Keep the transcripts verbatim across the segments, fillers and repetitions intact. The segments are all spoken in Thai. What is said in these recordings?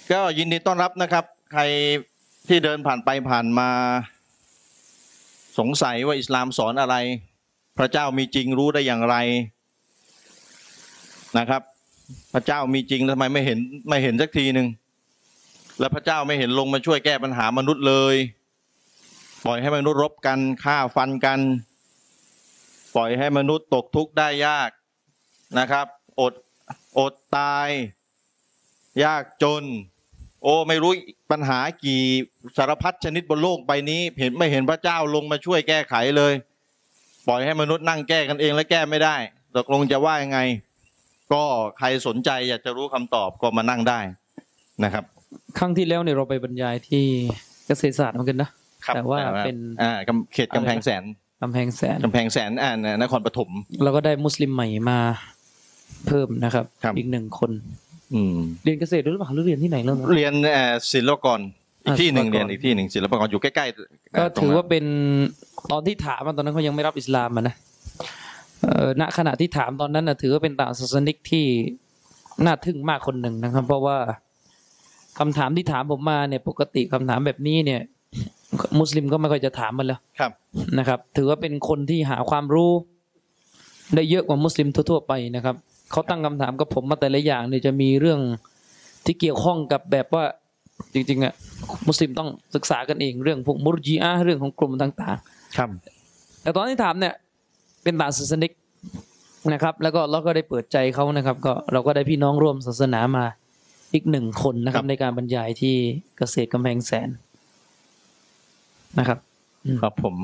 ก็ยินดีต้อนรับนะครับใครที่เดินผ่านไปผ่านมาสงสัยว่าอิสลามสอนอะไรพระเจ้ามีจริงรู้ได้อย่างไรนะครับพระเจ้ามีจริงทำไมไม่เห็นไม่เห็นสักทีหนึ่งแล้วพระเจ้าไม่เห็นลงมาช่วยแก้ปัญหามนุษย์เลยปล่อยให้มนุษย์รบกันฆ่าฟันกันปล่อยให้มนุษย์ตกทุกข์ได้ยากนะครับอดอดตายยากจนโอ้ไม่รู้ปัญหากี่สารพัดชนิดบนโลกใบนี้เห็นไม่เห็นพระเจ้าลงมาช่วยแก้ไขเลยปล่อยให้มนุษย์นั่งแก้กันเองและแก้ไม่ได้ตกลงจะว่ายังไงก็ใครสนใจอยากจะรู้คำตอบก็มานั่งได้นะครับครั้งที่แล้วเนี่ยเราไปบรรยายที่เกษตรศาสตร์เหมือนกันนะแต่ว่าเป็นอ่าเขตกำแพงแสนกำแพงแสนกำแพงแสนอ่านครปฐมเราก็ได้มุสลิมใหม่มาเพิ่มนะครับอีกหนึ่งคนเรียนเกษตรหรือเปล่าหรือเรียนที่ไหนเริ่มเรียนศิลปากรอีกที่หนึ่งเรียนอีกที่หนึ่งศิลปากรอยู่ใกล้ๆก็ถือว่าเป็นตอนที่ถามตอนนั้นเขายังไม่รับอิสลามมานะเอ่อณขณะที่ถามตอนนั้นนะถือว่าเป็นต่างศาสนิกที่น่าทึ่งมากคนหนึ่งนะครับเพราะว่าคำถามที่ถามผมมาเนี่ยปกติคำถามแบบนี้เนี่ยมุสลิมก็ไม่ค่อยจะถามมันแล้วนะครับถือว่าเป็นคนที่หาความรู้ได้เยอะกว่ามุสลิมทั่วๆไปนะครับเขาตั้งคำถามกับผมมาแต่ละอย่างเนี่ยจะมีเรื่องที่เกี่ยวข้องกับแบบว่าจริงๆอ่ะมุสลิมต้องศึกษากันเองเรื่องพวกมุรญิอะห์เรื่องของกลุ่มต่างๆครับแต่ตอนที่ถามเนี่ยเป็นต่างศาสนิกนะครับแล้วก็เราก็ได้เปิดใจเขานะครับก็เราก็ได้พี่น้องร่วมศาสนามาอีกหนึ่งคนนะครับในการบรรยายที่เกษตรกำแพงแสนนะครับครับผม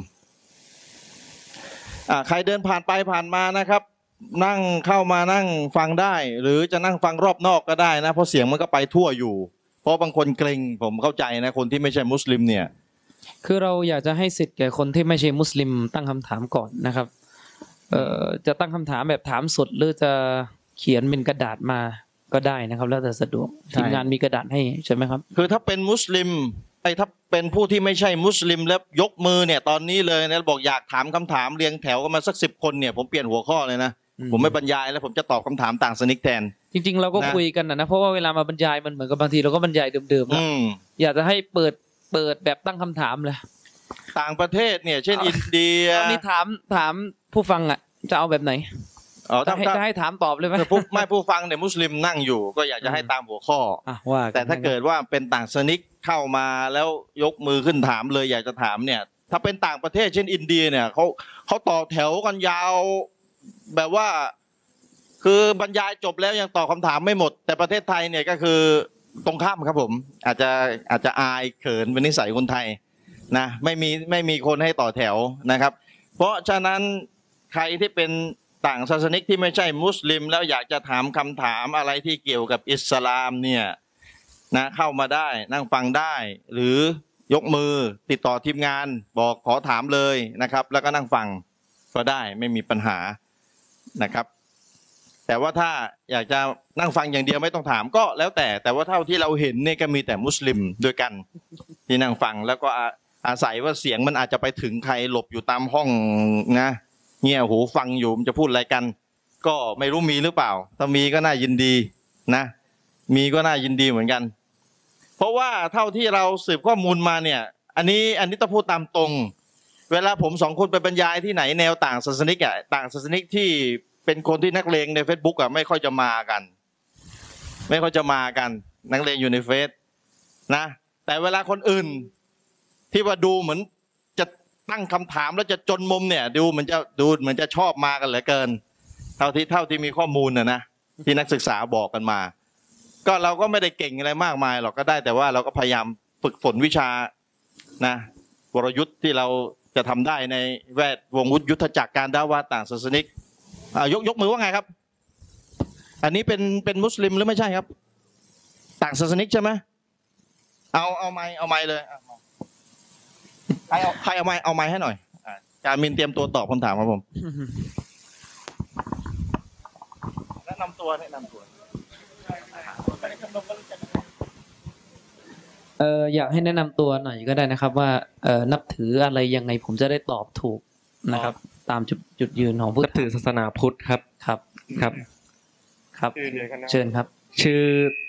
อ่าใครเดินผ่านไปผ่านมานะครับนั่งเข้ามานั่งฟังได้หรือจะนั่งฟังรอบนอกก็ได้นะเพราะเสียงมันก็ไปทั่วอยู่เพราะบางคนเกรงผมเข้าใจนะคนที่ไม่ใช่มุสลิมเนี่ยคือเราอยากจะให้สิทธิ์แก่คนที่ไม่ใช่มุสลิมตั้งคำถามก่อนนะครับเอ่อจะตั้งคำถามแบบถามสดหรือจะเขียนเป็นกระดาษมาก็ได้นะครับแล้วแต่สะดวกทีมงานมีกระดาษให้ใช่ไหมครับคือถ้าเป็นมุสลิมไอ้ถ้าเป็นผู้ที่ไม่ใช่มุสลิมแล้วยกมือเนี่ยตอนนี้เลยนะบอกอยากถามคำถามเรียงแถวกันมาสักสิบคนเนี่ยผมเปลี่ยนหัวข้อเลยนะผมไม่บรรยายแล้วผมจะตอบคำถามต่างศาสนิกแทนจริงๆเราก็คุยกันนะเพราะว่าเวลามาบรรยายมันเหมือนกับบางทีเราก็บรรยายเดิมๆแล้วอยากจะให้เปิดเปิดแบบตั้งคำถามเลยต่างประเทศเนี่ยเช่นอินเดียนี่ถามถามผู้ฟังอ่ะจะเอาแบบไหนอ๋อจะให้จะให้ถามตอบเลยไหมไม่ผู้ฟังเนี่ยมุสลิมนั่งอยู่ก็อยากจะให้ตามหัวข้อแต่ถ้าเกิดว่าเป็นต่างศาสนิกเข้ามาแล้วยกมือขึ้นถามเลยอยากจะถามเนี่ยถ้าเป็นต่างประเทศเช่นอินเดียเนี่ยเขาเขาต่อแถวกันยาวแบบว่าคือบรรยายจบแล้วยังตอบคำถามไม่หมดแต่ประเทศไทยเนี่ยก็คือตรงข้ามครับผมอาจจะอาจจะอายเขินเป็นนิสัยคนไทยนะไม่มีไม่มีคนให้ต่อแถวนะครับเพราะฉะนั้นใครที่เป็นต่างศาสนิกที่ไม่ใช่มุสลิมแล้วอยากจะถามคำถามอะไรที่เกี่ยวกับอิสลามเนี่ยนะเข้ามาได้นั่งฟังได้หรือยกมือติดต่อทีมงานบอกขอถามเลยนะครับแล้วก็นั่งฟังก็ได้ไม่มีปัญหานะครับแต่ว่าถ้าอยากจะนั่งฟังอย่างเดียวไม่ต้องถามก็แล้วแต่แต่ว่าเท่าที่เราเห็นเนี่ยก็มีแต่มุสลิมด้วยกันที่นั่งฟังแล้วก็อาศัยว่าเสียงมันอาจจะไปถึงใครหลบอยู่ตามห้องนะเงี่ยหูฟังอยู่มันจะพูดอะไรกันก็ไม่รู้มีหรือเปล่าถ้ามีก็น่ายินดีนะมีก็น่ายินดีเหมือนกันเพราะว่าเท่าที่เราสืบข้อมูลมาเนี่ยอันนี้อันนี้ต้องพูดตามตรงเวลาผมสองคนไปบรรยายที่ไหนแนวต่างศาสนิกอ่ะต่างศาสนิกที่เป็นคนที่นักเลงใน Facebook อ่ะไม่ค่อยจะมากันไม่ค่อยจะมากันนักเลงอยู่ในเฟซนะแต่เวลาคนอื่นที่ว่าดูเหมือนจะตั้งคำถามแล้วจะจนมุมเนี่ยดูเหมือนจะดูเหมือนจะชอบมากันเหลือเกินเท่าที่เท่าที่มีข้อมูลน่ะนะที่นักศึกษาบอกกันมาก็เราก็ไม่ได้เก่งอะไรมากมายหรอกก็ได้แต่ว่าเราก็พยายามฝึกฝนวิชานะวรยุทธ์ที่เราจะทำได้ในแวดวงยุทธจักรการด่าว่าต่างศาสนิกยกยกมือว่าไงครับอันนี้เป็นเป็นมุสลิมหรือไม่ใช่ครับต่างศาสนิกใช่ไหมเอาเอาไม้เอาไม้เลยใครเอาใครเอาไม้เอาไม้ให้หน่อยจามินเตรียมตัวตอบคำถามครับผมแนะนำตัวแนะนำตัวเอออยากให้แนะนำตัวหน่อยก็ได้นะครับว่าเออนับถืออะไรยังไงผมจะได้ตอบถูกนะครับตามจุดจุดยืนของพุทธนับถือศาสนาพุทธครับครับครับครับเชิญครับชื่อ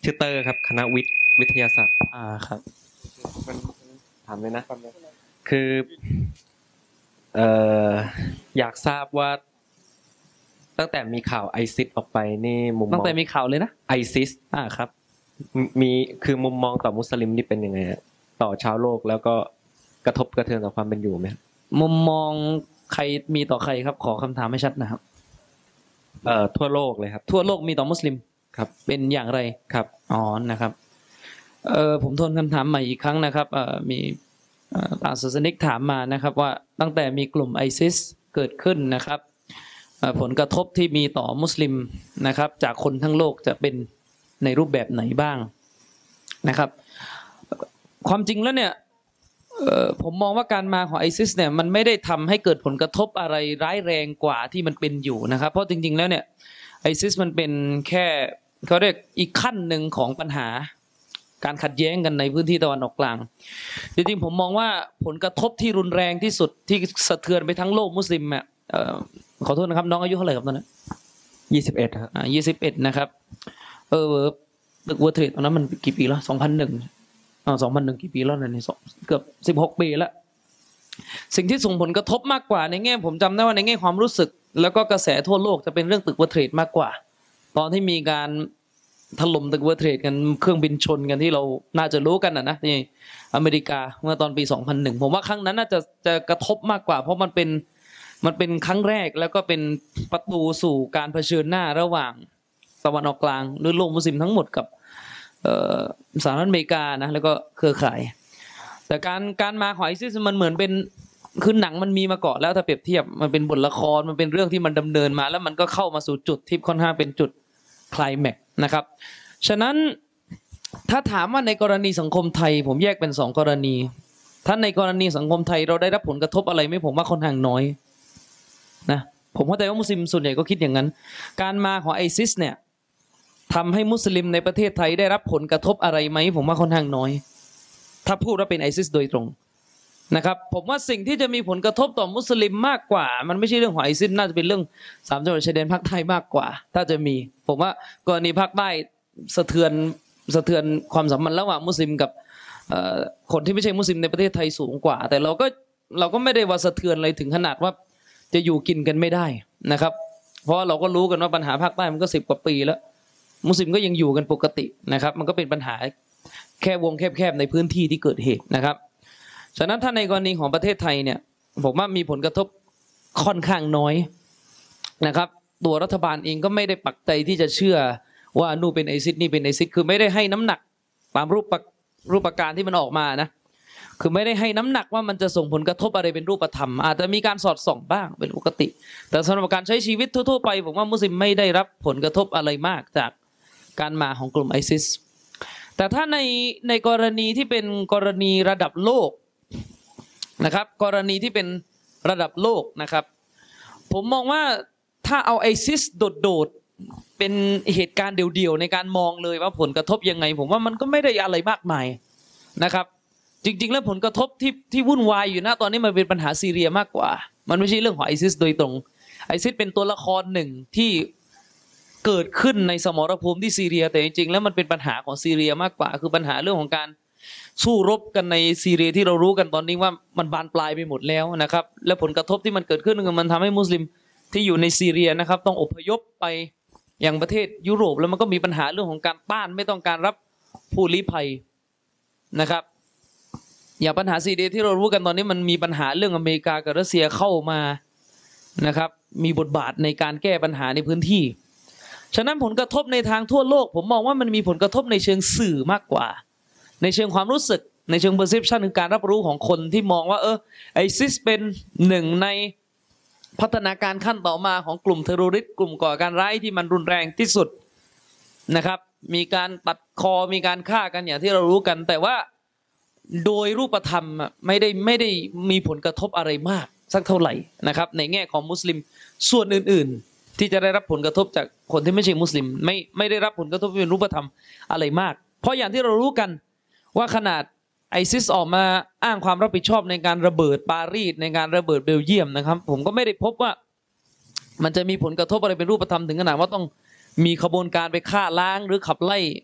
ชื่อเตอร์ครับคณะวิทย์วิทยาศาสตร์อ่าครับมันถามเลยนะคือเอ่ออยากทราบว่าตั้งแต่มีข่าวไอซิสออกไปนี่มุมมองตั้งแต่มีข่าวเลยนะไอซิสอ่าครับมีคือมุมมองต่อมุสลิมนี่เป็นยังไงต่อชาวโลกแล้วก็กระทบกระเทือนต่อความเป็นอยู่ไหมมุมมองใครมีต่อใครครับขอคำถามให้ชัดนะครับเอ่อทั่วโลกเลยครับทั่วโลกมีต่อมุสลิมครับเป็นอย่างไรครับอ๋อนะครับเอ่อผมทวนคำถามใหม่อีกครั้งนะครับเอ่อมีต่างศาสนิกถามมานะครับว่าตั้งแต่มีกลุ่มไอซิสเกิดขึ้นนะครับผลกระทบที่มีต่อมุสลิมนะครับจากคนทั้งโลกจะเป็นในรูปแบบไหนบ้างนะครับความจริงแล้วเนี่ยผมมองว่าการมาของไอซิสเนี่ยมันไม่ได้ทำให้เกิดผลกระทบอะไรร้ายแรงกว่าที่มันเป็นอยู่นะครับเพราะจริงๆแล้วเนี่ยไอซิสมันเป็นแค่เขาเรียกอีกขั้นหนึ่งของปัญหาการขัดแย้งกันในพื้นที่ตะวันออกกลางจริงๆผมมองว่าผลกระทบที่รุนแรงที่สุดที่สะเทือนไปทั้งโลกมุสลิมอ่ะขอโทษนะครับน้องอายุเท่าไหร่ครับตอนนั้นยี่สิบเอ็ดครับอ่ายี่สิบเอ็ดนะครับเออตึกเวอร์เทรดตอนนั้นมันกี่ปีแล้วสองพันหนึ่งอ่าสองพันหนึ่งกี่ปีแล้วในเกือบสิบหกปีแล้วสิ่งที่ส่งผลกระทบมากกว่าในแง่ผมจำได้ว่าในแง่ความรู้สึกแล้วก็กระแสทั่วโลกจะเป็นเรื่องตึกเวอร์เทรดมากกว่าตอนที่มีการถล่มตึกเวอร์เทรดกันเครื่องบินชนกันที่เราน่าจะรู้กันนะนะที่อเมริกาเมื่อตอนปีสองพันหนึ่งผมว่าครั้งนั้นน่าจะจะกระทบมากกว่าเพราะมันเป็นมันเป็นครั้งแรกแล้วก็เป็นประตูสู่การเผชิญหน้าระหว่างตะวันออกกลางหรือโลกมุสลิมทั้งหมดกับสหรัฐอเมริกานะแล้วก็เครือข่ายแต่การการมาของไอซิสมันเหมือนเป็นคือหนังมันมีมาก่อนแล้วถ้าเปรียบเทียบมันเป็นบทละครมันเป็นเรื่องที่มันดำเนินมาแล้วมันก็เข้ามาสู่จุดที่ค่อนข้างเป็นจุดไคลแม็กซ์นะครับฉะนั้นถ้าถามว่าในกรณีสังคมไทยผมแยกเป็นสองกรณีถ้าในกรณีสังคมไทยเราได้รับผลกระทบอะไรไหมผมว่าค่อนข้างน้อยนะผมเข้าใจว่ามุสลิมส่วนใหญ่ก็คิดอย่างนั้นการมาของไอซิสเนี่ยทำให้มุสลิมในประเทศไทยได้รับผลกระทบอะไรไหมผมว่าค่อนข้างน้อยถ้าพูดว่าเป็นไอซิสโดยตรงนะครับผมว่าสิ่งที่จะมีผลกระทบต่อมุสลิมมากกว่ามันไม่ใช่เรื่องของไอซิสน่าจะเป็นเรื่องสามจังหวัดชายแดนภาคใต้มากกว่าถ้าจะมีผมว่ากรณีภาคใต้สะเทือนสะเทือนความสัมพันธ์ระหว่างมุสลิมกับคนที่ไม่ใช่มุสลิมในประเทศไทยสูงกว่าแต่เราก็เราก็ไม่ได้ว่าสะเทือนอะไรถึงขนาดว่าจะอยู่กินกันไม่ได้นะครับเพราะเราก็รู้กันว่าปัญหาภาคใต้มันก็สิบกว่าปีแล้วมุสลิมก็ยังอยู่กันปกตินะครับมันก็เป็นปัญหาแค่วงแคบๆในพื้นที่ที่เกิดเหตุนะครับฉะนั้นถ้าในกรณีของประเทศไทยเนี่ยผมว่ามีผลกระทบค่อนข้างน้อยนะครับตัวรัฐบาลเองก็ไม่ได้ปักใจที่จะเชื่อว่านู่นเป็นไอซิสนี่เป็นไอซิสคือไม่ได้ให้น้ำหนักตามรูปรูปการที่มันออกมานะคือไม่ได้ให้น้ำหนักว่ามันจะส่งผลกระทบอะไรเป็นรูปธรรมอาจจะมีการสอดส่องบ้างเป็นปกติแต่สำหรับการใช้ชีวิตทั่วๆไปผมว่ามุสลิมไม่ได้รับผลกระทบอะไรมากจากการมาของกลุ่มไอซิสแต่ถ้าในในกรณีที่เป็นกรณีระดับโลกนะครับกรณีที่เป็นระดับโลกนะครับผมมองว่าถ้าเอาไอซิสโดดๆเป็นเหตุการณ์เดี่ยวๆในการมองเลยว่าผลกระทบยังไงผมว่ามันก็ไม่ได้อะไรมากมายนะครับจริงๆแล้วผลกระทบที่ที่วุ่นวายอยู่นะตอนนี้มันเป็นปัญหาซีเรียมากกว่ามันไม่ใช่เรื่องของไอซิสโดยตรงไอซิสเป็นตัวละครหนึ่งที่เกิดขึ้นในสมรภูมิที่ซีเรียแต่จริงๆแล้วมันเป็นปัญหาของซีเรียมากกว่าคือปัญหาเรื่องของการสู้รบกันในซีเรียที่เรารู้กันตอนนี้ว่ามันบานปลายไปหมดแล้วนะครับและผลกระทบที่มันเกิดขึ้นมันทำให้มุสลิมที่อยู่ในซีเรียนะครับต้องอพยพไปยังประเทศยุโรปแล้วมันก็มีปัญหาเรื่องของการต้านไม่ต้องการรับผู้ลี้ภัยนะครับอย่างปัญหาซีเรียที่เรารู้กันตอนนี้มันมีปัญหาเรื่องอเมริกากับรัสเซียเข้ามานะครับมีบทบาทในการแก้ปัญหาในพื้นที่ฉะนั้นผลกระทบในทางทั่วโลกผมมองว่ามันมีผลกระทบในเชิงสื่อมากกว่าในเชิงความรู้สึกในเชิง perception คือการรับรู้ของคนที่มองว่าเออไอซิสเป็นหนึ่งในพัฒนาการขั้นต่อมาของกลุ่มเทอร์โรริสต์กลุ่มก่อการร้ายที่มันรุนแรงที่สุดนะครับมีการตัดคอมีการฆ่ากันอย่างที่เรารู้กันแต่ว่าโดยรูปธรรมไม่ได้ไม่ได้มีผลกระทบอะไรมากสักเท่าไหร่นะครับในแง่ของมุสลิมส่วนอื่นๆที่จะได้รับผลกระทบจากคนที่ไม่ใช่มุสลิมไม่ไม่ได้รับผลกระทบเป็นรูปธรรมอะไรมากเพราะอย่างที่เรารู้กันว่าขนาดไอซิสออกมาอ้างความรับผิดชอบในการระเบิดปารีสในการระเบิดเบลเยียมนะครับผมก็ไม่ได้พบว่ามันจะมีผลกระทบอะไรเป็นรูปธรรมถึงขนาดว่าต้องมีขบวนการไปฆ่าล้างหรือขับไล่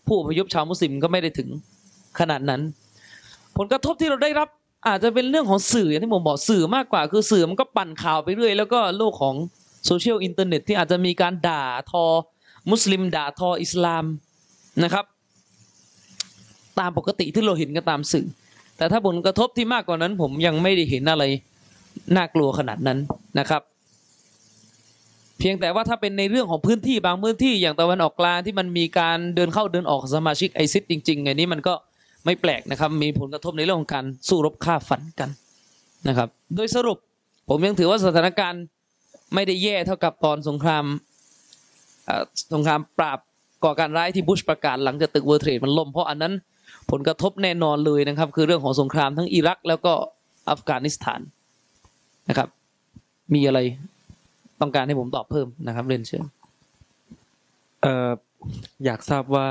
ผู้อพยพชาวมุสลิมก็ไม่ได้ถึงขนาดนั้นผลกระทบที่เราได้รับอาจจะเป็นเรื่องของสื่ออย่างที่ผมบอกสื่อมากกว่าคือสื่อมันก็ปั่นข่าวไปเรื่อยแล้วก็โลกของโซเชียลอินเทอร์เน็ตที่อาจจะมีการด่าทอมุสลิมด่าทออิสลามนะครับตามปกติที่เราเห็นกันตามสื่อแต่ถ้าผลกระทบที่มากกว่านั้นผมยังไม่ได้เห็นอะไรน่ากลัวขนาดนั้นนะครับเพียงแต่ว่าถ้าเป็นในเรื่องของพื้นที่บางพื้นที่อย่างตะวันออกกลางที่มันมีการเดินเข้าเดินออกสมาชิกไอซิสจริงๆไงนี้มันก็ไม่แปลกนะครับมีผลกระทบในเรื่องของการสู้รบฆ่าฟันกันนะครับโดยสรุปผมยังถือว่าสถานการณ์ไม่ได้แย่เท่ากับตอนสงครามสงครามปราบก่อการร้ายที่บุชประกาศหลังจากตึกเวิลด์เทรดมันล่มเพราะอันนั้นผลกระทบแน่นอนเลยนะครับคือเรื่องของสงครามทั้งอิรักแล้วก็อัฟกานิสถานนะครับมีอะไรต้องการให้ผมตอบเพิ่มนะครับเรียนเชิญเอ่ออยากทราบว่า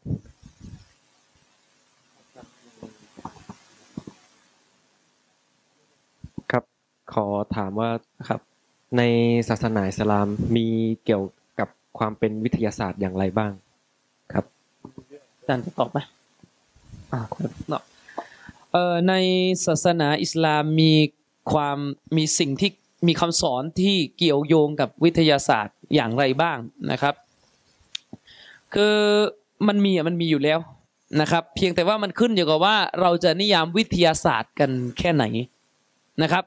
ครับขอถามว่าครับในศาสนาอิสลามมีเกี่ยวกับความเป็นวิทยาศาสตร์อย่างไรบ้างครับอาจารย์จะตอบไหมอ่าเอ่อในศาสนาอิสลามมีความมีสิ่งที่มีคำสอนที่เกี่ยวโยงกับวิทยาศาสตร์อย่างไรบ้างนะครับคือมันมีอ่ะมันมีอยู่แล้วนะครับเพียงแต่ว่ามันขึ้นอยู่กับว่าเราจะนิยามวิทยาศาสตร์กันแค่ไหนนะครับ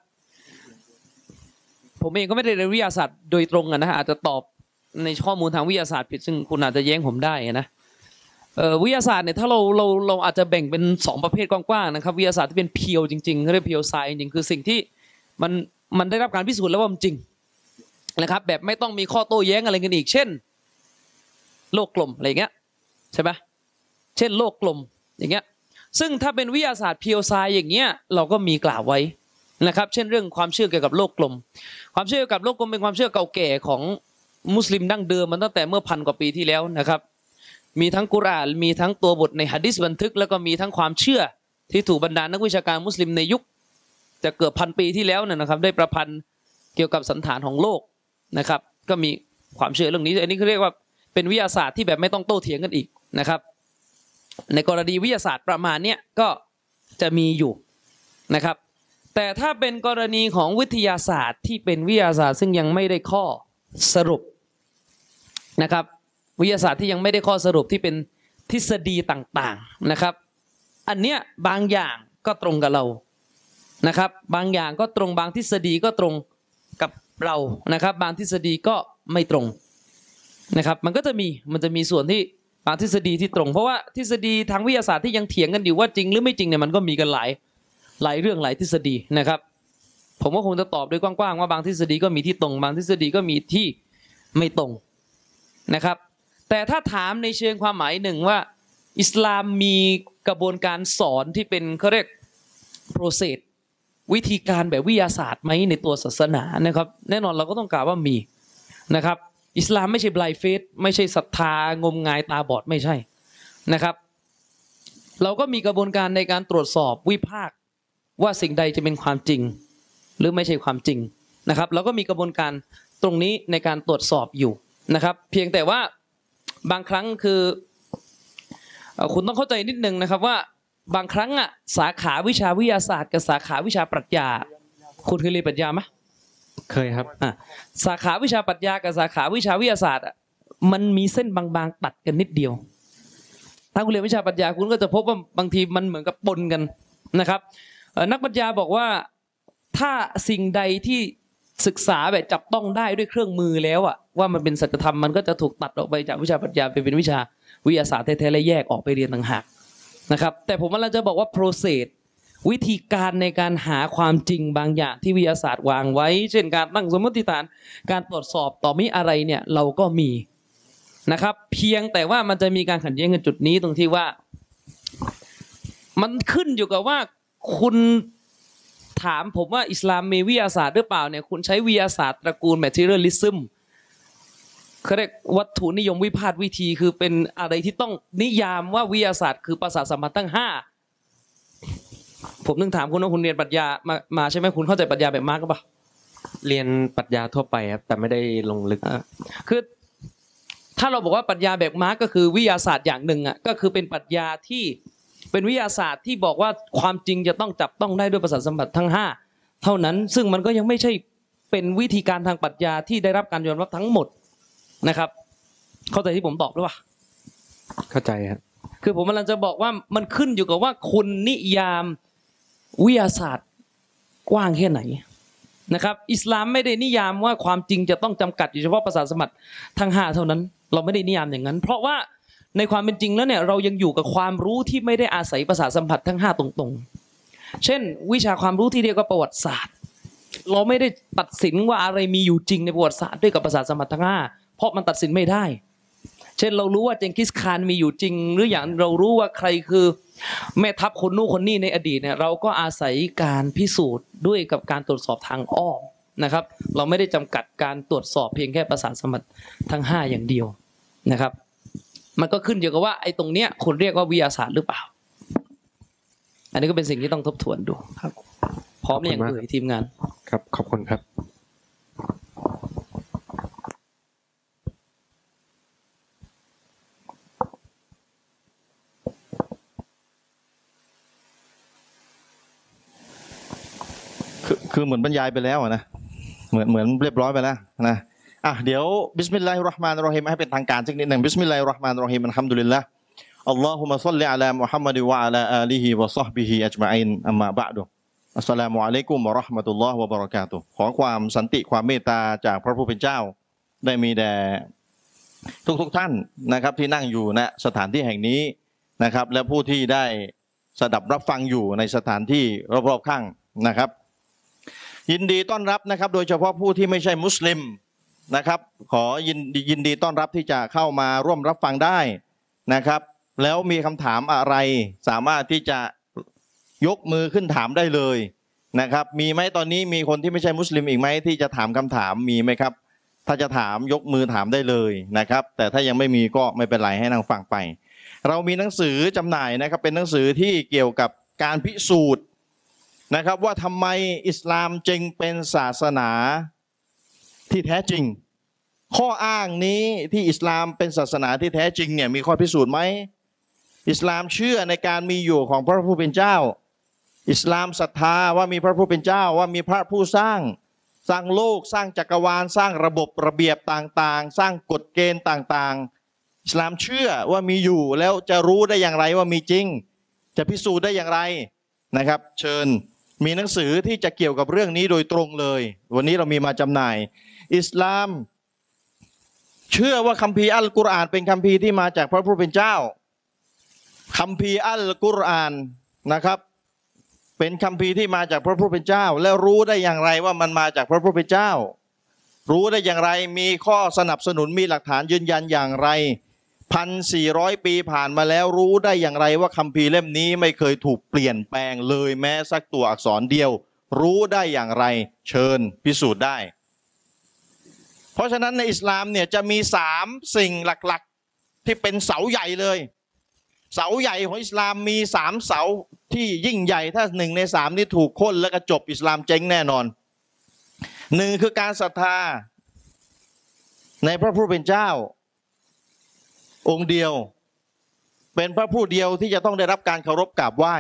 ผมเองก็ไม่ได้เรียนวิทยาศาสตร์โดยตรงนะอาจจะตอบในข้อมูลทางวิทยาศาสตร์ผิดซึ่งคุณอาจจะแย้งผมได้นะเอ่อวิทยาศาสตร์เนี่ยถ้าเราเราเราอาจจะแบ่งเป็นสองประเภทกว้างๆนะครับวิทยาศาสตร์ที่เป็นเพียวจริงๆเขาเรียกเพียวไซน์จริงๆคือสิ่งที่มันมันได้รับการพิสูจน์แล้วว่ามันจริงนะครับแบบไม่ต้องมีข้อโต้แย้งอะไรกันอีกเช่นโลกกลมอะไรอย่างเงี้ยใช่ไหมเช่นโลกกลมอย่างเงี้ยซึ่งถ้าเป็นวิทยาศาสตร์เพียวไซน์อย่างเงี้ยเราก็มีกล่าวไว้นะครับเช่นเรื่องความเชื่อเกี่ยวกับโลกกลมความเชื่อเกี่ยวกับโลกกลมเป็นความเชื่อเก่าแก่ของมุสลิมดั้งเดิมมันตั้งแต่เมื่อพันกว่าปีที่แล้วนะครับมีทั้งกุรอานมีทั้งตัวบทในหะดีษบันทึกแล้วก็มีทั้งความเชื่อที่ถูกบรรดานักวิชาการมุสลิมในยุคจะเกือบพันปีที่แล้วเนี่ยนะครับได้ประพันธ์เกี่ยวกับสันฐานของโลกนะครับก็มีความเชื่อเรื่องนี้อันนี้เขาเรียกว่าเป็นวิทยาศาสตร์ที่แบบไม่ต้องโต้เถียงกันอีกนะครับในกรณีวิทยาศาสตร์ประมาณนี้ก็จะมีอยู่นะครับแต่ถ้าเป็นกรณีของวิทยาศาสตร์ที่เป็นวิทยาศาสตร์ซึ่งยังไม่ได้ข้อสรุปนะครับวิทยาศาสตร์ที่ยังไม่ได้ข้อสรุปที่เป็นทฤษฎีต่างๆนะครับอันเนี้ยบางอย่างก็ตรงกับเรานะครับบางอย่างก็ตรงบางทฤษฎีก็ตรงกับเรานะครับบางทฤษฎีก็ไม่ตรงนะครับมันก็จะมีมันจะมีส่วนที่บางทฤษฎีที่ตรงเพราะว่าทฤษฎีทางวิทยาศาสตร์ที่ยังเถียงกันอยู่ว่าจริงหรือไม่จริงเนี่ยมันก็มีกันหลายหลายเรื่องหลายทฤษฎีนะครับผมก็คงจะตอบโดยกว้างๆว่าบางทฤษฎีก็มีที่ตรงบางทฤษฎีก็มีที่ไม่ตรงนะครับแต่ถ้าถามในเชิงความหมายหนึ่งว่าอิสลามมีกระบวนการสอนที่เป็นเขาเรียก process วิธีการแบบวิทยาศาสตร์ไหมในตัวศาสนานะครับแน่นอนเราก็ต้องกล่าวว่ามีนะครับอิสลามไม่ใช่ blind faith ไม่ใช่ศรัทธางมงายตาบอดไม่ใช่นะครับเราก็มีกระบวนการในการตรวจสอบวิพากษ์ว่าสิ่งใดจะเป็นความจริงหรือไม่ใช่ความจริงนะครับเราก็มีกระบวนการตรงนี้ในการตรวจสอบอยู่นะครับเพียงแต่ว่าบางครั้งคือคุณต้องเข้าใจนิดนึงนะครับว่าบางครั้งอ่ะสาขาวิชาวิทยาศาสตร์กับสาขาวิชาปรัชญาคุณเคยเรียนปรัชญาไหมเคยครับอ่ะสาขาวิชาปรัชญากับสาขาวิชาวิทยาศาสตร์อ่ะมันมีเส้นบางๆตัดกันนิดเดียวถ้าคุณเรียนวิชาปรัชญาคุณก็จะพบว่าบางทีมันเหมือนกับปนกันนะครับนักปรัชญาบอกว่าถ้าสิ่งใดที่ศึกษาแบบจับต้องได้ด้วยเครื่องมือแล้วอ่ะว่ามันเป็นสัจธรรมมันก็จะถูกตัดออกไปจากวิชาปรัชญาไปเป็นวิชาวิทยาศาสตร์แท้ๆและแยกออกไปเรียนต่างหากนะครับแต่ผมว่าเราจะบอกว่า process วิธีการในการหาความจริงบางอย่างที่วิทยาศาสตร์วางไว้เช่นการตั้งสมมติฐานการตรวจสอบต่อมิอะไรเนี่ยเราก็มีนะครับเพียงแต่ว่ามันจะมีการขัดแย้งกันจุดนี้ตรงที่ว่ามันขึ้นอยู่กับว่าคุณถามผมว่าอิสลามมีวิทยาศาสตร์หรือเปล่าเนี่ยคุณใช้วิทยาศาสตร์ตระกูล materialism เขาเรียกวัตถุนิยมวิพาทวิธีคือเป็นอะไรที่ต้องนิยามว่าวิทยาศาสตร์คือประสาทสัมผัสทั้งห้าผมนึกถามคุณว่าคุณเรียนปรัชญามามาใช่ไหมคุณเข้าใจปรัชญาแบบมาร์กป่ะเรียนปรัชญาทั่วไปครับแต่ไม่ได้ลงลึกคือถ้าเราบอกว่าปรัชญาแบกม้าก็คือวิทยาศาสตร์อย่างหนึ่งอ่ะก็คือเป็นปรัชญาที่เป็นวิทยาศาสตร์ที่บอกว่าความจริงจะต้องจับต้องได้ด้วยประสาทสัมผัสทั้งห้าเท่านั้นซึ่งมันก็ยังไม่ใช่เป็นวิธีการทางปรัชญาที่ได้รับการยอมรับทั้งหมดนะครับเข้าใจที่ผมตอบหรือเปล่าเข้าใจครับคือผมกำลังจะบอกว่ามันขึ้นอยู่กับว่าคุณนิยามวิทยาศาสตร์กว้างแค่ไหนนะครับอิสลามไม่ได้นิยามว่าความจริงจะต้องจำกัดอยู่เฉพาะประสาทสัมผัสทั้งห้าเท่านั้นเราไม่ได้นิยามอย่างนั้นเพราะว่าในความเป็นจริงแล้วเนี่ยเรายังอยู่กับความรู้ที่ไม่ได้อาศัยประสาทสัมผัสทั้งห้าตรงๆเช่นวิชาความรู้ที่เรียกว่าประวัติศาสตร์เราไม่ได้ตัดสินว่าอะไรมีอยู่จริงในประวัติศาสตร์ด้วยกับประสาทสัมผัสทั้งห้าเพราะมันตัดสินไม่ได้เช่นเรารู้ว่าเจงกิสข่านมีอยู่จริงหรืออย่างเรารู้ว่าใครคือแม่ทัพคนนู้นคนนี้ในอดีตเนี่ยเราก็อาศัยการพิสูจน์ด้วยกับการตรวจสอบทางอ้อมนะครับเราไม่ได้จำกัดการตรวจสอบเพียงแค่ประสาทสัมผัสทั้งห้าอย่างเดียวนะครับมันก็ขึ้นอยู่กับว่าไอ้ตรงเนี้ยคุณเรียกว่าวิทยาศาสตร์หรือเปล่าอันนี้ก็เป็นสิ่งที่ต้องทบทวนดูครับพร้อมหรือยังเอ่ยทีมงานครับขอบคุณครับคือคือเหมือนบรรยายไปแล้วนะเหมือนเหมือนเรียบร้อยไปแล้วนะอ่ะเดี๋ยวบิสมิลลาฮิรเราะห์มานิรเราะฮีมให้เป็นทางการสักนิดหนึ่งบิสมิลลาฮิรเราะห์มานิรเราะฮีมอัลฮัมดุลิลลาห์อัลลอฮุมะศ็อลลิอะลามุฮัมมัดวะอะลาอาลิฮิวะศอฮบิฮิอัจมะอีนอัมมาบะอ์ดุอัสสลามุอะลัยกุมวะเราะห์มะตุลลอฮ์วะบะเราะกาตุฮ์ขอความสันติความเมตตาจากพระผู้เป็นเจ้าได้มีแด่ทุกๆท่านนะครับที่นั่งอยู่ณสถานที่แห่งนี้นะครับและผู้ที่ได้สดับรับฟังอยู่ในสถานที่รอบๆข้างนะครับยินดีต้อนรับนะครับโดยเฉพาะผู้ที่ไม่ใช่มุสลิมนะครับขอยินดียินดีต้อนรับที่จะเข้ามาร่วมรับฟังได้นะครับแล้วมีคำถามอะไรสามารถที่จะยกมือขึ้นถามได้เลยนะครับมีไหมตอนนี้มีคนที่ไม่ใช่มุสลิมอีกไหมที่จะถามคำถามมีไหมครับถ้าจะถามยกมือถามได้เลยนะครับแต่ถ้ายังไม่มีก็ไม่เป็นไรให้นั่งฟังไปเรามีหนังสือจำหน่ายนะครับเป็นหนังสือที่เกี่ยวกับการพิสูจน์นะครับว่าทำไมอิสลามจึงเป็นศาสนาที่แท้จริงข้ออ้างนี้ที่อิสลามเป็นศาสนาที่แท้จริงเนี่ยมีข้อพิสูจน์ไหมอิสลามเชื่อในการมีอยู่ของพระผู้เป็นเจ้าอิสลามศรัทธาว่ามีพระผู้เป็นเจ้าว่ามีพระผู้สร้างสร้างโลกสร้างจักรวาลสร้างระบบระเบียบต่างๆสร้างกฎเกณฑ์ต่างๆอิสลามเชื่อว่ามีอยู่แล้วจะรู้ได้อย่างไรว่ามีจริงจะพิสูจน์ได้อย่างไรนะครับเชิญมีหนังสือที่จะเกี่ยวกับเรื่องนี้โดยตรงเลยวันนี้เรามีมาจำหน่ายอิสลามเชื่อว่าคัมภีร์อัลกุรอานเป็นคัมภีร์ที่มาจากพระผู้เป็นเจ้าคัมภีร์อัลกุรอานนะครับเป็นคัมภีร์ที่มาจากพระผู้เป็นเจ้าแล้วรู้ได้อย่างไรว่ามันมาจากพระผู้เป็นเจ้ารู้ได้อย่างไรมีข้อสนับสนุนมีหลักฐานยืนยันอย่างไรพันสี่ร้อยปีผ่านมาแล้วรู้ได้อย่างไรว่าคัมภีร์เล่มนี้ไม่เคยถูกเปลี่ยนแปลงเลยแม้สักตัวอักษรเดียวรู้ได้อย่างไรเชิญพิสูจน์ได้เพราะฉะนั้นในอิสลามเนี่ยจะมีสามสิ่งหลักๆที่เป็นเสาใหญ่เลยเสาใหญ่ของอิสลามมีสามเสาที่ยิ่งใหญ่ถ้าหนึ่งในสามนี้ถูกโค่นแล้วก็จบอิสลามเจ๊งแน่นอนหนึ่งคือการศรัทธาในพระผู้เป็นเจ้าองค์เดียวเป็นพระผู้เดียวที่จะต้องได้รับการเคารพกราบไหว้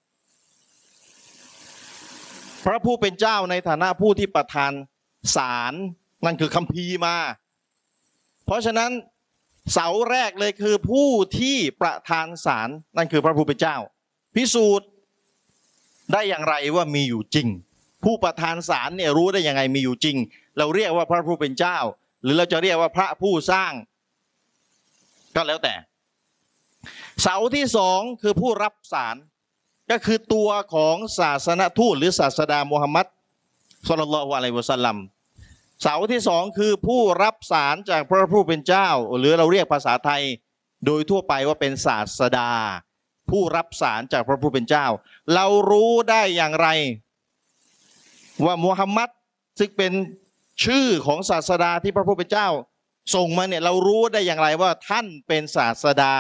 พระผู้เป็นเจ้าในฐานะผู้ที่ประทานศาลนั่นคือคัมภีร์มาเพราะฉะนั้นเสาแรกเลยคือผู้ที่ประทานศาลนั่นคือพระผู้เป็นเจ้าพิสูจน์ได้อย่างไรว่ามีอยู่จริงผู้ประทานศาลเนี่ยรู้ได้ยังไงมีอยู่จริงเราเรียกว่าพระผู้เป็นเจ้าหรือเราจะเรียกว่าพระผู้สร้างก็แล้วแต่เสาที่สองคือผู้รับศาลก็คือตัวของศาสนทูตหรือศาสดามูฮัมมัดศ็อลลัลลอฮุอะลัยฮิวะซัลลัมเสาที่สองคือผู้รับศาลจากพระผู้เป็นเจ้าหรือเราเรียกภาษาไทยโดยทั่วไปว่าเป็นศาสดาผู้รับศาลจากพระผู้เป็นเจ้าเรารู้ได้อย่างไรว่ามูฮัมมัดซึ่งเป็นชื่อของศาสดาที่พระผู้เป็นเจ้าส่งมาเนี่ยเรารู้ได้อย่างไรว่าท่านเป็นศาสดา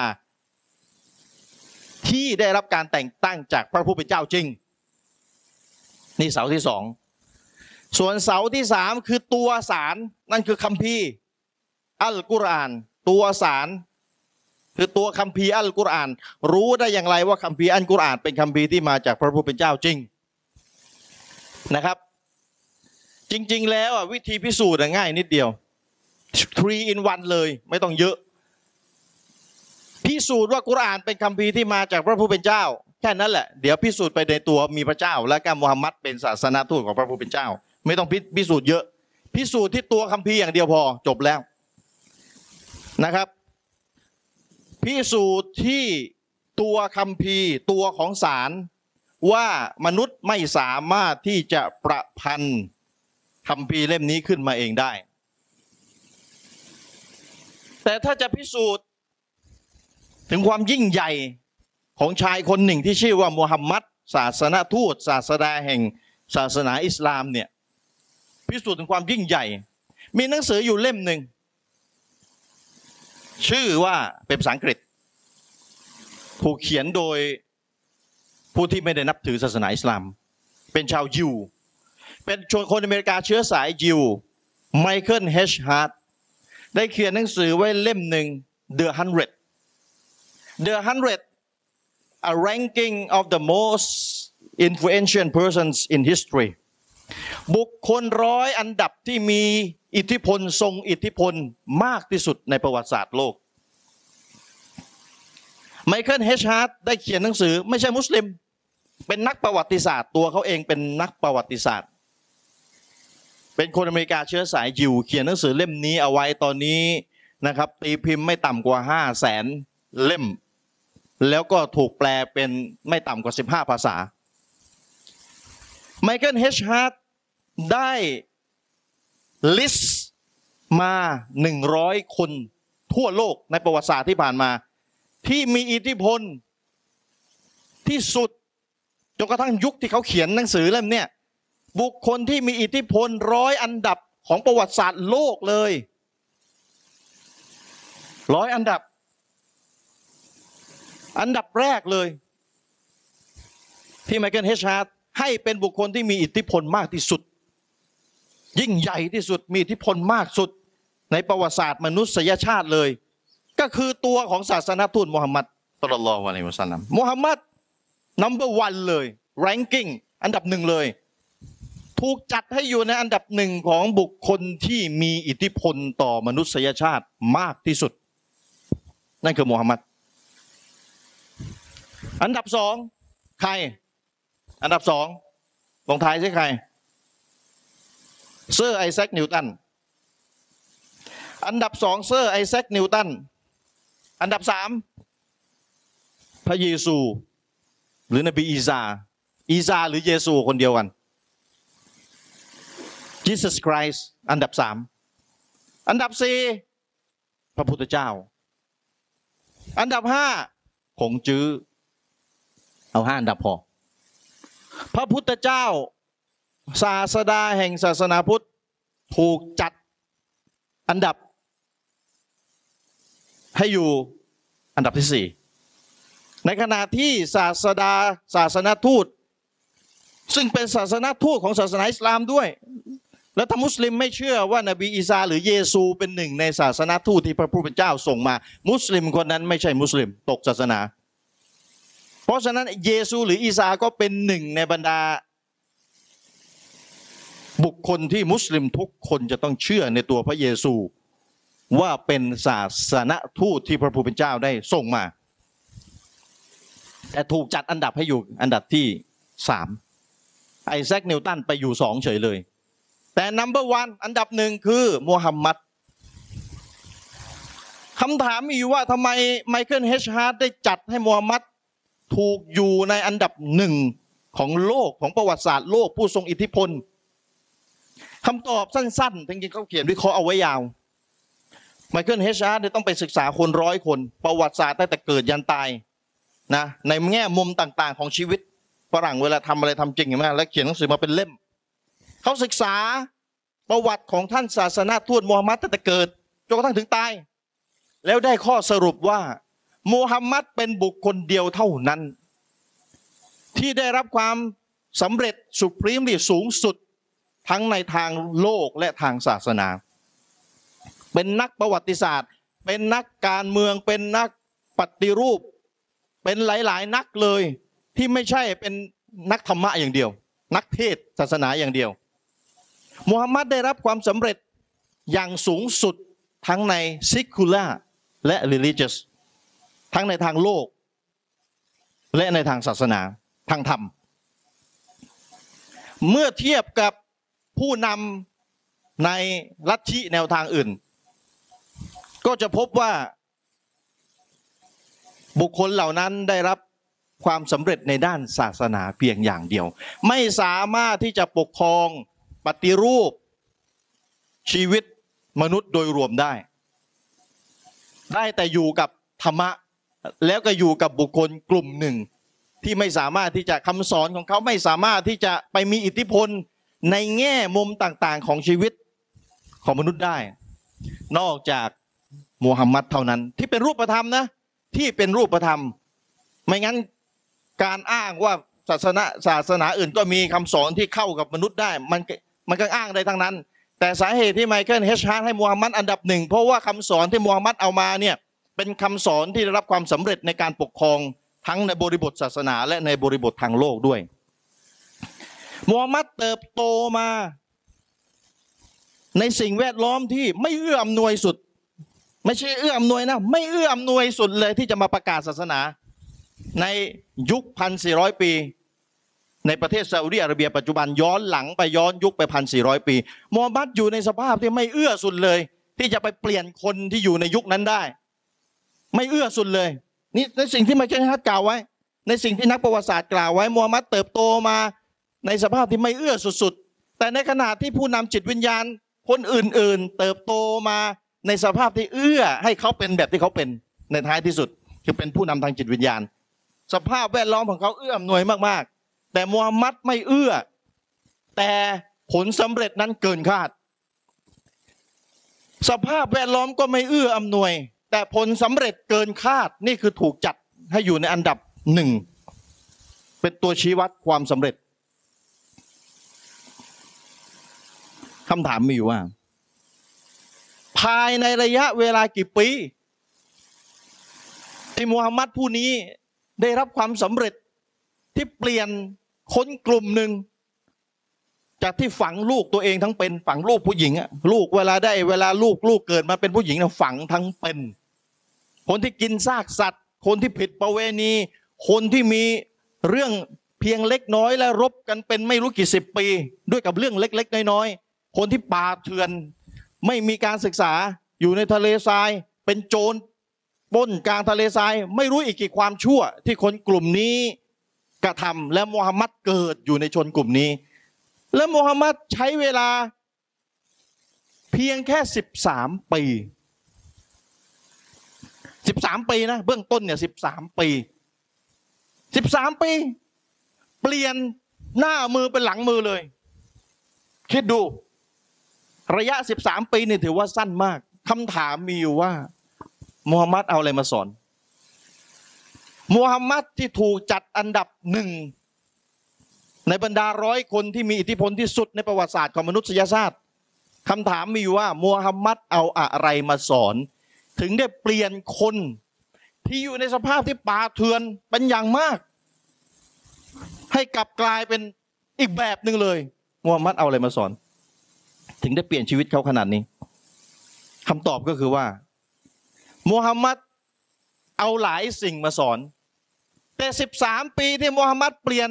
ที่ได้รับการแต่งตั้งจากพระผู้เป็นเจ้าจริงนี่เสาที่สองส่วนเสาที่สามคือตัวศาลนั่นคือคัมภีร์อัลกุรอานตัวสารคือตัวคัมภีร์อัลกุรอานรู้ได้อย่างไรว่าคัมภีร์อัลกุรอานเป็นคัมภีร์ที่มาจากพระผู้เป็นเจ้าจริงนะครับ จริงๆแล้ววิธีพิสูจน์ง่ายนิดเดียว three in one เลยไม่ต้องเยอะพิสูจน์ว่ากุรอานเป็นคัมภีร์ที่มาจากพระผู้เป็นเจ้าแค่นั้นแหละเดี๋ยวพิสูจน์ไปในตัวมีพระเจ้าและก็มุฮัมมัดเป็นศาสนาทูตของพระผู้เป็นเจ้าไม่ต้องพิสูจน์เยอะพิสูจน์ที่ตัวคัมภีร์อย่างเดียวพอจบแล้วนะครับพิสูจน์ที่ตัวคัมภีร์ตัวของศาลว่ามนุษย์ไม่สามารถที่จะประพันธ์คัมภีร์เล่มนี้ขึ้นมาเองได้แต่ถ้าจะพิสูจน์ถึงความยิ่งใหญ่ของชายคนหนึ่งที่ชื่อว่ามุฮัมมัดศาสนทูตศาสดาแห่งศาสนาอิสลามเนี่ยพิสูจน์ถึงความยิ่งใหญ่มีหนังสืออยู่เล่มหนึ่งชื่อว่าเป็นภาษาอังกฤษถูกเขียนโดยผู้ที่ไม่ได้นับถือศาสนาอิสลามเป็นชาวยิวเป็นชนคนอเมริกาเชื้อสายยิวไมเคิลเฮชฮาร์ดได้เขียนหนังสือไว้เล่มหนึ่ง The Hundred The Hundred a ranking of the most influential persons in history บุคคลร้อยอันดับที่มีอิทธิพลทรงอิทธิพลมากที่สุดในประวัติศาสตร์โลกไมเคิลเฮชฮาร์ดได้เขียนหนังสือไม่ใช่มุสลิมเป็นนักประวัติศาสตร์ตัวเขาเองเป็นนักประวัติศาสตร์เป็นคนอเมริกาเชื้อสายยิวเขียนหนังสือเล่มนี้เอาไว้ตอนนี้นะครับตีพิมพ์ไม่ต่ำกว่าห้าแสนเล่มแล้วก็ถูกแปลเป็นไม่ต่ำกว่าสิบห้าภาษาไมเคิลเฮชฮาร์ดได้ลิสต์มาหนึ่งร้อยคนทั่วโลกในประวัติศาสตร์ที่ผ่านมาที่มีอิทธิพลที่สุดจนกระทั่งยุคที่เขาเขียนหนังสือเล่มเนี้ยบุคคลที่มีอิทธิพลร้อยอันดับของประวัติศาสตร์โลกเลยร้อยอันดับอันดับแรกเลยที่ไมเคิลเฮชฮาร์ดให้เป็นบุคคลที่มีอิทธิพลมากที่สุดยิ่งใหญ่ที่สุดมีอิทธิพลมากสุดในประวัติศาสตร์มนุษยชาติเลยก็คือตัวของศาสนทูตมุฮัมมัดศ็อลลัลลอฮุอะลัยฮิวะซัลลัมมุฮัมมัด number one เลย ranking อันดับหนึ่งเลยถูกจัดให้อยู่ในอันดับหนึ่งของบุคคลที่มีอิทธิพลต่อมนุษยชาติมากที่สุดนั่นคือมุฮัมมัดอันดับสองใครอันดับสองลงท้ายใช่ใครเซอร์ไอแซคนิวตันอันดับสองเซอร์ไอแซคนิวตันอันดับสามพระเยซูหรือนบีอีซาอีซาหรือเยซูคนเดียวกัน Jesus Christ อันดับสามอันดับสี่พระพุทธเจ้าอันดับห้าคงจื้อเอาห้าอันดับพอพระพุทธเจ้าศาสดาแห่งศาสนาพุทธถูกจัดอันดับให้อยู่อันดับที่สี่ในขณะที่ศาสดาศาสนาทูตซึ่งเป็นศาสนาทูตของศาสนาอิสลามด้วยแล้วถ้ามุสลิมไม่เชื่อว่านบีอีสาหรือเยซูเป็นหนึ่งในศาสนาทูตที่พระผู้เป็นเจ้าส่งมามุสลิมคนนั้นไม่ใช่มุสลิมตกศาสนาเพราะฉะนั้นเยซูหรืออีสาก็เป็นหนึ่งในบรรดาบุคคลที่มุสลิมทุกคนจะต้องเชื่อในตัวพระเยซูว่าเป็นศาสนทูตที่พระผู้เป็นเจ้าได้ส่งมาแต่ถูกจัดอันดับให้อยู่อันดับที่สามไอแซคนิวตันไปอยู่สองเฉยเลยแต่ number one อันดับหนึ่งคือมูฮัมมัดคำถามมีอยู่ว่าทำไมไมเคิลเฮชฮาร์ดได้จัดให้มูฮัมมัดถูกอยู่ในอันดับหนึ่งของโลกของประวัติศาสตร์โลกผู้ทรงอิทธิพลคำตอบสั้นๆจริงๆเขาเขียนวิเคราะห์เอาไว้ยาวไมเคิลเฮชฮาร์ดต้องไปศึกษาคนร้อยคนประวัติศาสตร์ตั้งแต่เกิดยันตายนะในแง่มุมต่างๆของชีวิตฝรั่งเวลาทำอะไรทำจริงอย่างมากแล้วเขียนหนังสือมาเป็นเล่มเขาศึกษาประวัติของท่านศาสนาทูตมูฮัมมัดตั้งแต่เกิดจนกระทั่งถึงตายแล้วได้ข้อสรุปว่ามูฮัมมัดเป็นบุคคลเดียวเท่านั้นที่ได้รับความสำเร็จสุพรีมที่สูงสุดทั้งในทางโลกและทางศาสนาเป็นนักประวัติศาสตร์เป็นนักการเมืองเป็นนักปฏิรูปเป็นหลายๆนักเลยที่ไม่ใช่เป็นนักธรรมะอย่างเดียวนักเทศศาสนาอย่างเดียวมูฮัมหมัดได้รับความสำเร็จอย่างสูงสุดทั้งใน secular และ religious ทั้งในทางโลกและในทางศาสนาทางธรรมเมื่อเทียบกับผู้นำในลัทธิแนวทางอื่นก็จะพบว่าบุคคลเหล่านั้นได้รับความสำเร็จในด้านศาสนาเพียงอย่างเดียวไม่สามารถที่จะปกครองปฏิรูปชีวิตมนุษย์โดยรวมได้ได้แต่อยู่กับธรรมะแล้วก็อยู่กับบุคคลกลุ่มหนึ่งที่ไม่สามารถที่จะคำสอนของเขาไม่สามารถที่จะไปมีอิทธิพลในแง่มุมต่างๆของชีวิตของมนุษย์ได้นอกจากมูฮัมหมัดเท่านั้นที่เป็นรูปธรรมนะที่เป็นรูปธรรมไม่งั้นการอ้างว่าศาสนาศาสนาอื่นก็มีคำสอนที่เข้ากับมนุษย์ได้มันมันก็อ้างได้ทั้งนั้นแต่สาเหตุที่ไมเคิลเฮชฮาร์ทให้มูฮัมหมัดอันดับหนึ่งเพราะว่าคำสอนที่มูฮัมหมัดเอามาเนี่ยเป็นคำสอนที่ได้รับความสำเร็จในการปกครองทั้งในบริบทศาสนาและในบริบททางโลกด้วยมูฮัมหมัดเติบโตมาในสิ่งแวดล้อมที่ไม่เอื้ออำนวยสุดไม่ใช่เอื้ออำนวยนะไม่เอื้ออำนวยสุดเลยที่จะมาประกาศศาสนาในยุคพันสี่ร้อยปีในประเทศซาอุดิอาระเบียปัจจุบันย้อนหลังไปย้อนยุคไปพันสี่ร้อยปีมูฮัมหมัดอยู่ในสภาพที่ไม่เอื้อสุดเลยที่จะไปเปลี่ยนคนที่อยู่ในยุคนั้นได้ไม่เอื้อสุดเลยนี่ในสิ่งที่ไมเคิลฮัตกล่าวไว้ในสิ่งที่นักประวัติศาสตร์กล่าวไว้มูฮัมหมัดเติบโตมาในสภาพที่ไม่เอื้อสุดๆแต่ในขณะที่ผู้นำจิตวิญญาณคนอื่นๆเติบโตมาในสภาพที่เอื้อให้เขาเป็นแบบที่เขาเป็นในท้ายที่สุดคือเป็นผู้นำทางจิตวิญญาณสภาพแวดล้อมของเขาเอื้ออำนวยมากๆแต่มูฮัมหมัดไม่เอื้อแต่ผลสำเร็จนั้นเกินคาดสภาพแวดล้อมก็ไม่เอื้ออำนวยแต่ผลสำเร็จเกินคาดนี่คือถูกจัดให้อยู่ในอันดับหนึ่งเป็นตัวชี้วัดความสำเร็จคำถามมีอยู่ว่าภายในระยะเวลากี่ปีที่มูฮัมหมัดผู้นี้ได้รับความสำเร็จที่เปลี่ยนคนกลุ่มหนึ่งจากที่ฝังลูกตัวเองทั้งเป็นฝังลูกผู้หญิงอะลูกเวลาได้เวลาลูกลูกเกิดมาเป็นผู้หญิงนะฝังทั้งเป็นคนที่กินซากสัตว์คนที่ผิดประเวณีคนที่มีเรื่องเพียงเล็กน้อยและรบกันเป็นไม่รู้กี่สิบปีด้วยกับเรื่องเล็กๆน้อยๆคนที่ป่าเถื่อนไม่มีการศึกษาอยู่ในทะเลทรายเป็นโจรปล้นกลางทะเลทรายไม่รู้อีกกี่ความชั่วที่คนกลุ่มนี้กระทำและมูฮัมหมัดเกิดอยู่ในชนกลุ่มนี้และมูฮัมหมัดใช้เวลาเพียงแค่สิบสามปีสิบสามปีนะเบื้องต้นเนี่ยสิบสามปีสิบสามปีเปลี่ยนหน้ามือเป็นหลังมือเลยคิดดูระยะสิบสามปีนี่ถือว่าสั้นมากคำถามมีอยู่ว่ามูฮัมหมัดเอาอะไรมาสอนมูฮัมหมัดที่ถูกจัดอันดับหนึ่งในบรรดาร้อยคนที่มีอิทธิพลที่สุดในประวัติศาสตร์ของมนุษยชาติคำถามมีอยู่ว่ามูฮัมหมัดเอาอะไรมาสอนถึงได้เปลี่ยนคนที่อยู่ในสภาพที่ป่าเถื่อนเป็นอย่างมากให้กลับกลายเป็นอีกแบบหนึ่งเลยมูฮัมหมัดเอาอะไรมาสอนถึงได้เปลี่ยนชีวิตเขาขนาดนี้คำตอบก็คือว่ามูฮัมหมัดเอาหลายสิ่งมาสอนแต่สิบสามปีที่มูฮัมหมัดเปลี่ยน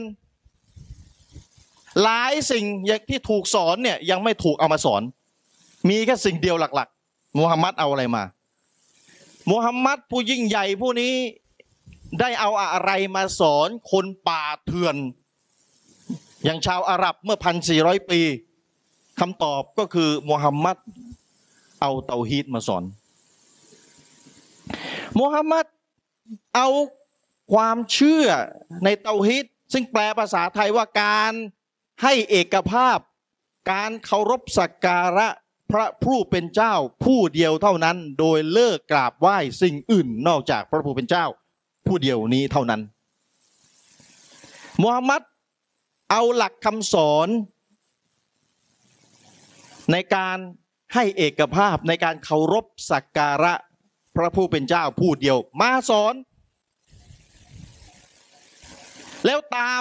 หลายสิ่งที่ถูกสอนเนี่ยยังไม่ถูกเอามาสอนมีแค่สิ่งเดียวหลักๆมูฮัมหมัดเอาอะไรมามูฮัมหมัดผู้ยิ่งใหญ่ผู้นี้ได้เอาอะไรมาสอนคนป่าเถื่อนอย่างชาวอาหรับเมื่อพันสี่ร้อยปีคำตอบก็คือมูฮัมหมัดเอาเตาฮีดมาสอนมูฮัมหมัดเอาความเชื่อในเตาฮีดซึ่งแปลภาษาไทยว่าการให้เอกภาพการเคารพสักการะพระผู้เป็นเจ้าผู้เดียวเท่านั้นโดยเลิกกราบไหว้สิ่งอื่นนอกจากพระผู้เป็นเจ้าผู้เดียวนี้เท่านั้นมูฮัมหมัดเอาหลักคำสอนในการให้เอกภาพในการเคารพสักการะพระผู้เป็นเจ้าผู้เดียวมาสอน แล้วตาม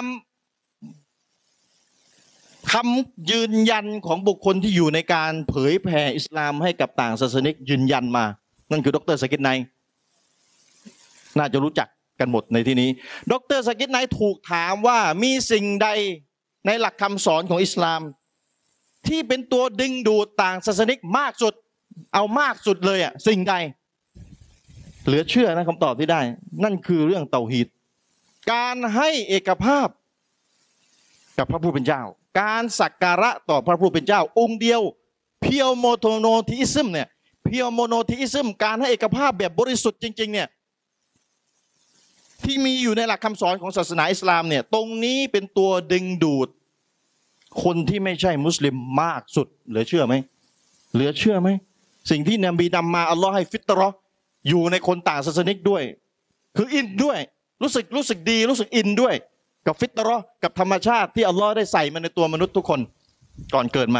คำยืนยันของบุคคลที่อยู่ในการเผยแผ่อิสลามให้กับต่างศาสนิกยืนยันมานั่นคือดร.ซากิรไนท์น่าจะรู้จักกันหมดในที่นี้ดร.ซากิรไนท์ถูกถามว่ามีสิ่งใดในหลักคำสอนของอิสลามที่เป็นตัวดึงดูดต่างศาสนิกมากสุดเอามากสุดเลยอ่ะสิ่งใดเหลือเชื่อนะคำตอบที่ได้นั่นคือเรื่องเตาฮีดการให้เอกภาพกับพระผู้เป็นเจ้าการสักการะต่อพระผู้เป็นเจ้าองค์เดียวเพียวโมโนทีอิซึมเนี่ยเพียวโมโนทีอิซึมการให้เอกภาพแบบบริสุทธิ์จริงๆเนี่ยที่มีอยู่ในหลักคำสอนของศาสนาอิสลามเนี่ยตรงนี้เป็นตัวดึงดูดคนที่ไม่ใช่มุสลิมมากสุดเหลือเชื่อไหมเหลือเชื่อไหมสิ่งที่นบีนำมาอัลลอฮ์ให้ฟิตเราะห์อยู่ในคนต่างศาสนิกด้วยคืออินด้วยรู้สึกรู้สึกดีรู้สึกอินด้วยกับฟิตเราะห์กับธรรมชาติที่อัลลอฮ์ได้ใส่มาในตัวมนุษย์ทุกคนก่อนเกิดมา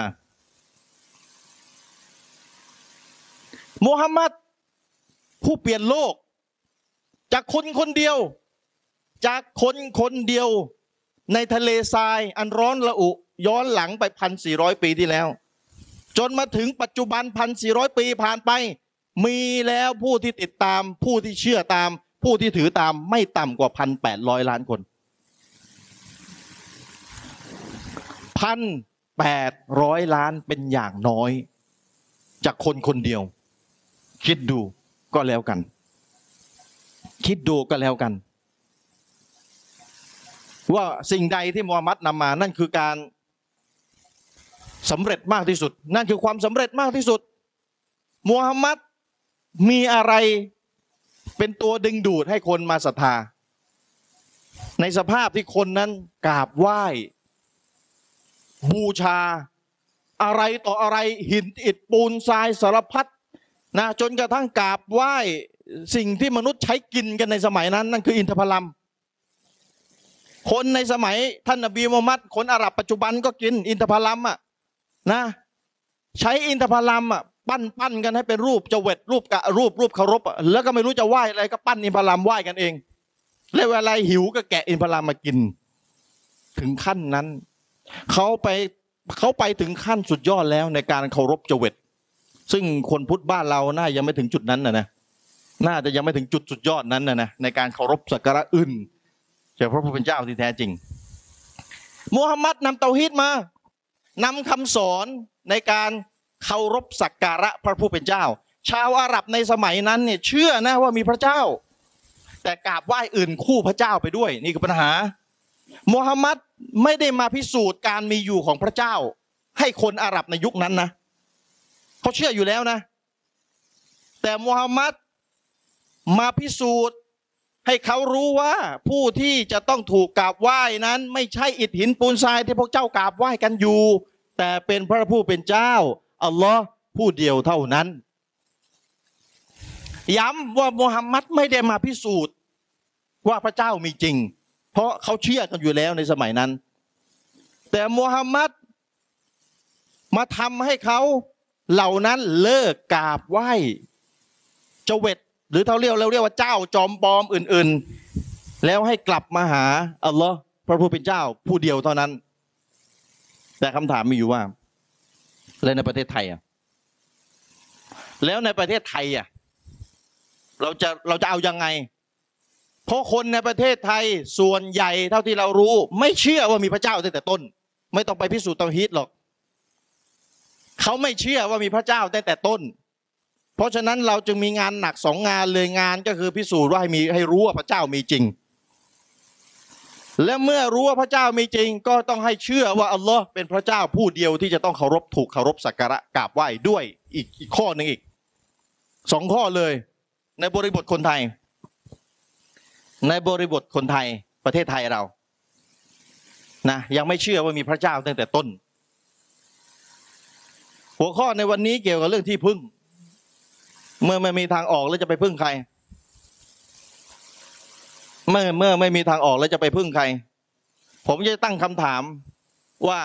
มุฮัมมัดผู้เปลี่ยนโลกจากคนคนเดียวจากคนคนเดียวในทะเลทรายอันร้อนระอุย้อนหลังไปพันสี่ร้อยปีที่แล้วจนมาถึงปัจจุบันพันสี่ร้อยปีผ่านไปมีแล้วผู้ที่ติดตามผู้ที่เชื่อตามผู้ที่ถือตามไม่ต่ำกว่าพันแปดร้อยล้านคนพันแปดร้อยล้านเป็นอย่างน้อยจากคนคนเดียวคิดดูก็แล้วกันคิดดูก็แล้วกันว่าสิ่งใดที่มูฮัมหมัดนำมานั่นคือการสำเร็จมากที่สุดนั่นคือความสำเร็จมากที่สุดมูฮัมหมัดมีอะไรเป็นตัวดึงดูดให้คนมาศรัทธาในสภาพที่คนนั้นกราบไหว้บูชาอะไรต่ออะไรหินอิฐปูนทรายสารพัดนะจนกระทั่งกราบไหว้สิ่งที่มนุษย์ใช้กินกันในสมัยนั้นนั่นคืออินทผลัมคนในสมัยท่านนบีมูฮัมมัดคนอาหรับปัจจุบันก็กินอินทผลัมอ่ะนะใช้อินทผลัมอ่ะปั้นปั้นกันให้เป็นรูปจเวตรูปกะรูปรูปเคารพแล้วก็ไม่รู้จะไหว้อะไรก็ปั้นอินทผลัมไหว้กันเองแล้วเวลาหิวก็แกะอินทผลัมมากินถึงขั้นนั้นเขาไปเขาไปถึงขั้นสุดยอดแล้วในการเคารพจเวตซึ่งคนพุทธบ้านเราน่ายังไม่ถึงจุดนั้นนะนะน่าจะยังไม่ถึงจุดสุดยอดนั้นนะนะในการเคารพสักการะอื่นจากพระผู้เป็นเจ้าที่แท้จริงมูฮัมหมัดนำเตาฮีดมานำคำสอนในการเคารพสักการะพระผู้เป็นเจ้าชาวอาหรับในสมัยนั้นเนี่ยเชื่อนะว่ามีพระเจ้าแต่กราบไหว้อื่นคู่พระเจ้าไปด้วยนี่คือปัญหามูฮัมหมัดไม่ได้มาพิสูจน์การมีอยู่ของพระเจ้าให้คนอาหรับในยุคนั้นนะเขาเชื่ออยู่แล้วนะแต่มูฮัมหมัดมาพิสูจน์ให้เขารู้ว่าผู้ที่จะต้องถูกกราบไหว้นั้นไม่ใช่อิฐหินปูนทรายที่พวกเจ้ากราบไหว้กันอยู่แต่เป็นพระผู้เป็นเจ้าอัลลอฮ์ผู้เดียวเท่านั้นย้ำว่ามูฮัมหมัดไม่ได้มาพิสูจน์ว่าพระเจ้ามีจริงเพราะเขาเชื่อกันอยู่แล้วในสมัยนั้นแต่มูฮัมหมัดมาทำให้เขาเหล่านั้นเลิกกราบไหว้จเวตหรือเขาเรียกเราเรียกว่าเจ้าจอมปลอมอื่นๆแล้วให้กลับมาหาอัลลอฮ์พระผู้เป็นเจ้าผู้เดียวเท่านั้นแต่คำถามมีอยู่ว่าแล้วในประเทศไทยอ่ะแล้วในประเทศไทยอ่ะเราจะเราจะเอายังไงเพราะคนในประเทศไทยส่วนใหญ่เท่าที่เรารู้ไม่เชื่อว่ามีพระเจ้าตั้งแต่ต้นไม่ต้องไปพิสูจน์เตาฮีดหรอกเขาไม่เชื่อว่ามีพระเจ้าตั้งแต่ต้นเพราะฉะนั้นเราจึงมีงานหนักสองงานเลยงานก็คือพิสูจน์ว่าให้มีให้รู้ว่าพระเจ้ามีจริงและเมื่อรู้ว่าพระเจ้ามีจริงก็ต้องให้เชื่อว่าอัลลอฮ์เป็นพระเจ้าผู้เดียวที่จะต้องเคารพถูกเคารพสักการะกราบไหว้ด้วยอีกอีกข้อหนึ่งอีกสองข้อเลยในบริบทคนไทยในบริบทคนไทยประเทศไทยเรานะยังไม่เชื่อว่ามีพระเจ้าตั้งแต่ต้นหัวข้อในวันนี้เกี่ยวกับเรื่องที่พึ่งเมื่อไม่มีทางออกแล้วจะไปพึ่งใครเมื่อเมื่อไม่มีทางออกแล้วจะไปพึ่งใครผมจะตั้งคำถามว่า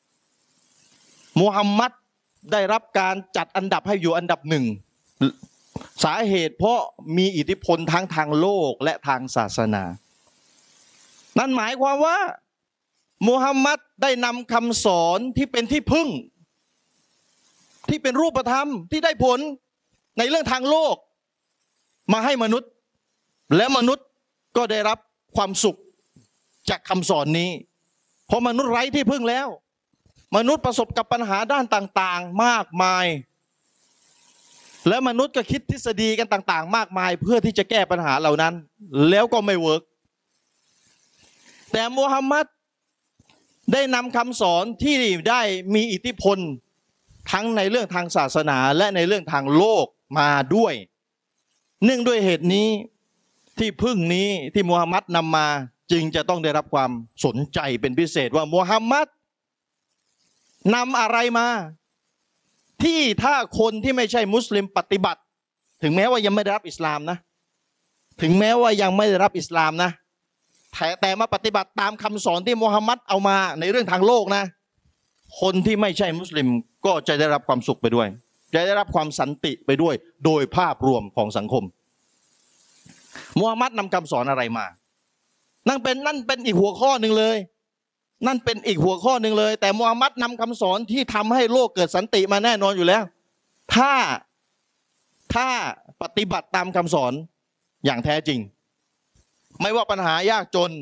มูฮัมหมัดได้รับการจัดอันดับให้อยู่อันดับหนึ่งสาเหตุเพราะมีอิทธิพลทั้งทางโลกและทางศาสนา นั่นหมายความว่ามุฮัมมัดได้นำคำสอนที่เป็นที่พึ่งที่เป็นรูปธรรมที่ได้ผลในเรื่องทางโลกมาให้มนุษย์และมนุษย์ก็ได้รับความสุขจากคำสอนนี้เพราะมนุษย์ไร้ที่พึ่งแล้วมนุษย์ประสบกับปัญหาด้านต่างๆมากมายและมนุษย์ก็คิดทฤษฎีกันต่างๆมากมายเพื่อที่จะแก้ปัญหาเหล่านั้นแล้วก็ไม่เวิร์กแต่มุฮัมมัดได้นำคำสอนที่ได้มีอิทธิพลทั้งในเรื่องทางศาสนาและในเรื่องทางโลกมาด้วยเนื่องด้วยเหตุนี้ที่พึ่งนี้ที่มุฮัมมัดนำมาจึงจะต้องได้รับความสนใจเป็นพิเศษว่ามุฮัมมัดนำอะไรมาที่ถ้าคนที่ไม่ใช่มุสลิมปฏิบัติถึงแม้ว่ายังไม่ได้รับอิสลามนะถึงแม้ว่ายังไม่ได้รับอิสลามนะแต่แต่มาปฏิบัติตามคำสอนที่มุฮัมมัดเอามาในเรื่องทางโลกนะคนที่ไม่ใช่มุสลิมก็จะได้รับความสุขไปด้วยจะได้รับความสันติไปด้วยโดยภาพรวมของสังคมมุฮัมมัดนำคำสอนอะไรมานั่นเป็นนั่นเป็นอีกหัวข้อหนึ่งเลยนั่นเป็นอีกหัวข้อหนึ่งเลยแต่มุฮัมมัดนำคำสอนที่ทำให้โลกเกิดสันติมาแน่นอนอยู่แล้วถ้าถ้าปฏิบัติตามคำสอนอย่างแท้จริงไม่ว่าปัญหายากจน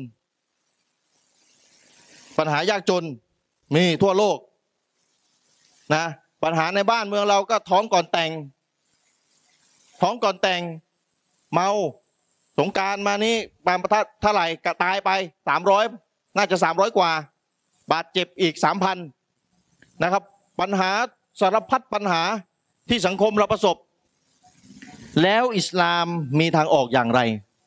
ปัญหายากจนมีทั่วโลกนะปัญหาในบ้านเมืองเราก็ท้องก่อนแต่งท้องก่อนแต่งเมาสงกรานต์มานี้บางประทัดเท่าไหร่ก็ตายไปสามร้อยน่าจะสามร้อยกว่าบาดเจ็บอีกสามพันนะครับปัญหาสารพัดปัญหาที่สังคมเราประสบแล้วอิสลามมีทางออกอย่างไร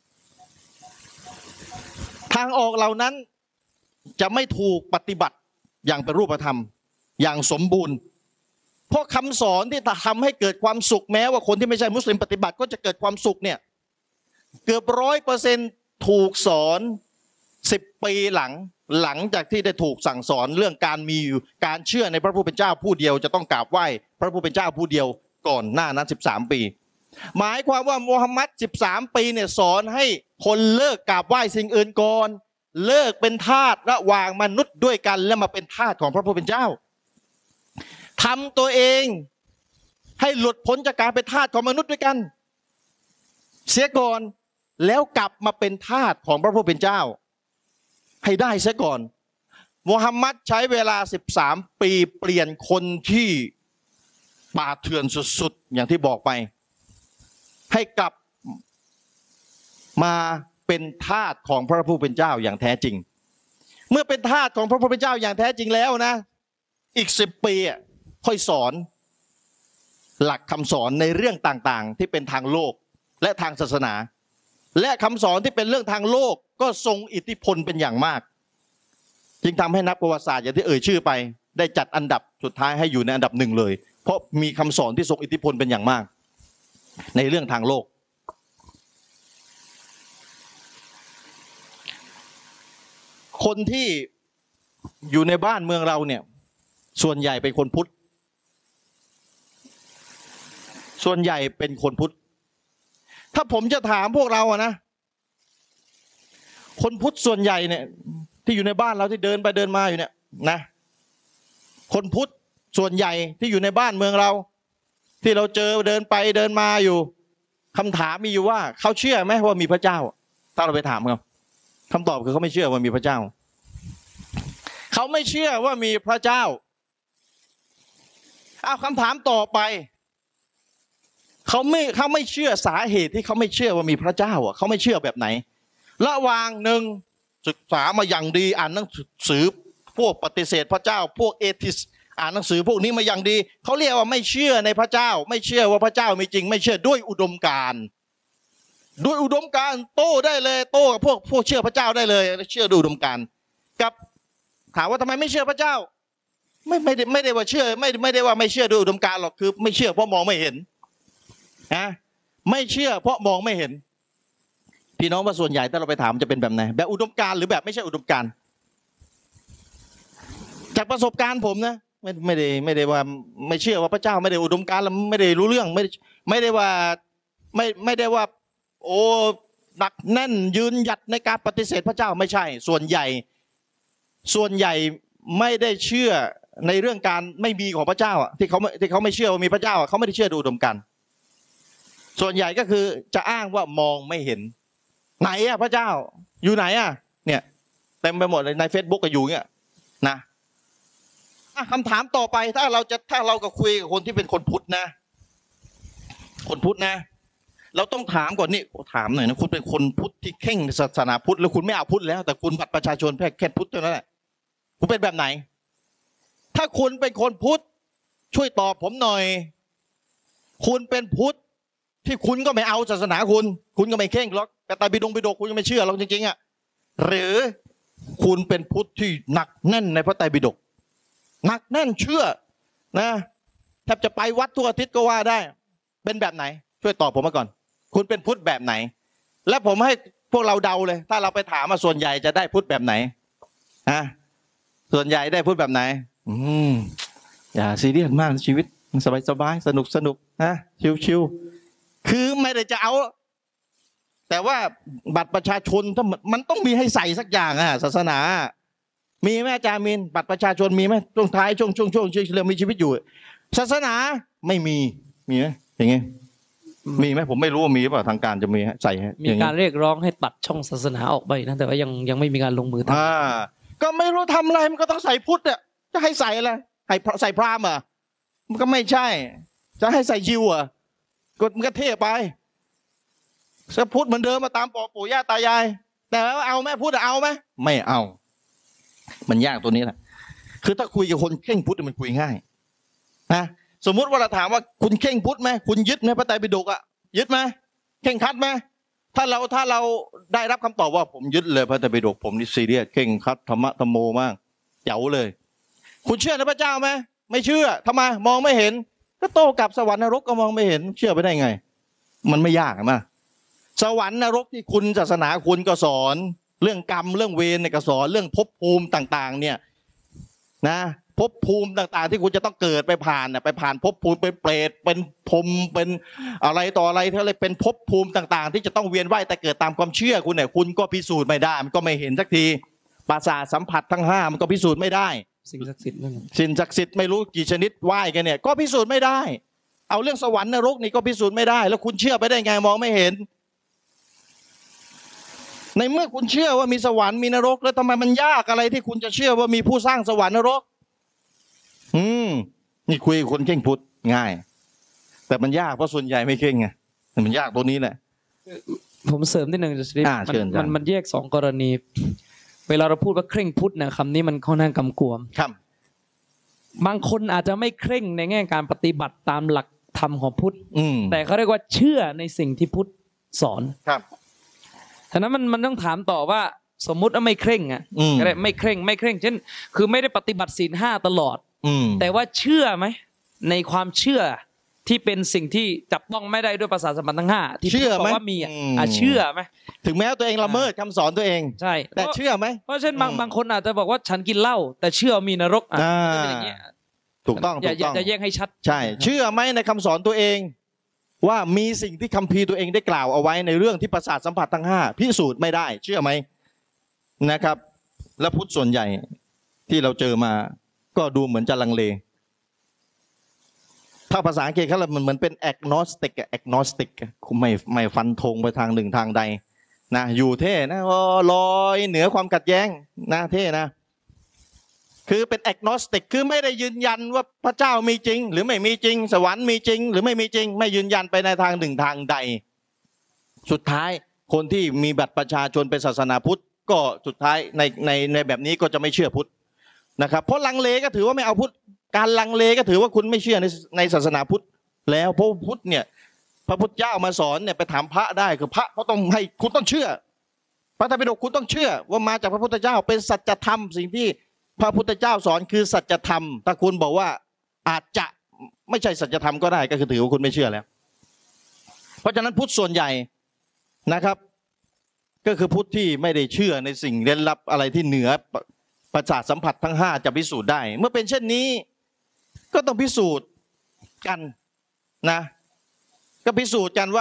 ทางออกเหล่านั้นจะไม่ถูกปฏิบัติอย่างเป็นรูปธรรมอย่างสมบูรณ์เพราะคำสอนที่ทำให้เกิดความสุขแม้ว่าคนที่ไม่ใช่มุสลิมปฏิบัติก็จะเกิดความสุขเนี่ยเกือบร้อยเปอร์เซ็นต์ถูกสอนสิบปีหลังหลังจากที่ได้ถูกสั่งสอนเรื่องการมีการเชื่อในพระผู้เป็นเจ้าผู้เดียวจะต้องกราบไหว้พระผู้เป็นเจ้าผู้เดียวก่อนหน้านั้นสิบสามปีหมายความว่ามุฮัมมัดสิบสามปีเนี่ยสอนให้คนเลิกกราบไหว้สิ่งอื่นก่อนเลิกเป็นทาสระหว่างมนุษย์ด้วยกันแล้วมาเป็นทาสของพระผู้เป็นเจ้าทำตัวเองให้หลุดพ้นจากการเป็นทาสของมนุษย์ด้วยกันเสียก่อนแล้วกลับมาเป็นทาสของพระผู้เป็นเจ้าให้ได้เสียก่อนมุฮัมมัดใช้เวลาสิบสามปีเปลี่ยนคนที่ป่าเถื่อนสุดๆอย่างที่บอกไปให้กลับมาเป็นทาสของพระผู้เป็นเจ้าอย่างแท้จริงเมื่อเป็นทาสของพระผู้เป็นเจ้าอย่างแท้จริงแล้วนะอีกสิบปีค่อยสอนหลักคำสอนในเรื่องต่างๆที่เป็นทางโลกและทางศาสนาและคำสอนที่เป็นเรื่องทางโลกก็ทรงอิทธิพลเป็นอย่างมากจึงทำให้นักประวัติศาสตร์อย่างที่เอ่ยชื่อไปได้จัดอันดับสุดท้ายให้อยู่ในอันดับหนึ่งเลยเพราะมีคำสอนที่ทรงอิทธิพลเป็นอย่างมากในเรื่องทางโลกคนที่อยู่ในบ้านเมืองเราเนี่ยส่วนใหญ่เป็นคนพุทธส่วนใหญ่เป็นคนพุทธถ้าผมจะถามพวกเราอะนะคนพุทธส่วนใหญ่เนี่ยที่อยู่ในบ้านเราที่เดินไปเดินมาอยู่เนี่ยนะคนพุทธส่วนใหญ่ที่อยู่ในบ้านเมืองเราที่เราเจอเดินไปเดินมาอยู่คำถามมีอยู่ว่าเขาเชื่อไหมว่ามีพระเจ้าถ้าเราไปถามเขาคำตอบคือเขาไม่เชื่อว่ามีพระเจ้าเขาไม่เชื่อว่ามีพระเจ้าเอาคำถามต่อไปเขาไม่เขาไม่เชื่อสาเหตุที่เขาไม่เชื่อว่ามีพระเจ้าอ่ะเขาไม่เชื่อแบบไหนระหว่างหนึ่งศึกษามาอย่างดีอ่านหนังสือพวกปฏิเสธพระเจ้าพวกเอทิสอ่านหนังสือพวกนี้มาอย่างดีเขาเรียกว่าไม่เชื่อในพระเจ้าไม่เชื่อว่าพระเจ้ามีจริงไม่เชื่อด้วยอุดมการณ์ด้วยอุดมการณ์โต้ได้เลยโต้กับพวกพวกเชื่อพระเจ้าได้เลยเชื่อด้วยอุดมการณ์กับถามว่าทำไมไม่เชื่อพระเจ้าไม่ไม่ได้ไม่ได้ว่าเชื่อไม่ไม่ได้ว่าไม่เชื่อด้วยอุดมการณ์หรอกคือไม่เชื่อเพราะมองไม่เห็นนะไม่เชื่อเพราะมองไม่เห็นพี่น้องว่าส่วนใหญ่ถ้าเราไปถามจะเป็นแบบไหนแบบอุดมการณ์หรือแบบไม่ใช่อุดมการณ์จากประสบการณ์ผมนะไม่ไม่ได้ไม่ได้ว่าไม่เชื่อว่าพระเจ้าไม่ได้อุดมการณ์แล้วไม่ได้รู้เรื่องไม่ไม่ได้ว่าไม่ไม่ได้ว่าโอ้หนักแน่นยืนหยัดในการปฏิเสธพระเจ้าไม่ใช่ส่วนใหญ่ส่วนใหญ่ไม่ได้เชื่อในเรื่องการไม่มีของพระเจ้าอ่ะที่เขาที่เขาไม่เชื่อว่ามีพระเจ้าเขาไม่ได้เชื่อดูอุดมการณ์ส่วนใหญ่ก็คือจะอ้างว่ามองไม่เห็นไหนอ่ะพระเจ้าอยู่ไหนอ่ะเนี่ยเต็มไปหมดเลยใน Facebook ก็อยู่เงี้ยนะคำถามต่อไปถ้าเราจะถ้าเราก็คุยกับคนที่เป็นคนพุทธนะคนพุทธนะเราต้องถามก่อนนี่ถามหน่อยนะคุณเป็นคนพุทธที่เข่งศาสนาพุทธแล้วคุณไม่เอาพุทธแล้วแต่คุณบัตรประชาชนแค่แค่พุทธเท่านั้นแหละคุณเป็นแบบไหนถ้าคุณเป็นคนพุทธช่วยตอบผมหน่อยคุณเป็นพุทธที่คุณก็ไม่เอาศาสนาคุณคุณก็ไม่เข่งหรอกแต่ตาบิดงบิดกคุณยังไม่เชื่อเราจริงๆอ่ะหรือคุณเป็นพุทธที่หนักแน่นในพระไตรปิฎกหนักแน่นเชื่อนะแทบจะไปวัดทุกอาทิตย์ก็ว่าได้เป็นแบบไหนช่วยตอบผมมาก่อนคุณเป็นพุทธแบบไหนและผมให้พวกเราเดาเลยถ้าเราไปถามมาส่วนใหญ่จะได้พุทธแบบไหนฮะส่วนใหญ่ได้พุทธแบบไหนอืมอย่าซีเรียสมากชีวิตสบายสบายสนุกสนุกนะชิวๆคือไม่ได้จะเอาแต่ว่าบัตรประชาชนถ้ามันต้องมีให้ใส่สักอย่างอ่ะศาสนามีไหมอาจารย์มินบัตรประชาชนมีไหมช่วงท้ายช่วงช่วงช่วงช่วงเรื่องมีชีวิตอยู่ศาสนาไม่มีมีไหมอย่างงี้มีไหมผมไม่รู้ว่ามีหรือเปล่าทางการจะมีใส่มีการเรียกร้องให้ตัดช่องศาสนาออกไปนะแต่ว่ายังยังไม่มีการลงมือทำอ่าก็ไม่รู้ทำอะไรมันก็ต้องใส่พุทธอ่ะจะให้ใส่อะไรให้ใส่พราหมณ์อ่ะมันก็ไม่ใช่จะให้ใส่ยิวอ่ะก็มันก็เท่ไปจะพุทธเหมือนเดิมมาตามปู่ปู่ย่าตายายแต่ว่าเอาไหมพุทธเอาไหมไม่เอามันยากตัวนี้แหละคือถ้าคุยกับคนเข่งพุทธมันคุยง่ายนะสมมุติว่าเราถามว่าคุณเข่งพุทธไหมคุณยึดไหมพระไตรปิฎกอ่ะยึดไหมเข่งคัดไหมถ้าเราถ้าเราได้รับคำตอบว่าผมยึดเลยพระไตรปิฎกผมนี่ซีเรียสเข่งคัดธรรมะธรรมโมมากเจ๋วเลยคุณเชื่อในพระเจ้าไหมไม่เชื่อทำไมมองไม่เห็นก็โตกับสวรรค์นรกก็มองไม่เห็นเชื่อไปได้ไงมันไม่ยากมั้ยสวรรค์นรกที่คุณศาสนาคุณก็สอนเรื่องกรรมเรื่องเวรเนี่ยก็สอนเรื่องภพภูมิต่างๆเนี่ยนะภพภูมิต่างๆที่คุณจะต้องเกิดไปผ่านเนี่ยไปผ่านภพภูมิเป็นเปรตเป็นพรหมเป็นอะไรต่ออะไรเท่าไรเป็นภพภูมิต่างๆที่จะต้องเวียนว่ายแต่เกิดตามความเชื่อคุณเนี่ยคุณก็พิสูจน์ไม่ได้มันก็ไม่เห็นสักทีประสาทสัมผัสทั้งห้ามันก็พิสูจน์ไม่ได้สิ่งศักดิ์สิทธิ์นั่นสิ่งศักดิ์สิทธิ์ไม่รู้กี่ชนิดไหว้กันเนี่ยก็พิสูจน์ไม่ได้เอาเรื่องสวรรค์นรกนี่ก็พิสูจน์ไม่ได้แล้วคุณเชื่อไปได้ไงมองไม่เห็นในเมื่อคุณเชื่อว่ามีสวรรค์มีนรกแล้วทำไมมันยากอะไรที่คุณจะเชื่อว่ามีผู้สร้างสวรรค์นรกอืมนี่คุยกับคนเข่งพุทธง่ายแต่มันยากเพราะส่วนใหญ่ไม่เข่งไงมันยากตัวนี้แหละผมเสริมนิดหนึ่งจะสิมันมันแยกสองกรณีเวลาเราพูดว่าเคร่งพุทธนะคำนี้มันค่อนข้างกำกวมครับบางคนอาจจะไม่เคร่งในแง่การปฏิบัติตามหลักธรรมของพุทธแต่เขาเรียกว่าเชื่อในสิ่งที่พุทธสอนครับฉะนั้นมันมันต้องถามต่อว่าสมมุติว่าไม่เคร่งอ่ะก็ได้ไม่เคร่งไม่เคร่งเช่นคือไม่ได้ปฏิบัติศีลห้าตลอดแต่ว่าเชื่อไหมในความเชื่อที่เป็นสิ่งที่จับต้องไม่ได้ด้วยประสาทสัมผัสทั้งห้าที่บอกว่ามีอ่ะเชื่อไหมถึงแม้ตัวเองละเมิดคำสอนตัวเองใช่แต่เชื่อไหมเพราะเช่นบางบางคนอาจจะบอกว่าฉันกินเหล้าแต่เชื่อมีนรกอ่ะเป็นอย่างเงี้ยถูกต้องถูกต้องจะแยกให้ชัดใช่เชื่อไหมในคำสอนตัวเองว่ามีสิ่งที่คัมภีร์ตัวเองได้กล่าวเอาไว้ในเรื่องที่ประสาทสัมผัสทั้งห้าพิสูจน์ไม่ได้เชื่อไหมนะครับและพุทธส่วนใหญ่ที่เราเจอมาก็ดูเหมือนจะลังเลถ้าภาษาอังกฤษเขาเรียกมันเหมือนเป็น agnostic agnostic ไม่ไม่ฟันธงไปทางหนึ่งทางใดนะอยู่เท่นะลอยเหนือความขัดแย้งนะเท่นะคือเป็น agnostic คือไม่ได้ยืนยันว่าพระเจ้ามีจริงหรือไม่มีจริงสวรรค์มีจริงหรือไม่มีจริงไม่ยืนยันไปในทางหนึ่งทางใดสุดท้ายคนที่มีบัตรประชาชนเป็นศาสนาพุทธก็สุดท้ายในในในแบบนี้ก็จะไม่เชื่อพุทธนะครับเพราะลังเลก็ถือว่าไม่เอาพุทธการลังเลก็ถือว่าคุณไม่เชื่อในในศาสนาพุทธแล้วเพราะพุทธเนี่ยพระพุทธเจ้ามาสอนเนี่ยไปถามพระได้คือพระเขาต้องให้คุณต้องเชื่อพระไตรปิฎกคุณต้องเชื่อว่ามาจากพระพุทธเจ้าเป็นสัจธรรมสิ่งที่พระพุทธเจ้าสอนคือสัจธรรมถ้าคุณบอกว่าอาจจะไม่ใช่สัจธรรมก็ได้ก็คือถือว่าคุณไม่เชื่อแล้วเพราะฉะนั้นพุทธส่วนใหญ่นะครับก็คือพุทธที่ไม่ได้เชื่อในสิ่งเร้นลับอะไรที่เหนือประสาทสัมผัสทั้งห้าจะพิสูจน์ได้เมื่อเป็นเช่นนี้ก็ต้องพิสูจน์กันนะก็พิสูจน์กันว่า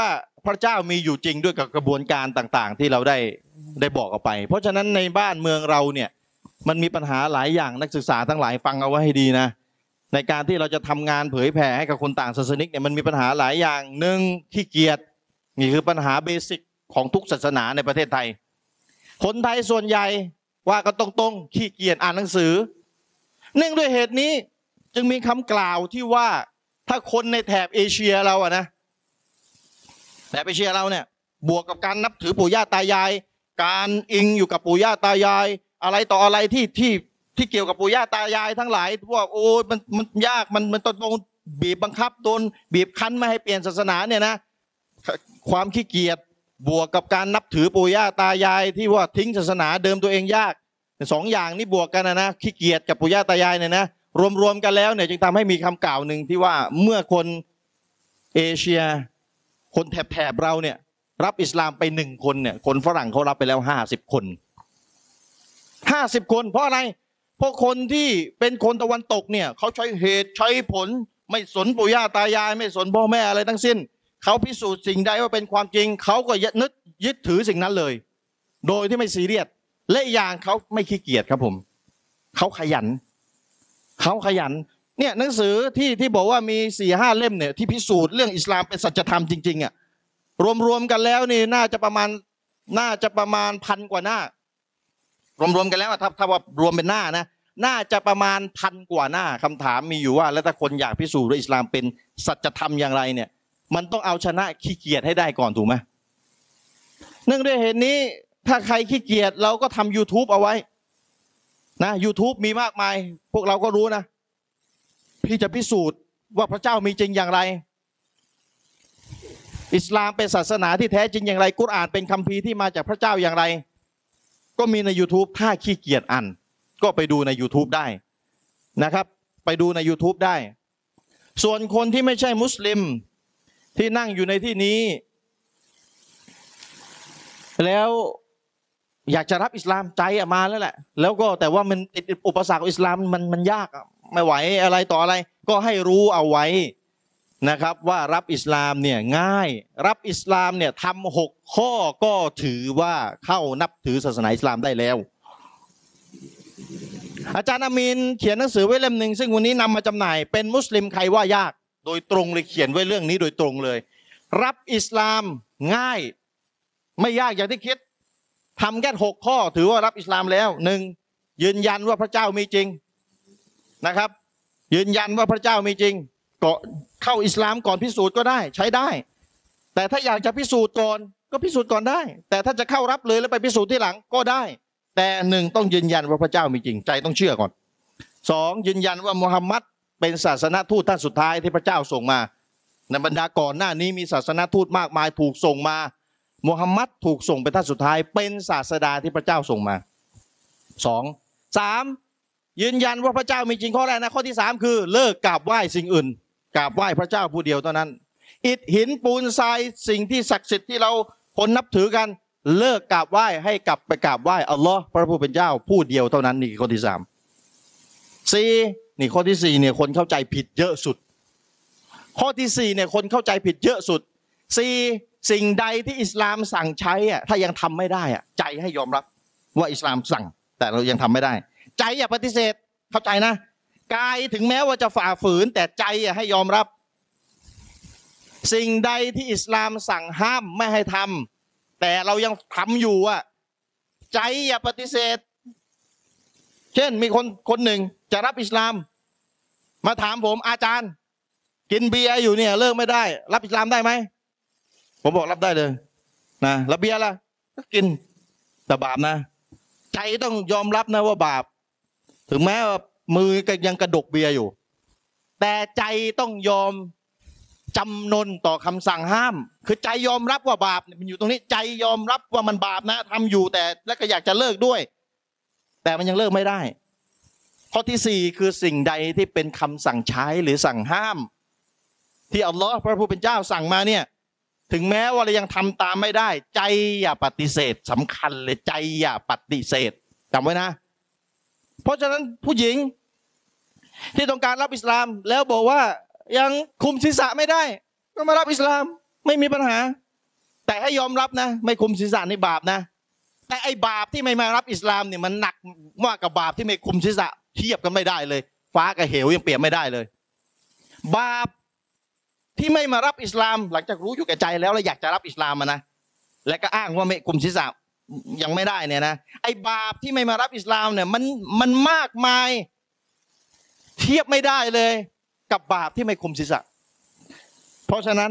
พระเจ้ามีอยู่จริงด้วยกับกระบวนการต่างๆ ที่เราได้ได้บอกออกไป เพราะฉะนั้นในบ้านเมืองเราเนี่ยมันมีปัญหาหลายอย่างนักศึกษาทั้งหลายฟังเอาไว้ให้ดีนะในการที่เราจะทำงานเผยแผ่ให้กับคนต่างศาสนิกเนี่ยมันมีปัญหาหลายอย่างหนึ่งขี้เกียจนี่คือปัญหาเบสิกของทุกศาสนาในประเทศไทยคนไทยส่วนใหญ่ว่ากันตรงๆขี้เกียจอ่านหนังสือเนื่องด้วยเหตุนี้จึงมีคำกล่าวที่ว่าถ้าคนในแถบเอเชียเราอะนะแถบเอเชียเราเนี่ยบวกกับการนับถือปู่ย่าตายายการอิงอยู่กับปู่ย่าตายายอะไรต่ออะไรที่ที่ที่เกี่ยวกับปู่ย่าตายายทั้งหลายว่าโอ้มันมันยากมันมันต้องโดนบีบบังคับโดนบีบคั้นไม่ให้เปลี่ยนศาสนาเนี่ยนะความขี้เกียจบวกกับการนับถือปู่ย่าตายายที่ว่าทิ้งศาสนาเดิมตัวเองยากสองอย่างนี้บวกกันนะนะขี้เกียจกับปู่ย่าตายายเนี่ยนะรวมๆกันแล้วเนี่ยจึงทำให้มีคำกล่าวหนึ่งที่ว่าเมื่อคนเอเชียคนแถบๆเราเนี่ยรับอิสลามไปหนึ่งคนเนี่ยคนฝรั่งเขารับไปแล้วห้าสิบคนห้าสิบคนเพราะอะไรเพราะคนที่เป็นคนตะวันตกเนี่ยเขาใช้เหตุใช้ผลไม่สนปู่ย่าตายายไม่สนพ่อแม่อะไรทั้งสิ้นเขาพิสูจน์สิ่งใดว่าเป็นความจริงเขาก็ยึดนึกยึดถือสิ่งนั้นเลยโดยที่ไม่ซีเรียสและอย่างเขาไม่ขี้เกียจครับผมเขาขยันเขาขยันเนี่ยหนังสือที่ที่บอกว่ามีสี่ห้าเล่มเนี่ยที่พิสูจน์เรื่องอิสลามเป็นสัจธรรมจริงๆอ่ะรวมๆกันแล้วนี่น่าจะประมาณน่าจะประมาณพันกว่าหน้ารวมๆกันแล้วถ้าถ้าว่ารวมเป็นหน้านะน่าจะประมาณพันกว่าหน้าคำถามมีอยู่ว่าแล้วถ้าคนอยากพิสูจน์ว่าอิสลามเป็นสัจธรรมอย่างไรเนี่ยมันต้องเอาชนะขี้เกียจให้ได้ก่อนถูกไหมเนื่องด้วยเหตุนี้ถ้าใครขี้เกียจเราก็ทำ YouTube เอาไว้นะ YouTube มีมากมายพวกเราก็รู้นะพี่จะพิสูจน์ว่าพระเจ้ามีจริงอย่างไรอิสลามเป็นศาสนาที่แท้จริงอย่างไรกุรอานเป็นคัมภีร์ที่มาจากพระเจ้าอย่างไรก็มีใน YouTube ถ้าขี้เกียจอ่านก็ไปดูใน YouTube ได้นะครับไปดูใน YouTube ได้ส่วนคนที่ไม่ใช่มุสลิมที่นั่งอยู่ในที่นี้แล้วอยากจะรับอิสลามใจอะมาแล้วแหละแล้วก็แต่ว่ามันติดอุปสรรคอิสลามมันมันยากไม่ไหวอะไรต่ออะไรก็ให้รู้เอาไว้นะครับว่ารับอิสลามเนี่ยง่ายรับอิสลามเนี่ยทำหกข้อก็ถือว่าเข้านับถือศาสนาอิสลามได้แล้วอาจารย์อามีนเขียนหนังสือไว้เล่มหนึ่งซึ่งวันนี้นำมาจำหน่ายเป็นมุสลิมใครว่ายากโดยตรงเลยเขียนไว้เรื่องนี้โดยตรงเลยรับอิสลามง่ายไม่ยากอย่างที่คิดทำแค่หกข้อถือว่ารับอิสลามแล้วหนึ่งยืนยันว่าพระเจ้ามีจริงนะครับยืนยันว่าพระเจ้ามีจริงก็เข้าอิสลามก่อนพิสูจน์ก็ได้ใช้ได้แต่ถ้าอยากจะพิสูจน์ก่อนก็พิสูจน์ก่อนได้แต่ถ้าจะเข้ารับเลยแล้วไปพิสูจน์ที่หลังก็ได้แต่หนึ่งต้องยืนยันว่าพระเจ้ามีจริงใจต้องเชื่อก่อนสองยืนยันว่ามุฮัมมัดเป็นศาสนทูตท่านสุดท้ายที่พระเจ้าส่งมาในบรรดาก่อนหน้านี้มีศาสนทูตมากมายถูกส่งมามุฮัมมัดถูกส่งเป็นท่านสุดท้ายเป็นศาสดาที่พระเจ้าส่งมาสองสามยืนยันว่าพระเจ้ามีจริงข้อแรกนะข้อที่สามคือเลิกกราบไหว้สิ่งอื่นกราบไหว้พระเจ้าผู้เดียวเท่านั้นอิฐหินปูนทรายสิ่งที่ศักดิ์สิทธิ์ที่เราคนนับถือกันเลิกกราบไหว้ให้กลับไปกราบไหว้อัลลอฮ์พระผู้เป็นเจ้าผู้เดียวเท่านั้นนี่ข้อที่สามสี่นี่ข้อที่สี่เนี่ยคนเข้าใจผิดเยอะสุดข้อที่สี่เนี่ยคนเข้าใจผิดเยอะสุดสี่สิ่งใดที่อิสลามสั่งใช้อ่ะถ้ายังทำไม่ได้อ่ะใจให้ยอมรับว่าอิสลามสั่งแต่เรายังทำไม่ได้ใจอย่าปฏิเสธเข้าใจนะกายถึงแม้ว่าจะฝ่าฝืนแต่ใจอ่ะให้ยอมรับสิ่งใดที่อิสลามสั่งห้ามไม่ให้ทำแต่เรายังทำอยู่อ่ะใจอย่าปฏิเสธเช่นมีคนคนหนึ่งจะรับอิสลามมาถามผมอาจารย์กินเบียร์อยู่เนี่ยเลิกไม่ได้รับอิสลามได้ไหมผมบอกรับได้เลยนะแล้วเบียร์ล่ะก็กินแต่บาปนะใจต้องยอมรับนะว่าบาปถึงแม้ว่ามือก็ยังกระดกเบียร์อยู่แต่ใจต้องยอมจำนนต่อคำสั่งห้ามคือใจยอมรับว่าบาปมันอยู่ตรงนี้ใจยอมรับว่ามันบาปนะทำอยู่แต่แล้วก็อยากจะเลิกด้วยแต่มันยังเลิกไม่ได้ข้อที่สี่คือสิ่งใดที่เป็นคำสั่งใช้หรือสั่งห้ามที่อัลลอฮ์พระผู้เป็นเจ้าสั่งมาเนี่ยถึงแม้ว่าเรายังทำตามไม่ได้ใจอย่าปฏิเสธสำคัญเลยใจอย่าปฏิเสธจำไว้นะเพราะฉะนั้นผู้หญิงที่ต้องการรับอิสลามแล้วบอกว่ายังคุมศีรษะไม่ได้ก็มารับอิสลามไม่มีปัญหาแต่ให้ยอมรับนะไม่คุมศีรษะนี่บาปนะแต่ไอ้บาปที่ไม่มารับอิสลามเนี่ยมันหนักมากกับบาปที่ไม่คุมศีรษะเทียบกันไม่ได้เลยฟ้ากับเหวยังเปรียบไม่ได้เลยบาปที่ไม่มารับอิสลามหลังจากรู้อยู่แก่ใจแล้วแล้วอยากจะรับอิสลามมานะและก็อ้างว่าไม่คุมศีรษะยังไม่ได้เนี่ยนะไอ้บาปที่ไม่มารับอิสลามเนี่ยมันมันมากมายเทียบไม่ได้เลยกับบาปที่ไม่คุมศีรษะเพราะฉะนั้น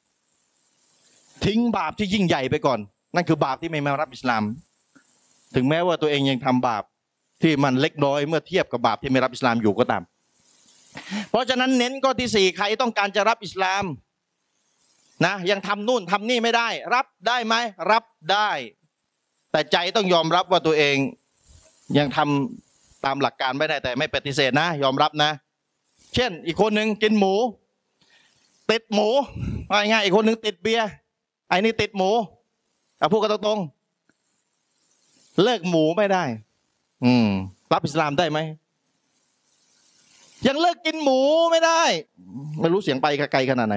ทิ้งบาปที่ยิ่งใหญ่ไปก่อนนั่นคือบาปที่ไม่มารับอิสลามถึงแม้ว่าตัวเองยังทำบาปที่มันเล็กน้อยเมื่อเทียบกับบาปที่ไม่รับอิสลามอยู่ก็ตามเพราะฉะนั้นเน้นข้อที่สี่ใครต้องการจะรับอิสลามนะยังทำนู่นทำนี่ไม่ได้ รับได้ไหมรับได้แต่ใจต้องยอมรับว่าตัวเองยังทำตามหลักการไม่ได้แต่ไม่ปฏิเสธนะยอมรับนะเช่นอีกคนหนึ่งกินหมูติดหมูง่ายๆอีกคนหนึ่งติดเบียร์ไอ้นี่ติดหมูเอาพูดกันตรงๆเลิกหมูไม่ได้อืมรับอิสลามได้ไหมยังเลิกกินหมูไม่ได้ไม่รู้เสียงไปไกลขนาดไหน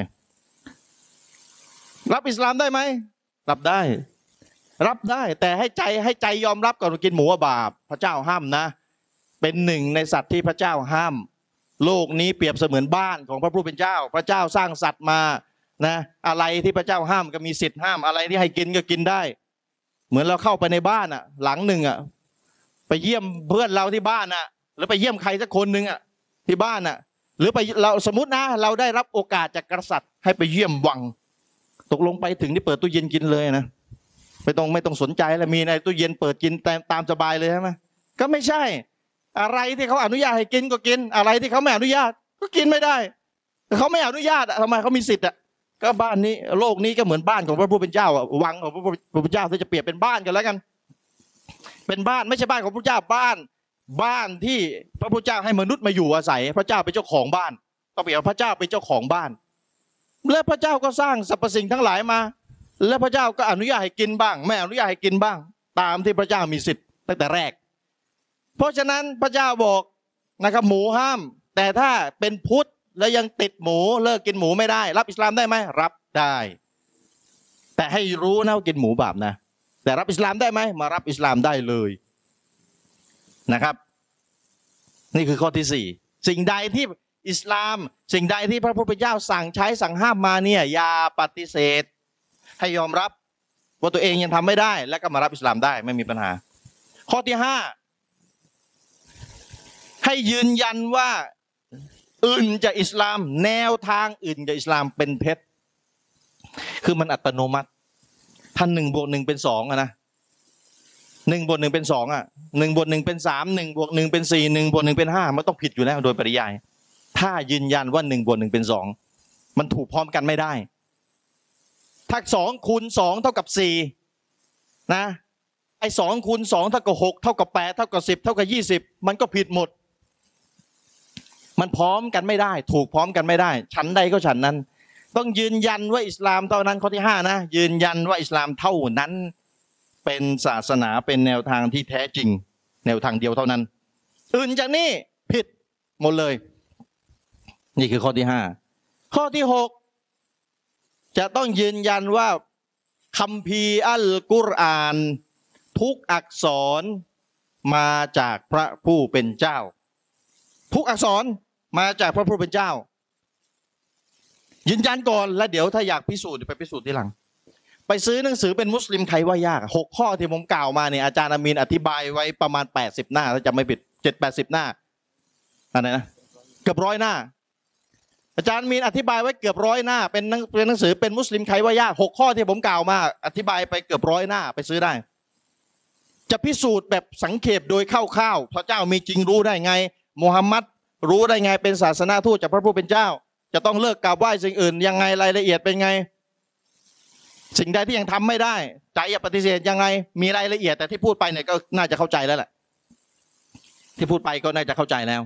รับอิสลามได้ไหมรับได้รับได้แต่ให้ใจให้ใจยอมรับก่อนว่ากินหมูว่าบาปพระเจ้าห้ามนะเป็นหนึ่งในสัตว์ที่พระเจ้าห้ามโลกนี้เปรียบเสมือนบ้านของพระผู้เป็นเจ้าพระเจ้าสร้างสัตว์มานะอะไรที่พระเจ้าห้ามก็มีสิทธิ์ห้ามอะไรที่ให้กินก็กินได้เหมือนเราเข้าไปในบ้านอ่ะหลังหนึ่งอ่ะไปเยี่ยมเพื่อนเราที่บ้านอ่ะหรือไปเยี่ยมใครสักคนหนึ่งอ่ะที่บ้านอ่ะหรือไปเราสมมตินะเราได้รับโอกาสจากกษัตริย์ให้ไปเยี่ยมวังตกลงไปถึงที่เปิดตู้เย็นกินเลยนะไม่ต้องไม่ต้องสนใจแล้วมีในตู้เย็นเปิดกินตามตามสบายเลยใช่ไหมก็ไม่ใช่อะไรที่เขาอนุญาตให้กินก็กินอะไรที่เขาไม่อนุญาตก็กินไม่ได้เขาไม่อนุญาตทำไมเขามีสิทธิ์อ่ะก็บ้านนี้โลกนี้ก็เหมือนบ้านของพระผู้เป็นเจ้าอ่ะวังของพระผู้เป็นเจ้าที่จะเปรียบเป็นบ้านกันแล้วกันเป็นบ้านไม่ใช่บ้านของพระเจ้าบ้านบ้านที่พระพุทธเจ้าให้มนุษย์มาอยู่อาศัยพระเจ้าเป็นเจ้าของบ้านก็เปรียบพระเจ้าเป็นเจ้าของบ้านและพระเจ้าก็สร้างสรรพสิ่งทั้งหลายมาและพระเจ้าก็อนุญาตให้กินบ้างไม่อนุญาตให้กินบ้างตามที่พระเจ้ามีสิทธิ์ตั้งแต่แรกเพราะฉะนั้นพระเจ้าบอกนะครับหมูห้ามแต่ถ้าเป็นพุทธแล้วยังติดหมูเลิกกินหมูไม่ได้รับอิสลามได้ไหมรับได้แต่ให้รู้นะว่ากินหมูบาปนะแต่รับอิสลามได้ไหมมารับอิสลามได้เลยนะครับนี่คือข้อที่สี่สิ่งใดที่อิสลามสิ่งใดที่พระพุทธเจ้าสั่งใช้สั่งห้ามมาเนี่ยอย่าปฏิเสธให้ยอมรับว่าตัวเองยังทำไม่ได้แล้วก็มารับอิสลามได้ไม่มีปัญหาข้อที่ห้าให้ยืนยันว่าอื่นจากอิสลามแนวทางอื่นจากอิสลามเป็นเท็จคือมันอัตโนมัติท่านหนึ่งบวกหนึ่งเป็นสองอะนะหนึ่งบวกหนึ่งเป็นสองอะหนึ่งบวกหนึ่งเป็นสามหนึ่งบวกหนึ่งเป็นสี่หนึ่งบวกหนึ่งเป็นห้ามันต้องผิดอยู่แล้วโดยปริยายถ้ายืนยันว่าหนึ่งบวกหนึ่งเป็นสองมันถูกพร้อมกันไม่ได้ถ้าสองคูณสองเท่ากับสี่นะไอ้สองคูณสองเท่ากับหกเท่ากับแปดเท่ากับสิบเท่ากับยี่สิบมันก็ผิดหมดมันพร้อมกันไม่ได้ถูกพร้อมกันไม่ได้ฉันใดก็ฉันนั้นต้องยืนยันว่าอิสลามเท่านั้นข้อที่ห้านะยืนยันว่าอิสลามเท่านั้นเป็นศาสนาเป็นแนวทางที่แท้จริงแนวทางเดียวเท่านั้นอื่นจากนี้ผิดหมดเลยนี่คือข้อที่ห้าข้อที่หกจะต้องยืนยันว่าคัมภีร์อัลกุรอานทุกอักษรมาจากพระผู้เป็นเจ้าทุกอักษรมาจากพระผู้เป็นเจ้ายืนยันก่อนแล้วเดี๋ยวถ้าอยากพิสูจน์ไปพิสูจน์ทีหลังไปซื้อหนังสือเป็นมุสลิมใครว่ายากหกข้อที่ผมกล่าวมาเนี่ยอาจารย์อามีนอธิบายไว้ประมาณแปดสิบหน้าถ้าจำไม่ผิดเจ็ดแปดสิบหน้าอะไรนะเกือบร้อยหน้าอาจารย์มีนอธิบายไว้เกือบร้อยหน้าเป็นหนังเป็นหนังสือเป็นมุสลิมใครว่ายากหกข้อที่ผมกล่าวมาอธิบายไปเกือบร้อยหน้าไปซื้อได้จะพิสูจน์แบบสังเขปโดยคร่าวๆพระเจ้ามีจริงรู้ได้ไงมูฮัมมัดรู้ได้ไงเป็นศาสนาทูตจากพระผู้เป็นเจ้าจะต้องเลิกกราบไหว้สิ่งอื่นยังไงรายละเอียดเป็นไงสิ่งใดที่ยังทำไม่ได้ใจอย่าปฏิเสธยังไงมีรายละเอียดแต่ที่พูดไปเนี่ยก็น่าจะเข้าใจแล้วแหละที่พูดไปก็น่าจะเข้าใจแล้ว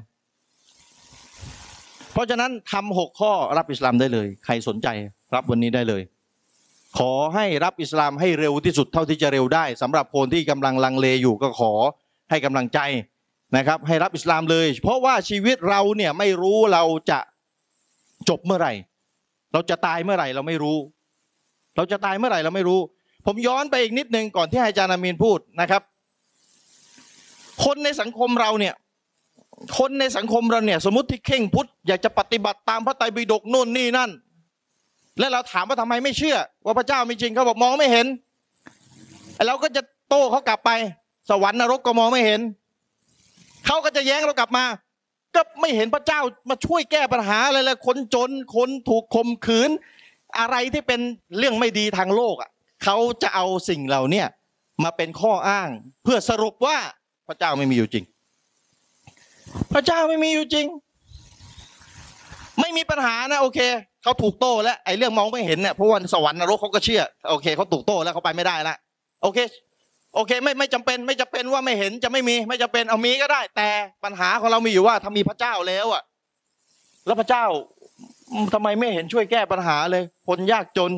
เพราะฉะนั้นทำหกข้อรับอิสลามได้เลยใครสนใจรับวันนี้ได้เลยขอให้รับอิสลามให้เร็วที่สุดเท่าที่จะเร็วได้สำหรับคนที่กำลังลังเลอยู่ก็ขอให้กำลังใจนะครับให้รับอิสลามเลยเพราะว่าชีวิตเราเนี่ยไม่รู้เราจะจบเมื่อไหร่เราจะตายเมื่อไหร่เราไม่รู้เราจะตายเมื่อไหร่เราไม่รู้ผมย้อนไปอีกนิดนึงก่อนที่อาจารย์อามีนพูดนะครับคนในสังคมเราเนี่ยคนในสังคมเราเนี่ยสมมติที่เข่งพุทธอยากจะปฏิบัติตามพระไตรปิฎกโน่นนี่นั่นแล้วเราถามว่าทำไมไม่เชื่อว่าพระเจ้ามีจริงเขาบอกมองไม่เห็นเราก็จะโต้เขากลับไปสวรรค์นรกก็มองไม่เห็นเขาก็จะแย้งเรากลับมาก็ไม่เห็นพระเจ้ามาช่วยแก้ปัญหาอะไรเลยคนจนคนถูกข่มขืนอะไรที่เป็นเรื่องไม่ดีทางโลกอ่ะเขาจะเอาสิ่งเหล่านี้มาเป็นข้ออ้างเพื่อสรุปว่าพระเจ้าไม่มีอยู่จริงพระเจ้าไม่มีอยู่จริงไม่มีปัญหานะโอเคเขาถูกโต้แล้วไอ้เรื่องมองไม่เห็นเนี่ยเพราะว่าสวรรค์นรกเขาก็เชื่อโอเคเขาถูกโต้แล้วเขาไปไม่ได้ละโอเคโอเคไม่ไม่จำเป็นไม่จำเป็นว่าไม่เห็นจะไม่มีไม่จำเป็นเอามีก็ได้แต่ปัญหาของเรามีอยู่ว่าถ้ามีพระเจ้าแล้วอ่ะแล้วพระเจ้าทำไมไม่เห็นช่วยแก้ปัญหาเลยคนยากจน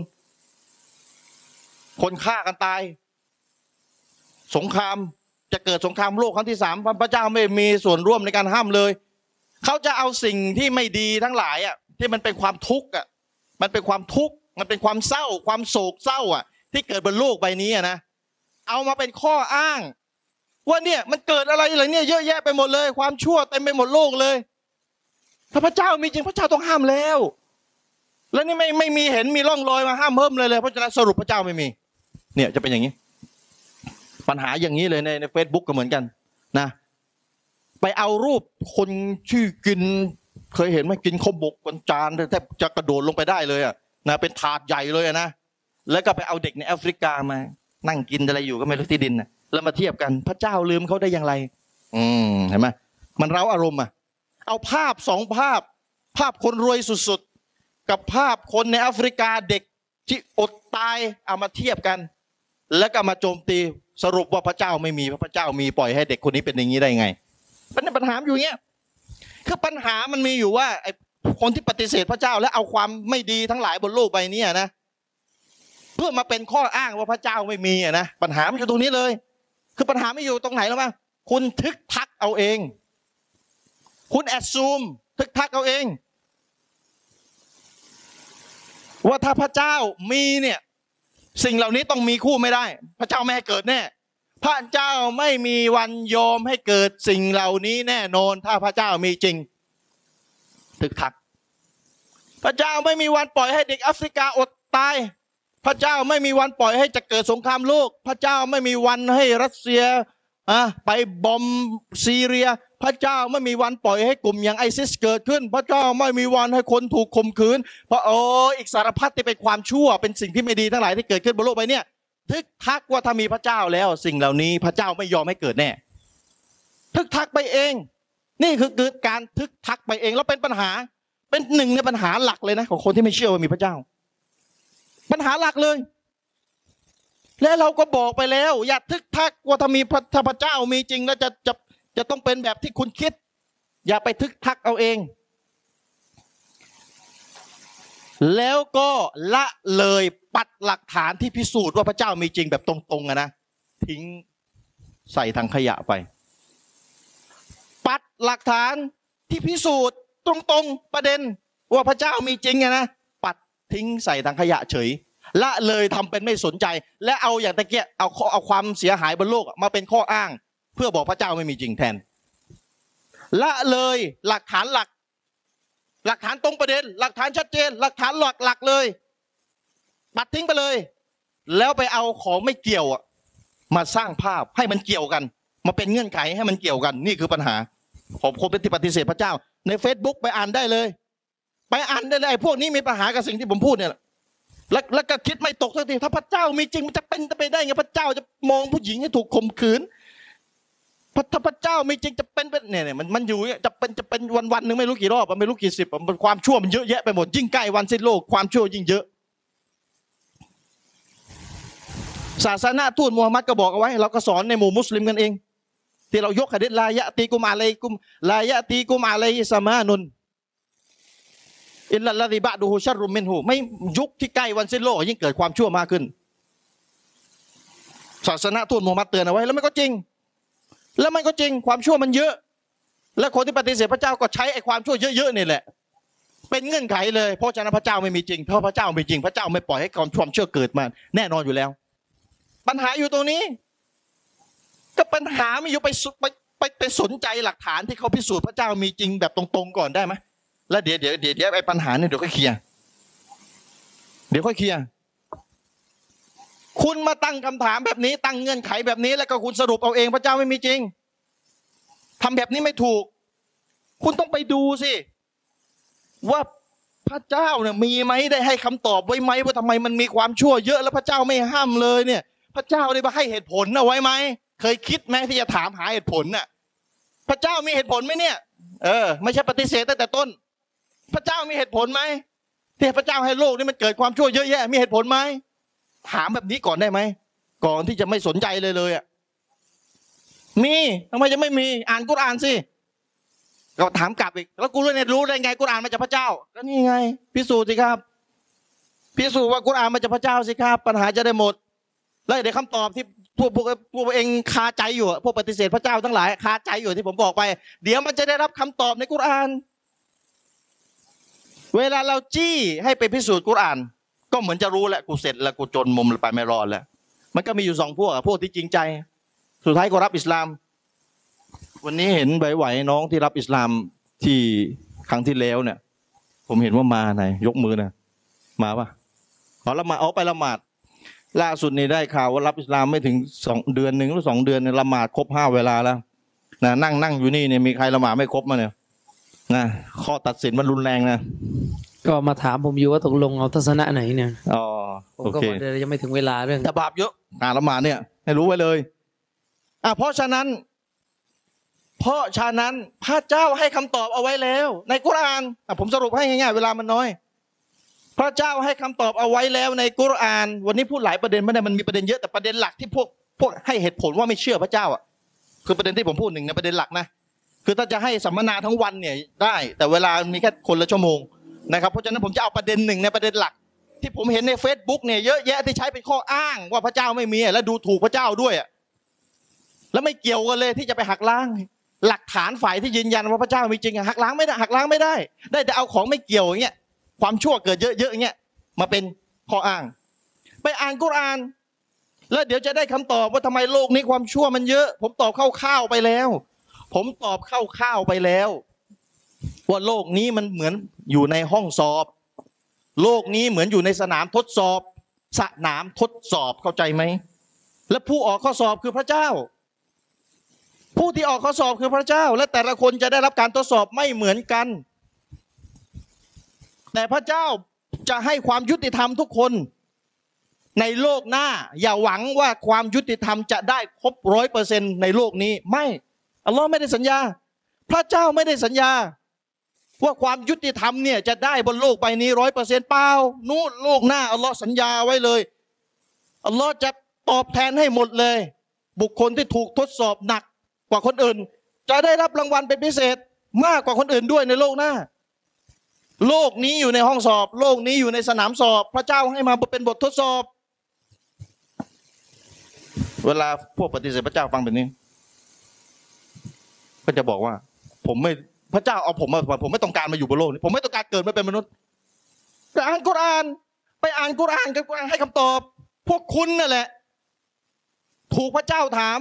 คนฆ่ากันตายสงครามจะเกิดสงครามโลกครั้งที่สามพระเจ้าไม่มีส่วนร่วมในการห้ามเลยเขาจะเอาสิ่งที่ไม่ดีทั้งหลายอ่ะที่มันเป็นความทุกข์อ่ะมันเป็นความทุกข์มันเป็นความเศร้าความโศกเศร้าอ่ะที่เกิดบนโลกใบนี้อ่ะนะเอามาเป็นข้ออ้างว่าเนี่ยมันเกิดอะไรอะไรเนี่ยเยอะแยะไปหมดเลยความชั่วเต็มไปหมดโลกเลยถ้าพระเจ้ามีจริงพระเจ้าต้องห้ามแล้วแล้วนี่ไม่ไม่มีเห็นมีร่องรอยมาห้ามเพิ่มเลยเลยเพราะฉะนั้นสรุปพระเจ้าไม่มีเนี่ยจะเป็นอย่างนี้ปัญหาอย่างนี้เลยในในเฟซบุ๊กก็เหมือนกันนะไปเอารูปคนชื่อกินเคยเห็นไหมกินข้าวบกบนจานแทบจะกระโดดลงไปได้เลยอ่ะนะเป็นถาดใหญ่เลยนะแล้วก็ไปเอาเด็กในแอฟริกามานั่งกินอะไรอยู่ก็ไม่รู้ที่ดินนะแล้วมาเทียบกันพระเจ้าลืมเขาได้อย่างไรอืมเห็นไหมมันเร้าอารมณ์อ่ะเอาภาพสองภาพภาพคนรวยสุดๆกับภาพคนในแอฟริกาเด็กที่อดตายเอามาเทียบกันแล้วก็มาโจมตีสรุปว่าพระเจ้าไม่มีพระเจ้ามีปล่อยให้เด็กคนนี้เป็นอย่างนี้ได้ไงมันปัญหาอยู่อย่างเงี้ยคือปัญหามันมีอยู่ว่าไอ้คนที่ปฏิเสธพระเจ้าและเอาความไม่ดีทั้งหลายบนโลกใบนี้นะเพื่อมาเป็นข้ออ้างว่าพระเจ้าไม่มีอ่ะนะปัญหามันอยู่ตรงนี้เลยคือปัญหาไม่อยู่ตรงไหนแล้วมั้งคุณทึกทักเอาเองคุณแอดซูมทึกทักเอาเองว่าถ้าพระเจ้ามีเนี่ยสิ่งเหล่านี้ต้องมีคู่ไม่ได้พระเจ้าไม่ให้เกิดแน่พระเจ้าไม่มีวันยอมให้เกิดสิ่งเหล่านี้แน่นอนถ้าพระเจ้ามีจริงทึกทักพระเจ้าไม่มีวันปล่อยให้เด็กแอฟริกาอดตายพระเจ้าไม่มีวันปล่อยให้จะเกิดสงครามโลกพระเจ้าไม่มีวันให้รัสเซียอ่ะไปบอมซีเรียพระเจ้าไม่มีวันปล่อยให้กลุ่มอย่างไอซิสเกิดขึ้นพระเจ้าไม่มีวันให้คนถูกข่มขืนเพราะโอ้อีกสารพัดที่เป็นความชั่วเป็นสิ่งที่ไม่ดีทั้งหลายที่เกิดขึ้นบนโลกใบนี้ทึกทักว่าถ้ามีพระเจ้าแล้วสิ่งเหล่านี้พระเจ้าไม่ยอมให้เกิดแน่ทึกทักไปเองนี่คือเกิดการทึกทักไปเองแล้วเป็นปัญหาเป็นหนึ่งในปัญหาหลักเลยนะของคนที่ไม่เชื่อว่ามีพระเจ้าปัญหาหลักเลยและเราก็บอกไปแล้วอย่าทึกทักว่าถ้ามีพระถ้าพระเจ้ามีจริงแล้วจะจะจะต้องเป็นแบบที่คุณคิดอย่าไปทึกทักเอาเองแล้วก็ละเลยปัดหลักฐานที่พิสูจน์ว่าพระเจ้ามีจริงแบบตรงๆอะนะทิ้งใส่ถังขยะไปปัดหลักฐานที่พิสูจน์ตรงๆประเด็นว่าพระเจ้ามีจริงอะนะปัดทิ้งใส่ถังขยะเฉยละเลยทำเป็นไม่สนใจและเอาอย่างตะเกียเอาเอาความเสียหายบนโลกมาเป็นข้ออ้างเพื่อบอกพระเจ้าไม่มีจริงแทนละเลยหลักฐานหลักหลักฐานตรงประเด็นหลักฐานชัดเจนหลักฐานหลักหลักเลยปัดทิ้งไปเลยแล้วไปเอาของไม่เกี่ยวมาสร้างภาพให้มันเกี่ยวกันมาเป็นเงื่อนไขให้มันเกี่ยวกันนี่คือปัญหาผมคนที่ปฏิเสธพระเจ้าใน Facebook ไปอ่านได้เลยไปอ่านได้เลยไอ้พวกนี้มีปัญหากับสิ่งที่ผมพูดเนี่ยแล้วแล้วก็คิดไม่ตกสักทีถ้าพระเจ้ามีจริงมันจะเป็นจะไปได้ไงพระเจ้าจะมองผู้หญิงให้ถูกข่มขืนถ้าพระเจ้ามีจริงจะเป็นเป็นเนี่ยเนี่ยมันมันอยู่จะเป็นจะเป็นวันวันหนึ่งไม่รู้กี่รอบไม่รู้กี่สิบมันความชั่วมันเยอะแยะไปหมดยิ่งใกล้วันสิ้นโลกความชั่วยิ่งเยอะศาสนาทูตมูฮัมหมัดก็บอกเอาไว้เราก็สอนในหมู่มุสลิมกันเองที่เรายกหะดีษลายะตีกุมอะลัยกุมลายะตีกุมอะลัยฮิสมานุนอิลลัลลซีบะดูฮูชัรรุมมินฮูไม่ยุคที่ใกล้วันสิ้นโลกยิ่งเกิดความชั่วมากขึ้นศาสนาทูตมูฮัมหมัดเตือนเอาไว้แล้วมันก็จริงแล้วมันก็จริงความชั่วมันเยอะและคนที่ปฏิเสธพระเจ้าก็ใช้ไอ้ความชั่วเยอะๆนี่แหละเป็นเงื่อนไขเลยเพราะฉะนั้นพระเจ้าไม่มีจริงเพราะพระเจ้าไม่จริงพระเจ้าไม่ปล่อยให้ความเชื่อเกิดมาแน่นอนอยู่แล้ว ปัญหาอยู่ตรงนี้ก็ปัญหาไม่อยู่ไปไปไปไปสนใจหลักฐานที่เขาพิสูจน์พระเจ้ามีจริงแบบตรงๆก่อนได้ไหมแล้วเดี๋ยวเดี๋ยวเดี๋ยวเดี๋ยวไอ้ปัญหาเนี่ยเดี๋ยวค่อยเคลียร์เดี๋ยวค่อยเคลียร์คุณมาตั้งคำถามแบบนี้ตั้งเงื่อนไขแบบนี้แล้วก็คุณสรุปเอาเองพระเจ้าไม่มีจริงทำแบบนี้ไม่ถูกคุณต้องไปดูสิว่าพระเจ้าเนี่ยมีไหมได้ให้คำตอบไว้ไหมว่าทำไมมันมีความชั่วเยอะแล้วพระเจ้าไม่ห้ามเลยเนี่ยพระเจ้าได้มาให้เหตุผลเอาไว้ไหมเคยคิดไหมที่จะถามหาเหตุผลน่ะพระเจ้ามีเหตุผลไหมเนี่ยเออไม่ใช่ปฏิเสธตั้งแต่ต้นพระเจ้ามีเหตุผลไหมที่พระเจ้าให้โลกนี้มันเกิดความชั่วเยอะแยะมีเหตุผลไหมถามแบบนี้ก่อนได้ไหมก่อนที่จะไม่สนใจเลยเลยอ่ะมีทำไมจะไม่มีอ่านกุรอานสิก็ถามกลับอีกแล้วกูรู้เนี่ยรู้ได้ไงกุรอานมาจากพระเจ้าก็นี่ไงพิสูจน์สิครับพิสูจน์ว่ากุรอานมาจากพระเจ้าสิครับปัญหาจะได้หมดแล้วเดี๋ยวคำตอบที่พวกพวกพวกเองคาใจอยู่พวกปฏิเสธพระเจ้าทั้งหลายคาใจอยู่ที่ผมบอกไปเดี๋ยวมันจะได้รับคำตอบในกุรอานเวลาเราจี้ให้ไปพิสูจน์กุรอานก็เหมือนจะรู้แล้วกูเสร็จแล้วกูจนมุมไปไม่รอดแล้วมันก็มีอยู่สองพวกพวกที่จริงใจสุดท้ายก็รับอิสลามวันนี้เห็นไหวๆน้องที่รับอิสลามที่ครั้งที่แล้วเนี่ยผมเห็นว่ามาไหนยกมือนะมาปะขอละหมาดเอาไปละหมาดล่าสุดนี่ได้ข่าวว่ารับอิสลามไม่ถึงสองเดือนหนึ่งหรือสองเดือนเนี่ยละหมาดครบห้าเวลาแล้วนะนั่งนั่งอยู่นี่เนี่ยมีใครละหมาดไม่ครบมาเนี่ยนะข้อตัดสินมันรุนแรงนะก็มาถามผมอยู่ว่าตกลงเอาทัศนะไหนเนี่ยอ๋อผมก็บอกเดี๋ยวยังไม่ถึงเวลาเรื่องแต่บาปเยอะอ่าละหมาดเนี่ยให้รู้ไว้เลยอ่ะเพราะฉะนั้นเพราะฉะนั้นพระเจ้าให้คำตอบเอาไว้แล้วในกุรอานอ่ะผมสรุปให้ง่ายๆเวลามันน้อยพระเจ้าให้คำตอบเอาไว้แล้วในกุรอานวันนี้พูดหลายประเด็นไม่ได้มันมีประเด็นเยอะแต่ประเด็นหลักที่พวกพวกให้เหตุผลว่าไม่เชื่อพระเจ้าอ่ะคือประเด็นที่ผมพูดหนึ่งในประเด็นหลักนะคือถ้าจะให้สัมมนาทั้งวันเนี่ยได้แต่เวลามีแค่คนละชั่วโมงนะครับเพราะฉะนั้นผมจะเอาประเด็นหนึ่งในประเด็นหลักที่ผมเห็นใน Facebook เนี่ยเยอะแยะที่ใช้เป็นข้ออ้างว่าพระเจ้าไม่มีและดูถูกพระเจ้าด้วยอ่ะแล้วไม่เกี่ยวกันเลยที่จะไปหักล้างหลักฐานฝ่ายที่ยืนยันว่าพระเจ้ามีจริงหักล้างไม่ได้หักล้างไม่ได้ได้แต่เอาของไม่เกี่ยวอย่างเงี้ยความชั่วเกิดเยอะๆอย่างเงี้ยมาเป็นข้ออ้างไปอ่านกุรอานแล้วเดี๋ยวจะได้คำตอบว่าทำไมโลกนี้ความชั่วมันเยอะผมตอบคร่าวๆไปแล้วผมตอบคร่าวๆไปแล้วว่าโลกนี้มันเหมือนอยู่ในห้องสอบโลกนี้เหมือนอยู่ในสนามทดสอบสนามทดสอบเข้าใจไหมและผู้ออกข้อสอบคือพระเจ้าผู้ที่ออกข้อสอบคือพระเจ้าและแต่ละคนจะได้รับการทดสอบไม่เหมือนกันแต่พระเจ้าจะให้ความยุติธรรมทุกคนในโลกหน้าอย่าหวังว่าความยุติธรรมจะได้ครบร้อยเปอร์เซ็นต์ในโลกนี้ไม่อัลลอฮ์ไม่ได้สัญญาพระเจ้าไม่ได้สัญญาว่าความยุติธรรมเนี่ยจะได้บนโลกใบนี้ร้อยเปอร์เซ็นต์เปล่านู่นโลกหน้าอัลลอฮ์สัญญาไว้เลยอัลลอฮ์จะตอบแทนให้หมดเลยบุคคลที่ถูกทดสอบหนักกว่าคนอื่นจะได้รับรางวัลเป็นพิเศษมากกว่าคนอื่นด้วยในโลกหน้าโลกนี้อยู่ในห้องสอบโลกนี้อยู่ในสนามสอบพระเจ้าให้มาเป็นบททดสอบเวลาพวกปฏิเสธพระเจ้าฟังแบบนี้ก็จะบอกว่าผมไม่พระเจ้าเอาผมมาผมไม่ต้องการมาอยู่บนโลกนี้ผมไม่ต้องการเกิดมาเป็นมนุษย์ไปอ่านกุรอานไปอ่านกุรอานกับกุรอานให้คำตอบพวกคุณนั่นแหละถูกพระเจ้าถาม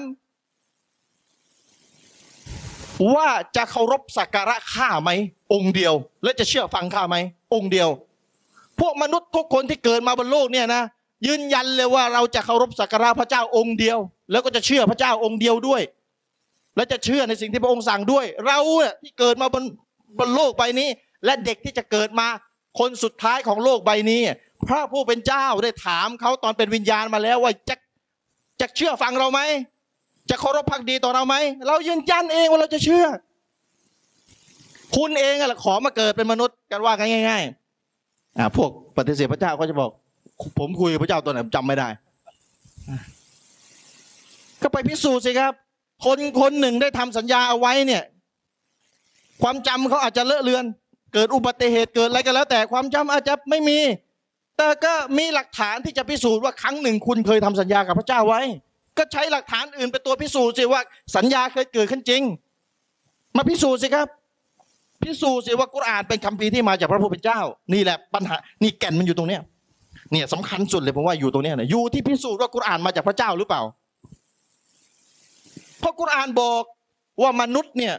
ว่าจะเคารพสักการะข้าไหมองค์เดียวและจะเชื่อฟังข้าไหมองค์เดียวพวกมนุษย์ทุกคนที่เกิดมาบนโลกเนี่ยนะยืนยันเลยว่าเราจะเคารพสักการะพระเจ้าองค์เดียวแล้วก็จะเชื่อพระเจ้าองค์เดียวด้วยและจะเชื่อในสิ่งที่พระองค์สั่งด้วยเราเนี่ยที่เกิดมาบนบนโลกใบนี้และเด็กที่จะเกิดมาคนสุดท้ายของโลกใบนี้พระผู้เป็นเจ้าได้ถามเขาตอนเป็นวิญญาณมาแล้วว่าจะจะเชื่อฟังเราไหมจะเคารพภักดีต่อเราไหมเรายืนยันเองว่าเราจะเชื่อคุณเองอะขอมาเกิดเป็นมนุษย์กันว่ากันง่ายๆอ่าพวกปฏิเสธพระเจ้าก็จะบอกผมคุยกับพระเจ้าตัวไหนจำไม่ได้ก็ไปพิสูจน์สิครับคนคนหนึ่งได้ทำสัญญาเอาไว้เนี่ยความจำเขาอาจจะเลอะเลือนเกิดอุบัติเหตุเกิดอะไรก็แล้วแต่ความจำอาจจะไม่มีแต่ก็มีหลักฐานที่จะพิสูจน์ว่าครั้งหนึ่งคุณเคยทำสัญญากับพระเจ้าไว้ก็ใช้หลักฐานอื่นเป็นตัวพิสูจน์สิว่าสัญญาเคยเกิดขึ้นจริงมาพิสูจน์สิครับพิสูจน์สิว่ากุรอานเป็นคัมภีร์ที่มาจากพระผู้เป็นเจ้านี่แหละปัญหานี่แก่นมันอยู่ตรงเนี้ยเนี่ยสำคัญสุดเลยผมว่าอยู่ตรงเนี้ยนะอยู่ที่พิสูจน์ว่ากุรอานมาจากพระเจ้าหรือเปล่าเพราะกุรอานบอกว่ามนุษย์เนี่ย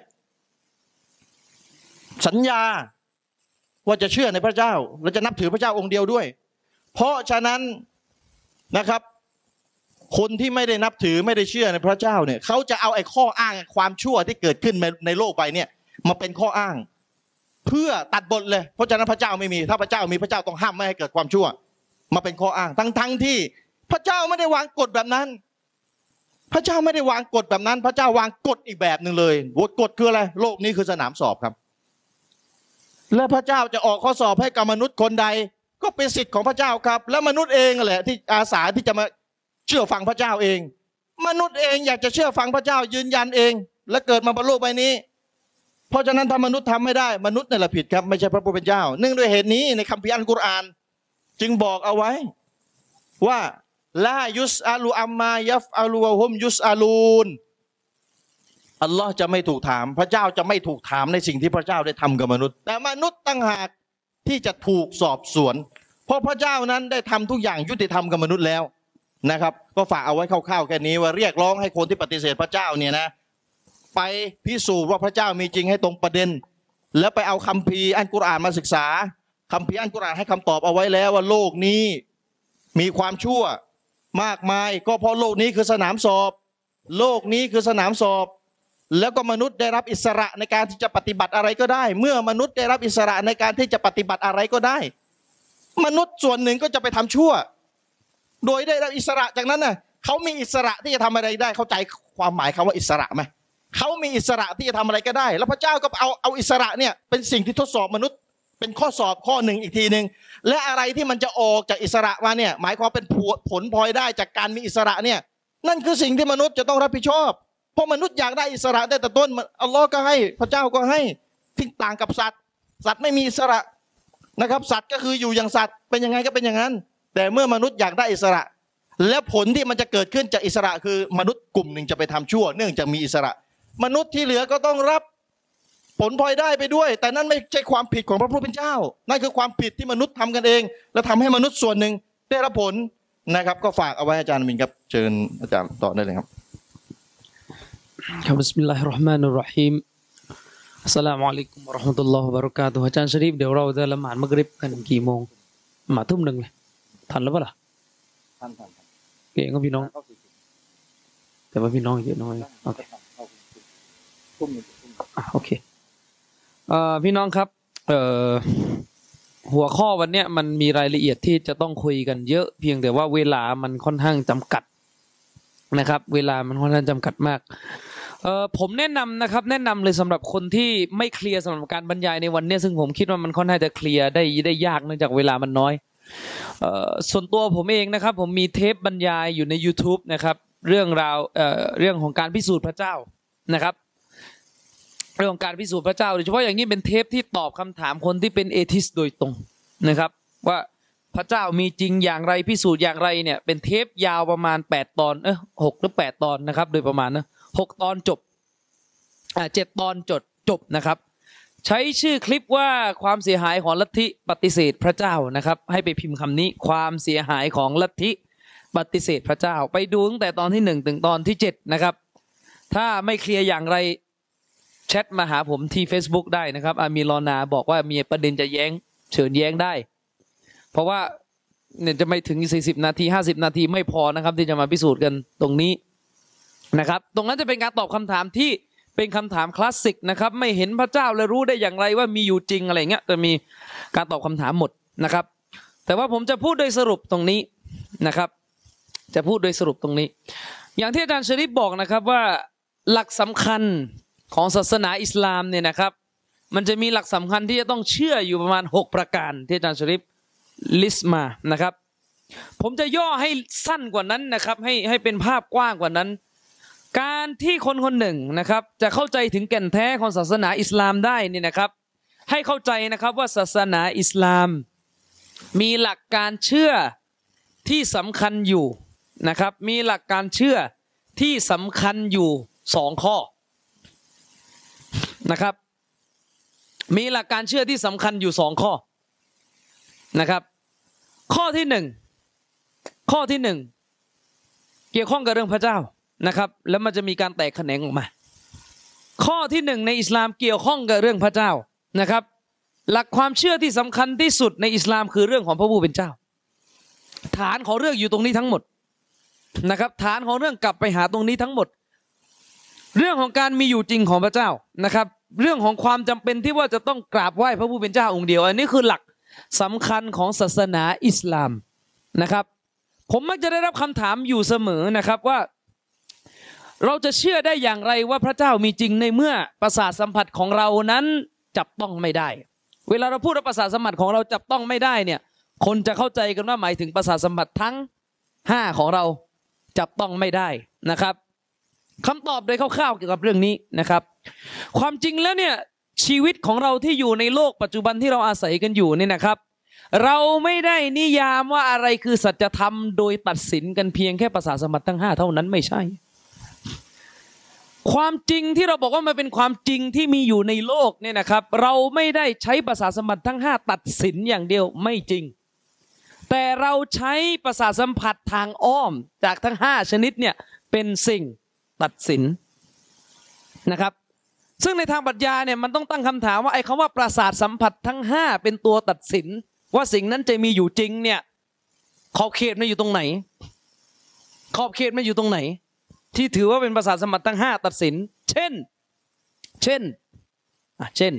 สัญญาว่าจะเชื่อในพระเจ้าและจะนับถือพระเจ้าองค์เดียวด้วยเพราะฉะนั้นนะครับคนที่ไม่ได้นับถือไม่ได้เชื่อในพระเจ้าเนี่ยเขาจะเอาไอ้ข้ออ้างความชั่วที่เกิดขึ้นในโลกใบเนี่ยมาเป็นข้ออ้างเพื่อตัดบทเลยเพราะฉะนั้นพระเจ้าไม่มีถ้าพระเจ้ามีพระเจ้าต้องห้ามไม่ให้เกิดความชั่วมาเป็นข้ออ้างทั้งทั้งที่พระเจ้าไม่ได้วางกฎแบบนั้นพระเจ้าไม่ได้วางกฎแบบนั้นพระเจ้าวางกฎอีกแบบหนึ่งเลยกฎคืออะไรโลกนี้คือสนามสอบครับและพระเจ้าจะออกข้อสอบให้กับมนุษย์คนใดก็เป็นสิทธิ์ของพระเจ้าครับแล้วมนุษย์เองแหละที่อาสาที่จะมาเชื่อฟังพระเจ้าเองมนุษย์เองอยากจะเชื่อฟังพระเจ้ายืนยันเองและเกิดมาบนโลกใบนี้เพราะฉะนั้นถ้ามนุษย์ทำไม่ได้มนุษย์นี่แหละผิดครับไม่ใช่พระผู้เป็นเจ้าเนื่องด้วยเหตุนี้ในคัมภีร์อัลกุรอานจึงบอกเอาไว้ว่าลายุสอาลูอัมมายัฟอาลูวะฮุมยุสอาลูนอัลลอฮ์จะไม่ถูกถามพระเจ้าจะไม่ถูกถามในสิ่งที่พระเจ้าได้ทำกับมนุษย์แต่มนุษย์ตั้งหากที่จะถูกสอบสวนเพราะพระเจ้านั้นได้ทำทุกอย่างยุติธรรมกับมนุษย์แล้วนะครับก็ฝากเอาไว้คร่าวๆแค่นี้ว่าเรียกร้องให้คนที่ปฏิเสธพระเจ้าเนี่ยนะไปพิสูจน์ว่าพระเจ้ามีจริงให้ตรงประเด็นแล้วไปเอาคัมภีร์อัลกุรอานมาศึกษาคัมภีร์อัลกุรอานให้คำตอบเอาไว้แล้วว่าโลกนี้มีความชั่วมากมายก็เพราะโลกนี้คือสนามสอบโลกนี้คือสนามสอบแล้วก็มนุษย์ได้รับอิสระในการที่จะปฏิบัติอะไรก็ได้เมื่อมนุษย์ได้รับอิสระในการที่จะปฏิบัติอะไรก็ได้มนุษย์ส่วนหนึ่งก็จะไปทำชั่วโดยได้รับอิสระจากนั้นน่ะเขามีอิสระที่จะทำอะไรได้เข้าใจความหมายคำว่าอิสระไหมเขามีอิสระที่จะทำอะไรก็ได้แล้วพระเจ้าก็เอาเอาอิสระเนี่ยเป็นสิ่งที่ทดสอบมนุษย์เป็นข้อสอบข้อหนึ่งอีกทีหนึ่งและอะไรที่มันจะออกจากอิสระมาเนี่ยหมายความเป็นผลพลอยได้จากการมีอิสระเนี่ยนั่นคือสิ่งที่มนุษย์จะต้องรับผิดชอบเพราะมนุษย์อยากได้อิสระได้แต่ต้นอัลลอฮ์ก็ให้พระเจ้าก็ให้ที่ต่างกับสัตว์สัตว์ไม่มีอิสระนะครับสัตว์ก็คืออยู่อย่างสัตว์เป็นยังไงก็เป็นอย่างนั้นแต่เมื่อมนุษย์อยากได้อิสระและผลที่มันจะเกิดขึ้นจากอิสระคือมนุษย์กลุ่มหนึ่งจะไปทำชั่วเนื่องจากมีอิสระมนุษย์ที่เหลือก็ต้องรับผลพลอยได้ไปด้วยแต่นั่นไม่ใช่ความผิดของพระผู้เป็นเจ้านั่นคือความผิดที่มนุษย์ทำกันเองและทำให้มนุษย์ส่วนหนึ่งได้รับผลนะครับก็ฝากเอาไว้อาจารย์มินครับเชิญอาจารย์ต่อได้เลยครับครับบิสมิลลาฮิรเราะห์มานิรเราะฮีมอัสสลามุอะลัยกุมวะเราะห์มะตุลลอฮิวะบะเราะกาตุฮ์อาจารย์ชะรีฟเดี๋ยวเราจะละหมาดมักริบกันกี่โมงมาทุ่มหนึ่งเลยทันแล้วปะล่ะทันทันเก่งก็พี่น้องแต่ว่าพี่น้องเยอะน้อยโอเคทุ่มหนึ่งอ่ะโอเคเอ่อพี่น้องครับเอ่อหัวข้อวันเนี้ยมันมีรายละเอียดที่จะต้องคุยกันเยอะเพียงแต่ว่าเวลามันค่อนข้างจำกัดนะครับเวลามันค่อนข้างจำกัดมากเอ่อผมแนะนำนะครับแนะนำเลยสำหรับคนที่ไม่เคลียร์สำหรับการบรรยายในวันนี้ซึ่งผมคิดว่ามันค่อนข้างจะเคลียร์ได้ได้ยากเนื่องจากเวลามันน้อยเอ่อส่วนตัวผมเองนะครับผมมีเทปบรรยายอยู่ใน YouTube นะครับเรื่องราวเอ่อเรื่องของการพิสูจน์พระเจ้านะครับเรื่องของการพิสูจน์พระเจ้าโดยเฉพาะอย่างนี้เป็นเทปที่ตอบคำถามคนที่เป็นเอทิสต์โดยตรงนะครับว่าพระเจ้ามีจริงอย่างไรพิสูจน์อย่างไรเนี่ยเป็นเทปยาวประมาณแปดตอนเออหกหรือแปดตอนนะครับโดยประมาณนะหกตอนจบอ่าเจ็ดตอนจดจบนะครับใช้ชื่อคลิปว่าความเสียหายของลัทธิปฏิเสธพระเจ้านะครับให้ไปพิมพ์คำนี้ความเสียหายของลัทธิปฏิเสธพระเจ้าไปดูตั้งแต่ตอนที่หนึ่งถึงตอนที่เจ็ดนะครับถ้าไม่เคลียร์อย่างไรแชทมาหาผมที่ Facebook ได้นะครับอามีรอนาบอกว่ามีประเด็นจะแย้งเชิญแย้งได้เพราะว่าเนี่ยจะไม่ถึงสี่สิบนาทีห้าสิบนาทีไม่พอนะครับที่จะมาพิสูจน์กันตรงนี้นะครับตรงนั้นจะเป็นการตอบคำถามที่เป็นคำถามคลาสสิกนะครับไม่เห็นพระเจ้าและรู้ได้อย่างไรว่ามีอยู่จริงอะไรเงี้ยจะมีการตอบคำถามหมดนะครับแต่ว่าผมจะพูดโดยสรุปตรงนี้นะครับจะพูดโดยสรุปตรงนี้อย่างที่อาจารย์ชริฟบอกนะครับว่าหลักสำคัญของศาสนาอิสลามเนี่ยนะครับมันจะมีหลักสำคัญที่จะต้องเชื่ออยู่ประมาณหกประการที่อาจารย์ชริฟลิสต์มานะครับผมจะย่อให้สั้นกว่านั้นนะครับให้ให้เป็นภาพกว้างกว่านั้นการที่คนคนหนึ่งนะครับจะเข้าใจถึงแก่นแท้ของศาสนาอิสลามได้นี่นะครับให้เข้าใจนะครับว่าศาสนาอิสลามมีหลักการเชื่อที่สำคัญอยู่นะครับมีหลักการเชื่อที่สำคัญอยู่สองข้อนะครับมีหลักการเชื่อที่สำคัญอยู่สองข้อนะครับข้อที่หนึ่งข้อที่หนึ่งเกี่ยวข้องกับเรื่องพระเจ้านะครับแล้วมันจะมีการแตกแขนงออกมาข้อที่หนึ่งในอิสลามเกี่ยวข้องกับเรื่องพระเจ้านะครับหลักความเชื่อที่สำคัญที่สุดในอิสลามคือเรื่องของพระผู้เป็นเจ้าฐานของเรื่องอยู่ตรงนี้ทั้งหมดนะครับฐานของเรื่องกลับไปหาตรงนี้ทั้งหมดเรื่องของการมีอยู่จริงของพระเจ้านะครับเรื่องของความจำเป็นที่ว่าจะต้องกราบไหว้พระผู้เป็นเจ้าองค์เดียวอันนี้คือหลักสำคัญของศาสนาอิสลามนะครับผมมักจะได้รับคำถามอยู่เสมอนะครับว่าเราจะเชื่อได้อย่างไรว่าพระเจ้ามีจริงในเมื่อประสาทสัมผัสของเรานั้นจับต้องไม่ได้เวลาเราพูดว่าประสาทสัมผัสของเราจับต้องไม่ได้เนี่ยคนจะเข้าใจกันว่าหมายถึงประสาทสัมผัสทั้งห้าของเราจับต้องไม่ได้นะครับคำตอบโดยคร่าวๆเกี่ยวกับเรื่องนี้นะครับความจริงแล้วเนี่ยชีวิตของเราที่อยู่ในโลกปัจจุบันที่เราอาศัยกันอยู่เนี่ยนะครับเราไม่ได้นิยามว่าอะไรคือสัจธรรมโดยตัดสินกันเพียงแค่ประสาทสัมผัสทั้งห้าเท่านั้นไม่ใช่ความจริงที่เราบอกว่ามันเป็นความจริงที่มีอยู่ในโลกเนี่ยนะครับเราไม่ได้ใช้ประสาทสัมผัสทั้งห้าตัดสินอย่างเดียวไม่จริงแต่เราใช้ประสาทสัมผัสทางอ้อมจากทั้งห้าชนิดเนี่ยเป็นสิ่งตัดสินนะครับซึ่งในทางปรัชญาเนี่ยมันต้องตั้งคำถามว่าไอ้คำว่าประสาทสัมผัสทั้งห้าเป็นตัวตัดสินว่าสิ่งนั้นจะมีอยู่จริงเนี่ยขอบเขตมันอยู่ตรงไหนขอบเขตมันอยู่ตรงไหนที่ถือว่าเป็นประสาทสัมผัสทั้งห้าตัดสินเช่นเช่นอ่ะเช่น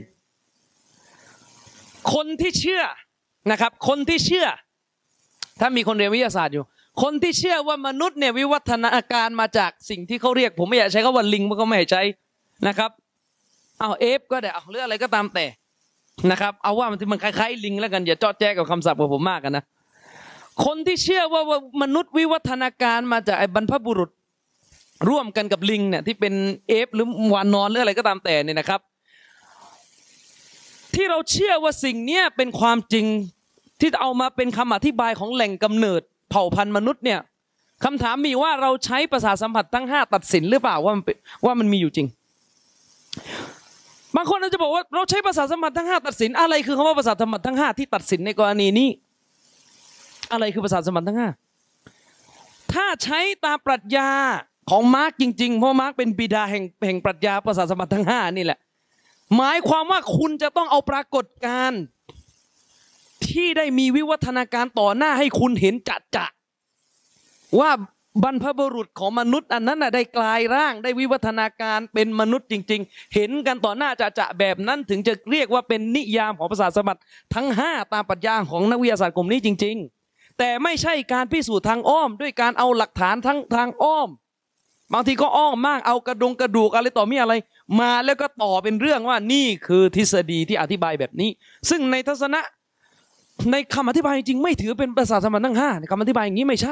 คนที่เชื่อนะครับคนที่เชื่อถ้ามีคนเรียนวิทยาศาสตร์อยู่คนที่เชื่อว่ามนุษย์เนี่ยวิวัฒนาการมาจากสิ่งที่เขาเรียกผมไม่อยากใช้คำว่าลิงมันก็ไม่ให้ใช้นะครับเอาเอฟก็ได้เอาเรื่องอะไรก็ตามแต่นะครับเอาว่ามันที่มันคล้ายๆลิงแล้วกันอย่าเจาะแจ๊กกับคำศัพท์ของผมมากกันนะคนที่เชื่อว่ามนุษย์วิวัฒนาการมาจากไอ้บรรพบุรุษร่วมกันกับลิงเนี่ยที่เป็นเอฟหรือวานอนหรืออะไรก็ตามแต่เนี่ยนะครับที่เราเชื่อว่าสิ่งนี้เป็นความจริงที่เอามาเป็นคำอธิบายของแหล่งกำเนิดเผ่าพันธุ์มนุษย์เนี่ยคำถามมีว่าเราใช้ประสาทสัมผัสทั้งห้าตัดสินหรือเปล่าว่ามันว่ามันมีอยู่จริงบางคนอาจจะบอกว่าเราใช้ประสาทสัมผัสทั้งห้าตัดสินอะไรคือคำว่าประสาทสัมผัสทั้งห้าที่ตัดสินในกรณีนี้อะไรคือประสาทสัมผัสทั้งห้าถ้าใช้ตามปรัชญาของมาร์กจริงๆเพราะมาร์กเป็นบิดาแห่งแห่งปรัชญาประสาทสัมผัสทั้งห้านี่แหละหมายความว่าคุณจะต้องเอาปรากฏการณ์ที่ได้มีวิวัฒนาการต่อหน้าให้คุณเห็นจัดจะว่าบรรพบุรุษของมนุษย์อันนั้นน่ะได้กลายร่างได้วิวัฒนาการเป็นมนุษย์จริงๆเห็นกันต่อหน้าจะจะแบบนั้นถึงจะเรียกว่าเป็นนิยามของประสาทสัมผัสทั้งห้าตามปรัชญาของนักวิทยาศาสตร์กลุ่มนี้จริงๆแต่ไม่ใช่การพิสูจน์ทางอ้อมด้วยการเอาหลักฐานทั้งทางอ้อมบางทีก็อ้อมมากเอากระดงกระดูกอะไรต่อมีอะไรมาแล้วก็ต่อเป็นเรื่องว่านี่คือทฤษฎีที่อธิบายแบบนี้ซึ่งในทัศนะในคำอธิบายจริงไม่ถือเป็นประสาทสัมผัสทั้งห้าในคำอธิบายอย่างนี้ไม่ใช่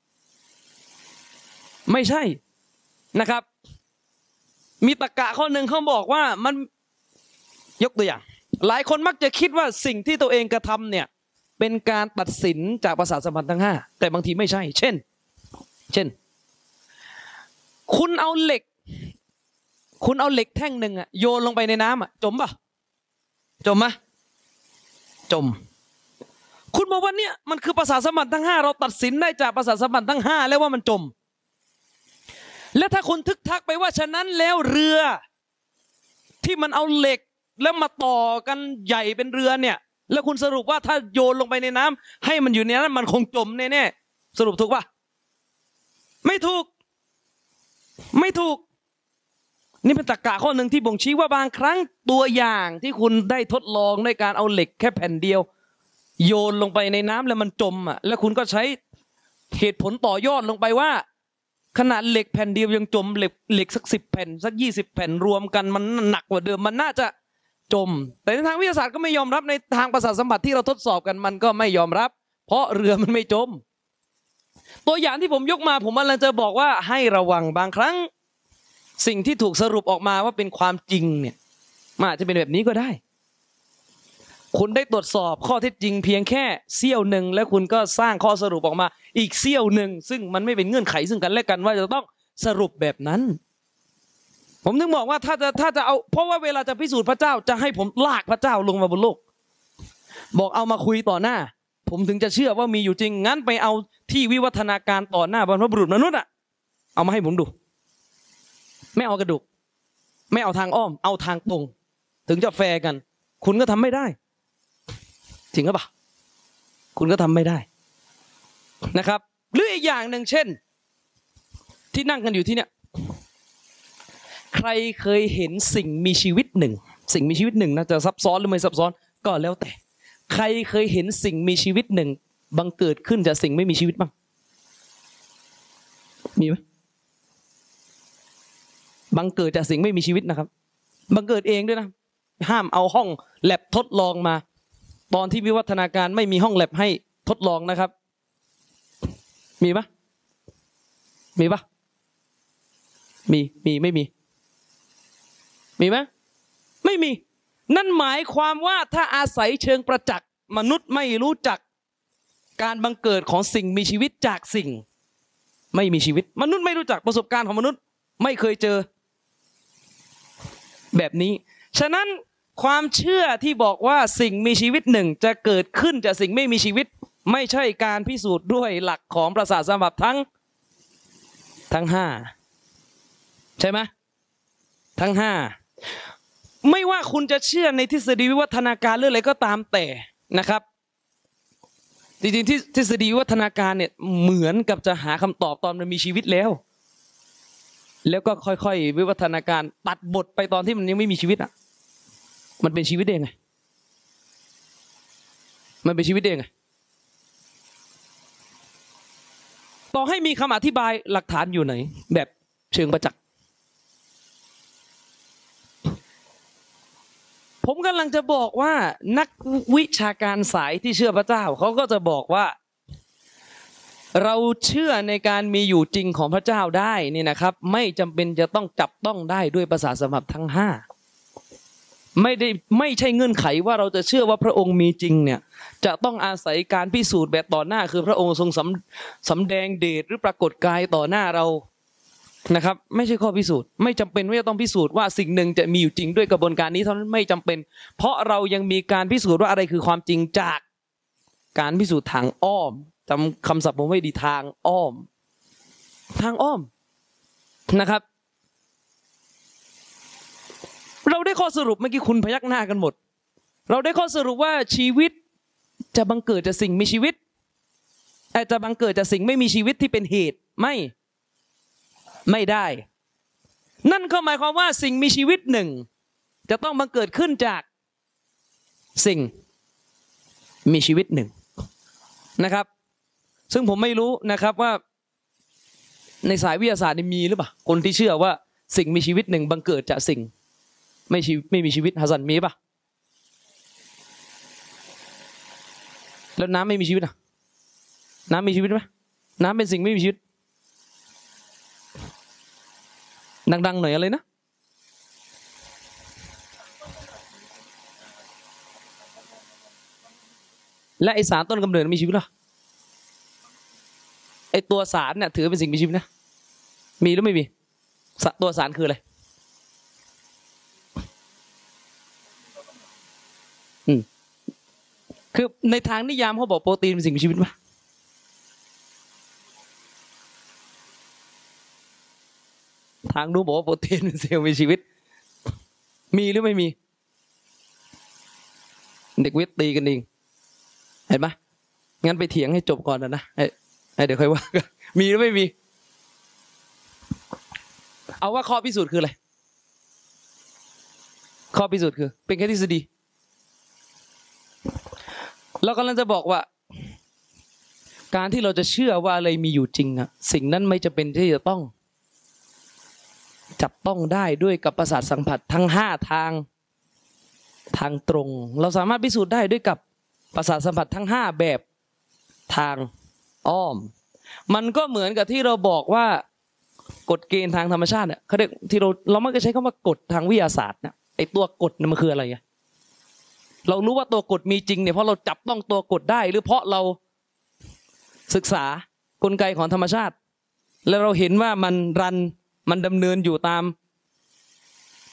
ไม่ใช่นะครับมีตรรกะข้อหนึ่งเขาบอกว่ามันยกตัวอย่างหลายคนมักจะคิดว่าสิ่งที่ตัวเองกระทำเนี่ยเป็นการตัดสินจากประสาทสัมผัสทั้งห้าแต่บางทีไม่ใช่เช่นเช่นคุณเอาเหล็กคุณเอาเหล็กแท่งหนึ่งอะโยนลงไปในน้ำอะจมป่ะจมไหมจมคุณบอกว่าเนี่ยมันคือประสาทสัมผัสทั้งห้าเราตัดสินได้จากประสาทสัมผัสทั้งห้าแล้วว่ามันจมและถ้าคุณทึกทักไปว่าฉะนั้นแล้วเรือที่มันเอาเหล็กแล้วมาต่อกันใหญ่เป็นเรือเนี่ยแล้วคุณสรุปว่าถ้าโยนลงไปในน้ำให้มันอยู่ในนั้นมันคงจมแน่ๆสรุปถูกป่ะไม่ถูกไม่ถูกนี่เป็นตรรกะข้อหนึ่งที่บ่งชี้ว่าบางครั้งตัวอย่างที่คุณได้ทดลองในการเอาเหล็กแค่แผ่นเดียวโยนลงไปในน้ำแล้วมันจมอ่ะแล้วคุณก็ใช้เหตุผลต่อยอดลงไปว่าขนาดเหล็กแผ่นเดียวยังจมเหล็กเหล็กสักสิบแผ่นสักยี่สิบแผ่นรวมกันมันหนักกว่าเดิมมันน่าจะจมแต่ในทางวิทยาศาสตร์ก็ไม่ยอมรับในทางประสาทสัมผัสที่เราทดสอบกันมันก็ไม่ยอมรับเพราะเรือมันไม่จมตัวอย่างที่ผมยกมาผมกำลังจะบอกว่าให้ระวังบางครั้งสิ่งที่ถูกสรุปออกมาว่าเป็นความจริงเนี่ยมันอาจจะเป็นแบบนี้ก็ได้คุณได้ตรวจสอบข้อเท็จจริงเพียงแค่เสี้ยวหนึ่งแล้วคุณก็สร้างข้อสรุปออกมาอีกเสี้ยวหนึ่งซึ่งมันไม่เป็นเงื่อนไขซึ่งกันและกันว่าจะต้องสรุปแบบนั้นผมถึงบอกว่าถ้าจะถ้าจะเอาเพราะว่าเวลาจะพิสูจน์พระเจ้าจะให้ผมลากพระเจ้าลงมาบนโลกบอกเอามาคุยต่อหน้าผมถึงจะเชื่อว่ามีอยู่จริงงั้นไปเอาที่วิวัฒนาการต่อหน้าบรรพบุรุษมนุษย์อะเอามาให้ผมดูไม่เอากระดูกไม่เอาทางอ้อมเอาทางตรงถึงจะแฟร์กันคุณก็ทำไม่ได้จริงหรือเปล่าคุณก็ทำไม่ได้นะครับหรืออีกอย่างหนึ่งเช่นที่นั่งกันอยู่ที่เนี่ยใครเคยเห็นสิ่งมีชีวิตหนึ่งสิ่งมีชีวิตหนึ่งนะจะซับซ้อนหรือไม่ซับซ้อนก็แล้วแต่ใครเคยเห็นสิ่งมีชีวิตหนึ่งบังเกิดขึ้นจากสิ่งไม่มีชีวิตบ้างมีไหมบังเกิดจากสิ่งไม่มีชีวิตนะครับบังเกิดเองด้วยนะห้ามเอาห้องแลบทดลองมาตอนที่วิวัฒนาการไม่มีห้องแลบให้ทดลองนะครับมีปะมีปะมีมีไม่มีมีไหมไม่มีนั่นหมายความว่าถ้าอาศัยเชิงประจักษ์มนุษย์ไม่รู้จักการบังเกิดของสิ่งมีชีวิตจากสิ่งไม่มีชีวิตมนุษย์ไม่รู้จักประสบการณ์ของมนุษย์ไม่เคยเจอแบบนี้ฉะนั้นความเชื่อที่บอกว่าสิ่งมีชีวิตหนึ่งจะเกิดขึ้นจากสิ่งไม่มีชีวิตไม่ใช่การพิสูจน์ด้วยหลักของประสาทสัมผัสทั้งทั้งห้าใช่ไหมทั้งห้าไม่ว่าคุณจะเชื่อในทฤษฎีวิวัฒนาการหรืออะไรก็ตามแต่นะครับจริงๆที่ทฤษฎีวิวัฒนาการเนี่ยเหมือนกับจะหาคำตอบตอนมันมีชีวิตแล้วแล้วก็ค่อยๆวิวัฒนาการตัดบทไปตอนที่มันยังไม่มีชีวิตอ่ะมันเป็นชีวิตเองไงมันเป็นชีวิตเองไงต่อให้มีคำอธิบายหลักฐานอยู่ไหนแบบเชิงประจักษ์ผมกำลังจะบอกว่านักวิชาการสายที่เชื่อพระเจ้าเขาก็จะบอกว่าเราเชื่อในการมีอยู่จริงของพระเจ้าได้นี่นะครับไม่จำเป็นจะต้องจับต้องได้ด้วยประสาทสัมผัสทั้งห้าไม่ได้ไม่ใช่เงื่อนไขว่าเราจะเชื่อว่าพระองค์มีจริงเนี่ยจะต้องอาศัยการพิสูจน์แบบต่อหน้าคือพระองค์ทรงสำสำแดงเดชหรือปรากฏกายต่อหน้าเรานะครับไม่ใช่ข้อพิสูจน์ไม่จำเป็นว่าจะต้องพิสูจน์ว่าสิ่งหนึ่งจะมีอยู่จริงด้วยกระบวนการนี้เท่านั้นไม่จำเป็นเพราะเรายังมีการพิสูจน์ว่าอะไรคือความจริงจากการพิสูจน์ทางอ้อมจำคำศัพท์ผมไว้ดีทางอ้อมทางอ้อมนะครับเราได้ข้อสรุปเมื่อกี้คุณพยักหน้ากันหมดเราได้ข้อสรุปว่าชีวิตจะบังเกิดจากสิ่งมีชีวิตแต่จะบังเกิดจากสิ่งไม่มีชีวิตที่เป็นเหตุไม่ไม่ได้นั่นก็หมายความว่าสิ่งมีชีวิตหนึ่งจะต้องบังเกิดขึ้นจากสิ่งมีชีวิตหนึ่งนะครับซึ่งผมไม่รู้นะครับว่าในสายวิทยาศาสตร์นี่มีหรือเปล่าคนที่เชื่อว่าสิ่งมีชีวิตหนึ่งบังเกิดจากสิ่งไม่ชีไม่มีชีวิตฮัสซันมีป่ะแล้วน้ำไม่มีชีวิตอ่ะน้ำมีชีวิตไหมน้ำเป็นสิ่งไม่มีชีวิตดังๆหน่อยอะไรนะและไอสารต้นกำเนิดมีชีวิตหรอไอตัวสารเนี่ยถือเป็นสิ่งมีชีวิตนะมีหรือไม่มีตัวสารคืออะไรอืมคือในทางนิยามเขาบอกโปรตีนเป็นสิ่งมีชีวิตปะทางนู้นบอกว่าโปรตีนเป็นเซลล์มีชีวิตมีหรือไม่มีเด็กวิทย์ตีกันเองเห็นไหมงั้นไปเถียงให้จบก่อนนะนะเดี๋ยวค่อยว่ากันมีหรือไม่มีเอาว่าข้อพิสูจน์คืออะไรข้อพิสูจน์คือเป็นแค่ทฤษฎีเรากำลังจะบอกว่าการที่เราจะเชื่อว่าอะไรมีอยู่จริงอะสิ่งนั้นไม่จำเป็นที่จะต้องจับต้องได้ด้วยกับประสาทสัมผัสทั้งห้าทางทางตรงเราสามารถพิสูจน์ได้ด้วยกับประสาทสัมผัสทั้งห้าแบบทางอ้อมมันก็เหมือนกับที่เราบอกว่ากฎเกณฑ์ทางธรรมชาติเนี่ยเขาเรียกที่เราเรามักจะใช้คำว่ากฎทางวิทยาศาสตร์เนี่ยไอตัวกฎเนี่ยมันคืออะไรอะเรารู้ว่าตัวกฎมีจริงเนี่ยเพราะเราจับต้องตัวกฎได้หรือเพราะเราศึกษากลไกของธรรมชาติแล้วเราเห็นว่ามันรันมันดำเนินอยู่ตาม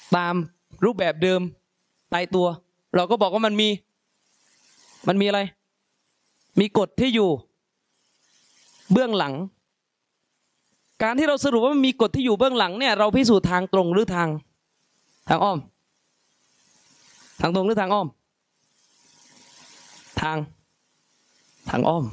ตามรูปแบบเดิมตายตัวเราก็บอกว่ามันมีมันมีอะไรมีกฎที่อยู่เบื้องหลังการที่เราสรุปว่ามันมีกฎที่อยู่เบื้องหลังเนี่ยเราพิสูจน์ทางตรงหรือทางทางอ้อมทางตรงหรือทางอ้อมทางทางอ้อม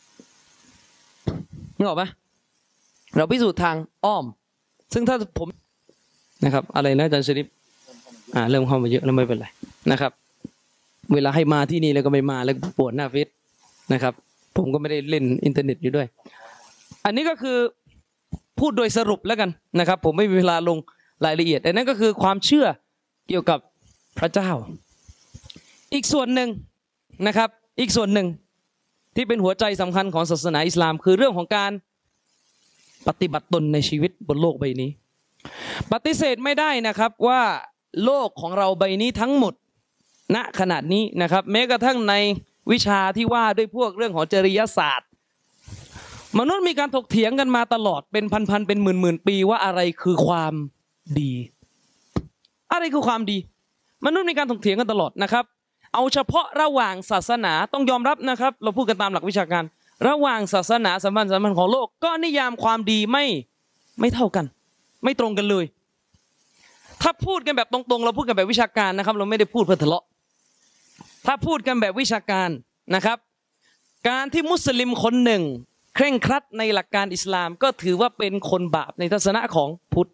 นึกออกปะเราพิสูจน์ทางอ้อมซึ่งถ้าผมนะครับอะไรนะอาจารย์ชริปอ่าเริ่มเข้ามาเยอะแล้วไม่เป็นไรนะครับเวลาให้มาที่นี่แล้วก็ไม่มาแล้วปวดหน้าเฟซนะครับผมก็ไม่ได้เล่นอินเทอร์เน็ตอยู่ด้วยอันนี้ก็คือพูดโดยสรุปแล้วกันนะครับผมไม่มีเวลาลงรายละเอียดแต่นั่นก็คือความเชื่อเกี่ยวกับพระเจ้าอีกส่วนหนึ่งนะครับอีกส่วนหนึ่งที่เป็นหัวใจสำคัญของศาสนาอิสลามคือเรื่องของการปฏิบัติตนในชีวิตบนโลกใบนี้ปฏิเสธไม่ได้นะครับว่าโลกของเราใบนี้ทั้งหมดณขณะนี้นะครับแม้กระทั่งในวิชาที่ว่าด้วยพวกเรื่องของจริยศาสตร์มนุษย์มีการถกเถียงกันมาตลอดเป็นพันๆเป็นหมื่นๆปีว่าอะไรคือความดีอะไรคือความดีมนุษย์มีการถกเถียงกันตลอดนะครับเอาเฉพาะระหว่างศาสนาต้องยอมรับนะครับเราพูดกันตามหลักวิชาการระหว่างศาสนาสัมพันธ์สัมพันธ์ของโลกก็นิยามความดีไม่ไม่เท่ากันไม่ตรงกันเลยถ้าพูดกันแบบตรงๆเราพูดกันแบบวิชาการนะครับเราไม่ได้พูดเพื่อทะเลาะถ้าพูดกันแบบวิชาการนะครับการที่มุสลิมคนหนึ่งเคร่งครัดในหลักการอิสลามก็ถือว่าเป็นคนบาปในทัศนะของพุทธ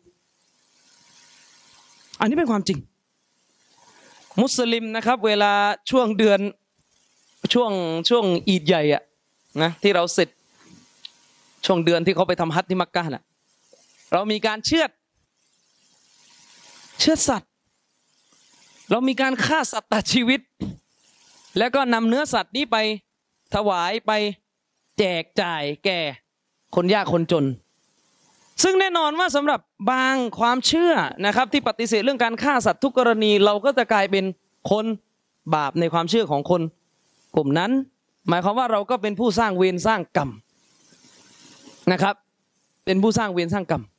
อันนี้เป็นความจริงมุสลิมนะครับเวลาช่วงเดือนช่วงช่วงอีดใหญ่อะนะที่เราเสร็จช่วงเดือนที่เขาไปทำฮัจญ์ที่มักกะฮ์น่ะเรามีการเชือดเชือดสัตว์เรามีการฆ่าสัตว์ตัดชีวิตแล้วก็นำเนื้อสัตว์นี้ไปถวายไปแจกจ่ายแก่คนยากคนจนซึ่งแน่นอนว่าสำหรับบางความเชื่อนะครับที่ปฏิเสธเรื่องการฆ่าสัตว์ทุกกรณีเราก็จะกลายเป็นคนบาปในความเชื่อของคนกลุ่มนั้นหมายความว่าเราก็เป็นผู้สร้างเวรสร้างกรรมนะครับเป็นผู้สร้างเวรสร้างกรรม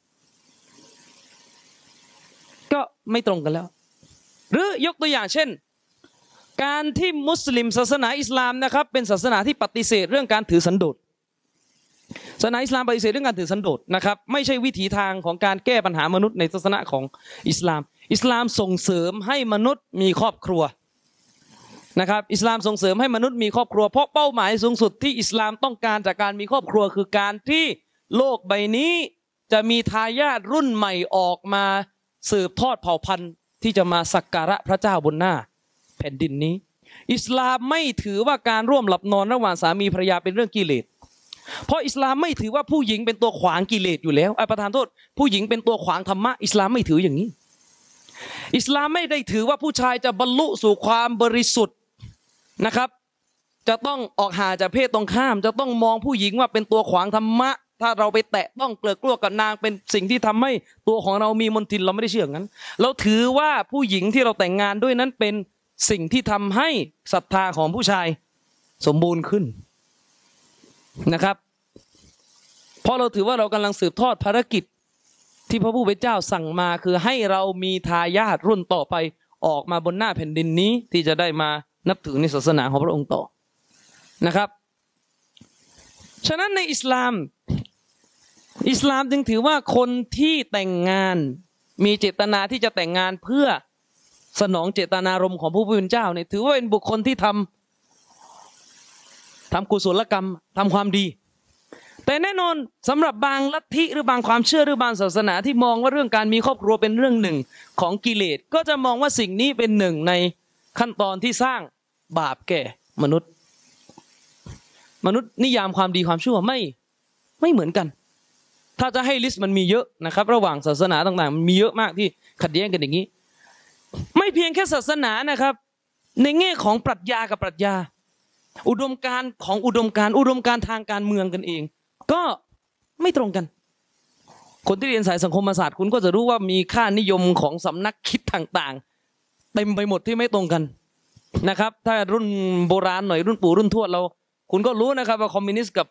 ก็ไม่ตรงกันแล้วหรือยกตัวอย่างเช่นการที่มุสลิมศาสนาอิสลามนะครับเป็นศาสนาที่ปฏิเสธเรื่องการถือสันโดษศาสนาอิสลามปฏิเสธเรื่องการถือสันโดษนะครับไม่ใช่วิถีทางของการแก้ปัญหามนุษย์ในศาสนาของอิสลามอิสลามส่งเสริมให้มนุษย์มีครอบครัวนะครับอิสลามส่งเสริมให้มนุษย์มีครอบครัวเพราะเป้าหมายสูงสุดที่อิสลามต้องการจากการมีครอบครัวคือการที่โลกใบนี้จะมีทายาทรุ่นใหม่ออกมาสืบทอดเผ่าพันธุ์ที่จะมาสักการะพระเจ้าบนหน้าแผ่นดินนี้อิสลามไม่ถือว่าการร่วมหลับนอนระหว่างสามีภรรยาเป็นเรื่องกิเลสเพราะอิสลามไม่ถือว่าผู้หญิงเป็นตัวขวางกิเลสอยู่แล้วอ่ะประทานโทษผู้หญิงเป็นตัวขวางธรรมะอิสลามไม่ถืออย่างนี้อิสลามไม่ได้ถือว่าผู้ชายจะบรรลุสู่ความบริสุทธิ์นะครับจะต้องออกห่างจากเพศตรงข้ามจะต้องมองผู้หญิงว่าเป็นตัวขวางธรรมะถ้าเราไปแตะต้องเกลือกลัวกับนางเป็นสิ่งที่ทำให้ตัวของเรามีมลทินเราไม่ได้เชื่ออย่างนั้นเราถือว่าผู้หญิงที่เราแต่งงานด้วยนั้นเป็นสิ่งที่ทำให้ศรัทธาของผู้ชายสมบูรณ์ขึ้นนะครับเพราะเราถือว่าเรากำลังสืบทอดภารกิจที่พระผู้เป็นเจ้าสั่งมาคือให้เรามีทายาทรุ่นต่อไปออกมาบนหน้าแผ่นดินนี้ที่จะได้มานับถือในศาสนาของพระองค์ต่อนะครับฉะนั้นในอิสลามอิสลามจึงถือว่าคนที่แต่งงานมีเจตนาที่จะแต่งงานเพื่อสนองเจตนารมณ์ของพระผู้เป็นเจ้าเนี่ยถือว่าเป็นบุคคลที่ทำทำกุศลกรรมทำความดีแต่แน่นอนสำหรับบางลัทธิหรือบางความเชื่อหรือบางศาสนาที่มองว่าเรื่องการมีครอบครัวเป็นเรื่องหนึ่งของกิเลสก็จะมองว่าสิ่งนี้เป็นหนึ่งในขั้นตอนที่สร้างบาปแก่มนุษย์มนุษย์นิยามความดีความชั่วไม่ไม่เหมือนกันถ้าจะให้ลิสต์มันมีเยอะนะครับระหว่างศาสนาต่างๆมันมีเยอะมากที่ขัดแย้งกันอย่างนี้ไม่เพียงแค่ศาสนานะครับในแง่ของปรัชญากับปรัชญาอุดมการณ์ของอุดมการณ์อุดมการณ์ทางการเมืองกันเองก็ไม่ตรงกันคนที่เรียนสายสังคมศาสตร์คุณก็จะรู้ว่ามีค่านิยมของสำนักคิดต่างๆเต็มไปหมดที่ไม่ตรงกันนะครับถ้ารุ่นโบราณหน่อยรุ่นปู่รุ่นทวดเราคุณก็รู้นะครับว่าคอมมิวนิสต์กับ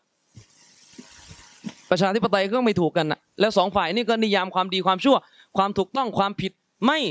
ประชาธิปไตยก็ไม่ถูกกันนะแล้วสองฝ่ายนี่ก็นิยามความดีความชั่วความถูกต้องความผิดไม่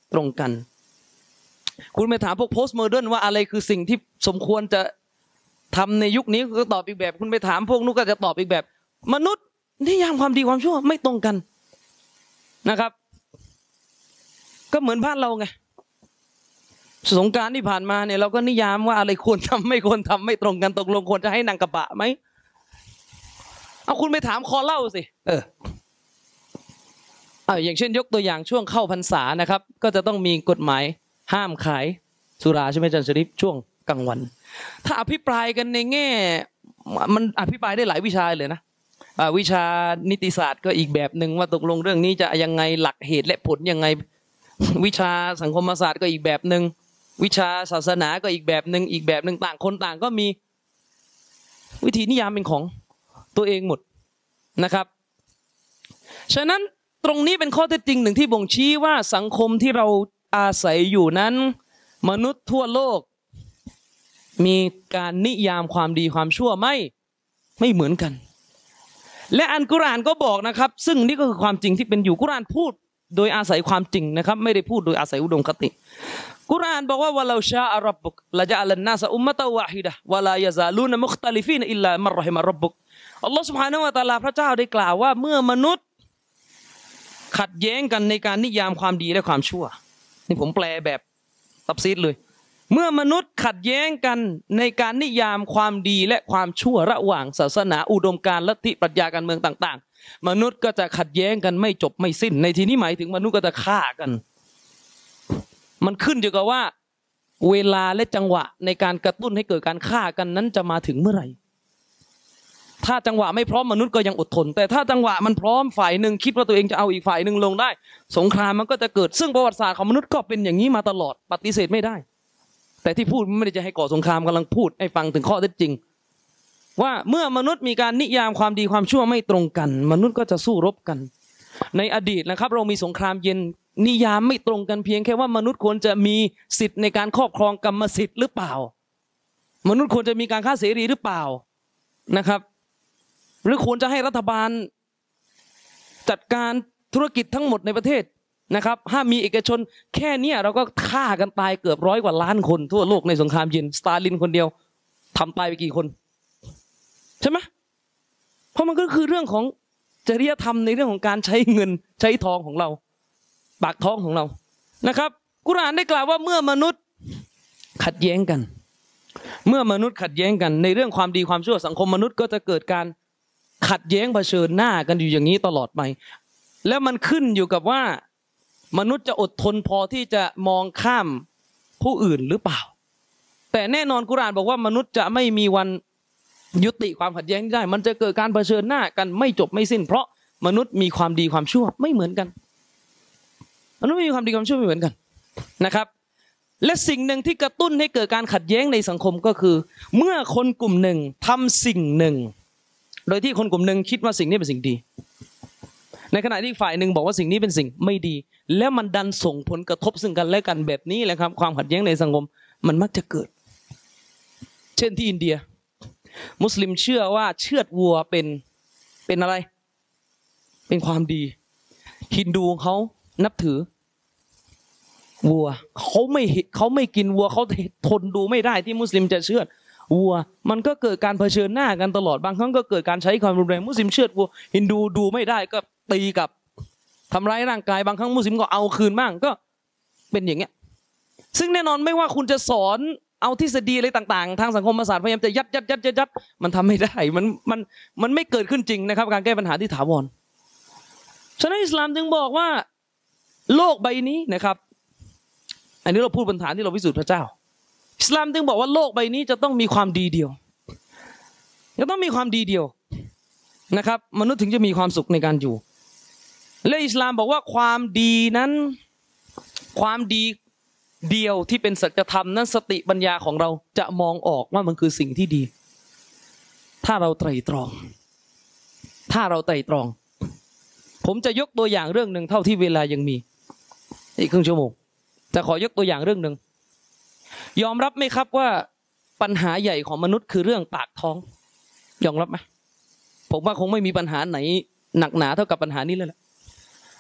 ตรงกันคุณไปถามพวกโพสต์โมเดิร์นว่าอะไรคือสิ่งที่สมควรจะทำในยุคนี้ก็ตอบอีกแบบคุณไปถามพวกนู้นก็จะตอบอีกแบบมนุษย์นิยามความดีความชั่วไม่ตรงกันนะครับก็เหมือนบ้านเราไงสงกรานต์ที่ผ่านมาเนี่ยเราก็นิยามว่าอะไรควรทำไม่ควรทำไม่ตรงกันตกลงควรจะให้นางกระบะไหมเอาคุณไปถามคอเหล้าสิเออเอาอย่างเช่นยกตัวอย่างช่วงเข้าพรรษานะครับก็จะต้องมีกฎหมายห้ามขายสุราใช่ไหมอาจารย์ชริฟช่วงกลางวันถ้าอภิปรายกันในแง่มันอภิปรายได้หลายวิชาเลยนะวิชานิติศาสตร์ก็อีกแบบหนึ่งว่าตกลงเรื่องนี้จะยังไงหลักเหตุและผลยังไงวิชาสังคมศาสตร์ก็อีกแบบหนึ่งวิชาศาสนาก็อีกแบบหนึ่งอีกแบบหนึ่งต่างคนต่างก็มีวิธีนิยามเป็นของตัวเองหมดนะครับฉะนั้นตรงนี้เป็นข้อเท็จจริงหนึ่งที่บ่งชี้ว่าสังคมที่เราอาศัยอยู่นั้นมนุษย์ทั่วโลกมีการนิยามความดีความชั่วไม่ไม่เหมือนกันและอัลกุรอานก็บอกนะครับซึ่งนี่ก็คือความจริงที่เป็นอยู่กุรอานพูดโดยอาศัยความจริงนะครับไม่ได้พูดโดยอาศัยอุดมคติกุรอานบอกว่าวะลาชาอะร็อบบุกละจะอัลนัสอุมมะตะวะฮิดะฮ์วะลายะซาลูนมุคตัลิฟีนอิลลามัรเราะฮิมะร็อบบุกอัลลอฮฺซุบฮานะฮูวะตะอาลาพระเจ้าได้กล่าวว่าเมื่อมนุษย์ขัดแย้งกันในการนิยามความดีและความชั่วนี่ผมแปลแบบตัฟซีรเลยเมื่อมนุษย์ขัดแย้งกันในการนิยามความดีและความชั่วระหว่างศาสนาอุดมการณ์ลัทธิปรัชญาการเมืองต่างๆมนุษย์ก็จะขัดแย้งกันไม่จบไม่สิ้นในที่นี้หมายถึงมนุษย์ก็จะฆ่ากันมันขึ้นอยู่กับว่าเวลาและจังหวะในการกระตุ้นให้เกิดการฆ่ากันนั้นจะมาถึงเมื่อไหร่ถ้าจังหวะไม่พร้อมมนุษย์ก็ยังอดทนแต่ถ้าจังหวะมันพร้อมฝ่ายหนึ่งคิดว่าตัวเองจะเอาอีกฝ่ายหนึ่งลงได้สงครามมันก็จะเกิดซึ่งประวัติศาสตร์ของมนุษย์ก็เป็นอย่างนี้มาตลอดปฏิเสธไม่ได้แต่ที่พูดไม่ได้จะให้ก่อสงครามกำลังพูดให้ฟังถึงข้อเท็จจริงว่าเมื่อมนุษย์มีการนิยามความดีความชั่วไม่ตรงกันมนุษย์ก็จะสู้รบกันในอดีตนะครับเรามีสงครามเย็นนิยามไม่ตรงกันเพียงแค่ว่ามนุษย์ควรจะมีสิทธิ์ในการครอบครองกรรมสิทธิ์หรือเปล่ามนุษย์ควรจะมีการค้าเสรีหรือเปล่านะครับหรือควรจะให้รัฐบาลจัดการธุรกิจทั้งหมดในประเทศนะครับห้ามมีเอกชนแค่นี้เราก็ฆ่ากันตายเกือบร้อยกว่าล้านคนทั่วโลกในสงครามเย็นสตาลินคนเดียวทำตายไปกี่คนใช่ไหมเพราะมันก็คือเรื่องของจริยธรรมในเรื่องของการใช้เงินใช้ทองของเราปากท้องของเรานะครับกุรอานได้กล่าวว่าเมื่อมนุษย์ขัดแย้งกันเมื่อมนุษย์ขัดแย้งกันในเรื่องความดีความชั่วสังคมมนุษย์ก็จะเกิดการขัดแย้งเผชิญหน้ากันอยู่อย่างนี้ตลอดไปแล้วมันขึ้นอยู่กับว่ามนุษย์จะอดทนพอที่จะมองข้ามผู้อื่นหรือเปล่าแต่แน่นอนกุรอานบอกว่ามนุษย์จะไม่มีวันยุติความขัดแย้งได้มันจะเกิดการเผชิญหน้ากันไม่จบไม่สิ้นเพราะมนุษย์มีความดีความชั่วไม่เหมือนกันมนุษย์มีความดีความชั่วไม่เหมือนกันนะครับและสิ่งหนึ่งที่กระตุ้นให้เกิดการขัดแย้งในสังคมก็คือเมื่อคนกลุ่มหนึ่งทำสิ่งหนึ่งโดยที่คนกลุ่มหนึ่งคิดว่าสิ่งนี้เป็นสิ่งดีในขณะที่ฝ่ายหนึ่งบอกว่าสิ่งนี้เป็นสิ่งไม่ดีแล้วมันดันส่งผลกระทบซึ่งกันและกันแบบนี้แหละครับความขัดแย้งในสังคมมันมักจะเกิดเช่นที่อินเดียมุสลิมเชื่อว่าเชือดวัวเป็นเป็นอะไรเป็นความดีฮินดูเขานับถือวัวเขาไม่เขาไม่กินวัวเขาทนดูไม่ได้ที่มุสลิมจะเชือดวัวมันก็เกิดการเผชิญหน้ากันตลอดบางครั้งก็เกิดการใช้ความรุนแรงมุสลิมเชือดวัวฮินดูดูไม่ได้ก็ตีกับทำร้ายร่างกายบางครั้งมุสลิมก็เอาคืนบ้างก็เป็นอย่างเงี้ยซึ่งแน่นอนไม่ว่าคุณจะสอนเอาทฤษฎีอะไรต่างๆทางสังคมศาสตร์พยายามจะยัดยัดยัดยัดยัดมันทำไม่ได้มันมันมันไม่เกิดขึ้นจริงนะครับการแก้ปัญหาที่ถาวรฉะนั้นอิสลามจึงบอกว่าโลกใบนี้นะครับอันนี้เราพูดบนฐานที่เราพิสูจน์พระเจ้าอิสลามจึงบอกว่าโลกใบนี้จะต้องมีความดีเดียวจะต้องมีความดีเดียวนะครับมนุษย์ถึงจะมีความสุขในการอยู่และอิสลามบอกว่าความดีนั้นความดีเดียวที่เป็นสัจธรรมนั้นสติปัญญาของเราจะมองออกว่ามันคือสิ่งที่ดีถ้าเราไตร่ตรองถ้าเราไตร่ตรองผมจะยกตัวอย่างเรื่องหนึ่งเท่าที่เวลายังมีอีกครึ่งชั่วโมงจะขอยกตัวอย่างเรื่องหนึ่งยอมรับไหมครับว่าปัญหาใหญ่ของมนุษย์คือเรื่องปากท้องยอมรับไหมผมว่าคงไม่มีปัญหาไหนหนักหนาเท่ากับปัญหานี้เลยแหละ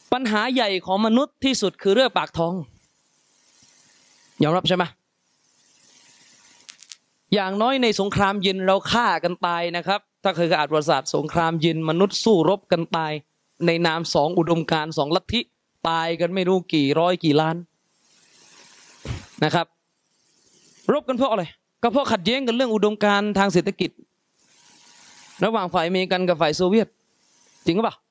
ปัญหาใหญ่ของมนุษย์ที่สุดคือเรื่องปากท้องยอมรับใช่ไหมอย่างน้อยในสงครามเย็นเราฆ่ากันตายนะครับถ้าเคยอ่านประวัติศาสตร์สงครามเย็นมนุษย์สู้รบกันตายในนามสองอุดมการณ์สองลัทธิตายกันไม่รู้กี่ร้อยกี่ล้านนะครับรบกันเพราะอะไรก็เพราะขัดแย้งกันเรื่องอุดมการณ์ทางเศรษฐกิจระหว่างฝ่ายอเมริกันกับฝ่ายโซเวียตจริงหรือเปล่า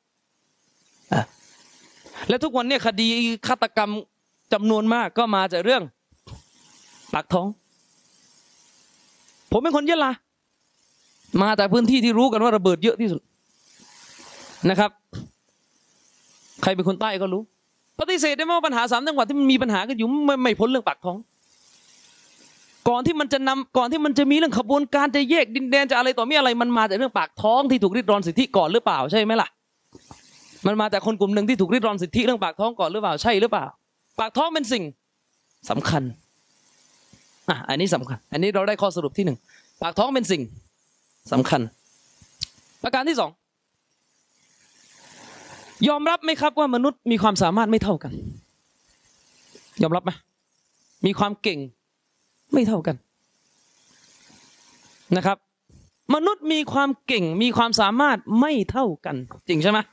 และทุกวันนี้คดีฆาตกรรมจำนวนมากก็มาจากเรื่องปากท้องผมเป็นคนยะลามาจากพื้นที่ที่รู้กันว่าระเบิดเยอะที่สุดนะครับใครเป็นคนใต้ก็รู้ปฏิเสธได้ไหมว่าปัญหาสามจังหวัดที่มันมีปัญหากันอยู่ไม่ไม่พ้นเรื่องปากท้องก่อนที่มันจะนำก่อนที่มันจะมีเรื่องขบวนการจะแยกดินแดนจะอะไรต่อมีอะไรมันมาจากเรื่องปากท้องที่ถูกริดรอนสิทธิก่อนหรือเปล่าใช่ไหมล่ะมันมาจากคนกลุ่มหนึ่งที่ถูกริดรอนสิทธิเรื่องปากท้องก่อนหรือเปล่าใช่หรือเปล่าปากท้องเป็นสิ่งสำคัญอ่ะอันนี้สำคัญอันนี้เราได้ข้อสรุปที่หนึ่งปากท้องเป็นสิ่งสำคัญประการที่สองยอมรับไหมครับว่ามนุษย์มีความสามารถไม่เท่ากันยอมรับไหมมีความเก่งไม่เท่ากันนะครับมนุษย์มีความเก่งมีความสามารถไม่เท่ากันจริงใช่ไหม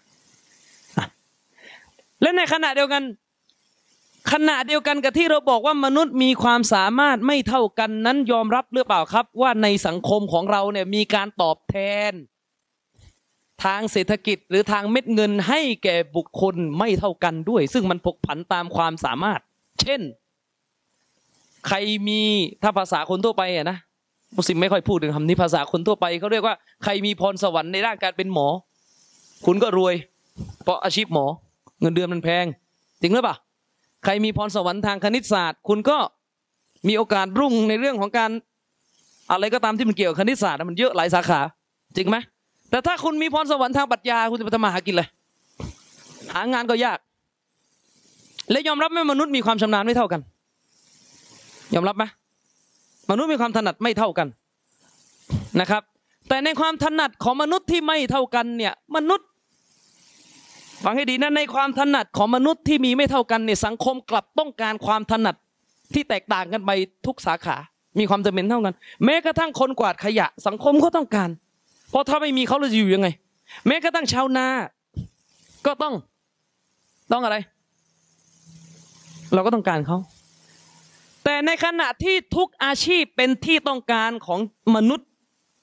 และในขณะเดียวกันขณะเดียวกันกับที่เราบอกว่ามนุษย์มีความสามารถไม่เท่ากันนั้นยอมรับหรือเปล่าครับว่าในสังคมของเราเนี่ยมีการตอบแทนทางเศรษฐกิจหรือทางเม็ดเงินให้แก่บุคคลไม่เท่ากันด้วยซึ่งมันผกผันตามความสามารถเช่นใครมีถ้าภาษาคนทั่วไปอะนะมุสลิมไม่ค่อยพูดถึงคำนี้ภาษาคนทั่วไปเขาเรียกว่าใครมีพรสวรรค์ในด้านการเป็นหมอคุณก็รวยเพราะอาชีพหมอเงินเดือนมันแพงจริงหรือเปล่าใครมีพรสวรรค์ทางคณิตศาสตร์คุณก็มีโอกาสรุ่งในเรื่องของการอะไรก็ตามที่มันเกี่ยวกับคณิตศาสตร์มันเยอะหลายสาขาจริงไหมแต่ถ้าคุณมีพรสวรรค์ทางปรัชญาคุณจะไปทำมาหากินเลยหางานก็ยากและยอมรับไหมมนุษย์มีความชำนาญไม่เท่ากันยอมรับไหมมนุษย์มีความถนัดไม่เท่ากันนะครับแต่ในความถนัดของมนุษย์ที่ไม่เท่ากันเนี่ยมนุษย์ฟังให้ดีนะในความถนัดของมนุษย์ที่มีไม่เท่ากันเนี่ยสังคมกลับต้องการความถนัดที่แตกต่างกันไปทุกสาขามีความจำเป็นเท่ากันแม้กระทั่งคนกวาดขยะสังคมก็ต้องการเพราะถ้าไม่มีเขาเราจะอยู่ยังไงแม้กระทั่งชาวนาก็ต้องต้องอะไรเราก็ต้องการเขาแต่ในขณะที่ทุกอาชีพเป็นที่ต้องการของมนุษย์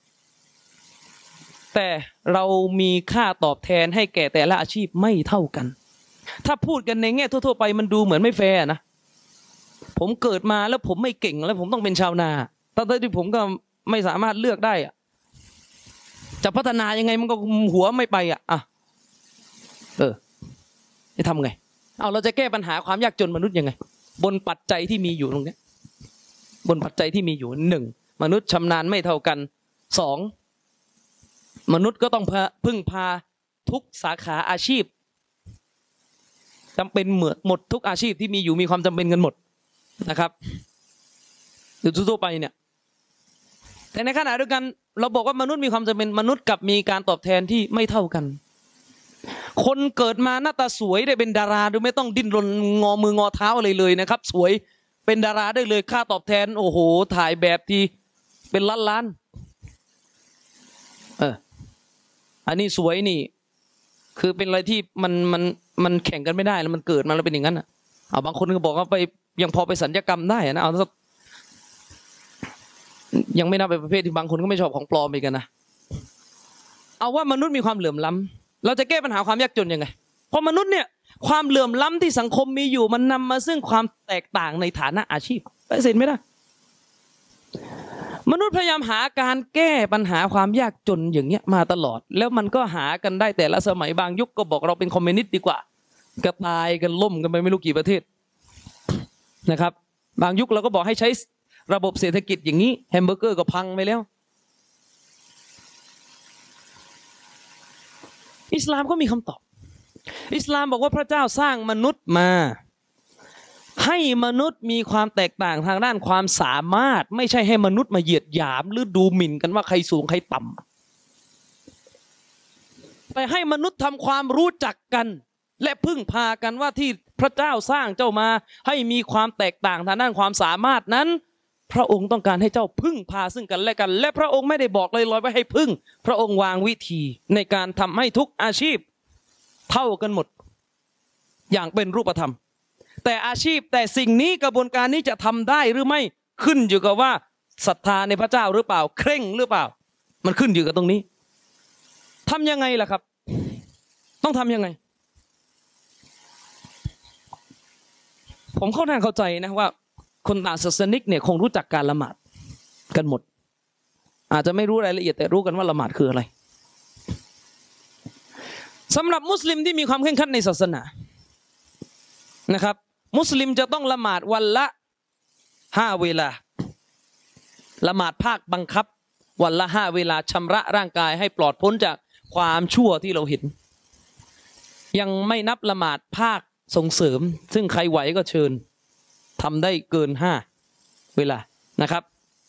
แต่เรามีค่าตอบแทนให้แก่แต่ละอาชีพไม่เท่ากันถ้าพูดกันในแง่ทั่วๆไปมันดูเหมือนไม่แฟร์นะผมเกิดมาแล้วผมไม่เก่งแล้วผมต้องเป็นชาวนาตั้งแต่ที่ผมก็ไม่สามารถเลือกได้อะจะพัฒนายังไงมันก็หัวไม่ไปอ่ะอ่ะเออจะทำไงเอาเราจะแก้ปัญหาความยากจนมนุษย์ยังไงบนปัจจัยที่มีอยู่ตรงนี้บนปัจจัยที่มีอยู่หนึ่งมนุษย์ชำนาญไม่เท่ากันสองมนุษย์ก็ต้องพึ่งพาทุกสาขาอาชีพจำเป็นเหมือนหมดทุกอาชีพที่มีอยู่มีความจำเป็นกันหมดนะครับหรือทั่วไปเนี่ยแต่ในขณะเดียวกันเราบอกว่ามนุษย์มีความจำเป็นมนุษย์กับมีการตอบแทนที่ไม่เท่ากันคนเกิดมาหน้าตาสวยได้เป็นดาราโดยไม่ต้องดิ้นรนงอมืองอเท้าอะไรเลยนะครับสวยเป็นดาราได้เลยค่าตอบแทนโอ้โหถ่ายแบบที่เป็นล้านล้านเอออันนี้สวยนี่คือเป็นอะไรที่มันมันมันแข่งกันไม่ได้แล้วมันเกิดมาแล้วเป็นอย่างนั้นอ่ะเอาบางคนก็บอกว่าไปยังพอไปสัญญกรรมได้นะเอายังไม่นับเป็นประเภทที่บางคนก็ไม่ชอบของปลอมอีกกันนะเอาว่ามนุษย์มีความเหลื่อมล้ำเราจะแก้ปัญหาความยากจนยังไงเพราะมนุษย์เนี่ยความเหลื่อมล้ำที่สังคมมีอยู่มันนำมาซึ่งความแตกต่างในฐานะอาชีพปฏิเสธไม่ได้มนุษย์พยายามหาการแก้ปัญหาความยากจนอย่างเงี้ยมาตลอดแล้วมันก็หากันได้แต่ละสมัยบางยุคก็บอกเราเป็นคอมมิวนิสต์ดีกว่าก็ตายกันล่มกันไปไม่รู้กี่ประเทศนะครับบางยุคเราก็บอกให้ใช้ระบบเศรษฐกิจอย่างนี้แฮมเบอร์เกอร์ก็พังไปแล้วอิสลามก็มีคำตอบอิสลามบอกว่าพระเจ้าสร้างมนุษย์มาให้มนุษย์มีความแตกต่างทางด้านความสามารถไม่ใช่ให้มนุษย์มาเหยียดหยามหรือดูหมิ่นกันว่าใครสูงใครต่ำแต่ให้มนุษย์ทำความรู้จักกันและพึ่งพากันว่าที่พระเจ้าสร้างเจ้ามาให้มีความแตกต่างทางด้านความสามารถนั้นพระองค์ต้องการให้เจ้าพึ่งพาซึ่งกันและกันและพระองค์ไม่ได้บอกลอยๆไว้ให้พึ่งพระองค์วางวิธีในการทำให้ทุกอาชีพเท่ากันหมดอย่างเป็นรูปธรรมแต่อาชีพแต่สิ่งนี้กระบวนการนี้จะทำได้หรือไม่ขึ้นอยู่กับว่าศรัทธาในพระเจ้าหรือเปล่าเคร่งหรือเปล่ามันขึ้นอยู่กับตรงนี้ทำยังไงล่ะครับต้องทำยังไงผมเข้าทางเข้าใจนะว่าคนต่างศาสนิกเนี่ยคงรู้จักการละหมาดกันหมดอาจจะไม่รู้รายละเอียดแต่รู้กันว่าละหมาดคืออะไรสำหรับมุสลิมที่มีความเคร่งครัดในศาสนานะครับมุสลิมจะต้องละหมาดวันละห้าเวลาละหมาดภาคบังคับวันละห้าเวลาชำระร่างกายให้ปลอดพ้นจากความชั่วที่เราเห็นยังไม่นับละหมาดภาคส่งเสริมซึ่งใครไหวก็เชิญทำได้เกินห้าเวลานะครับ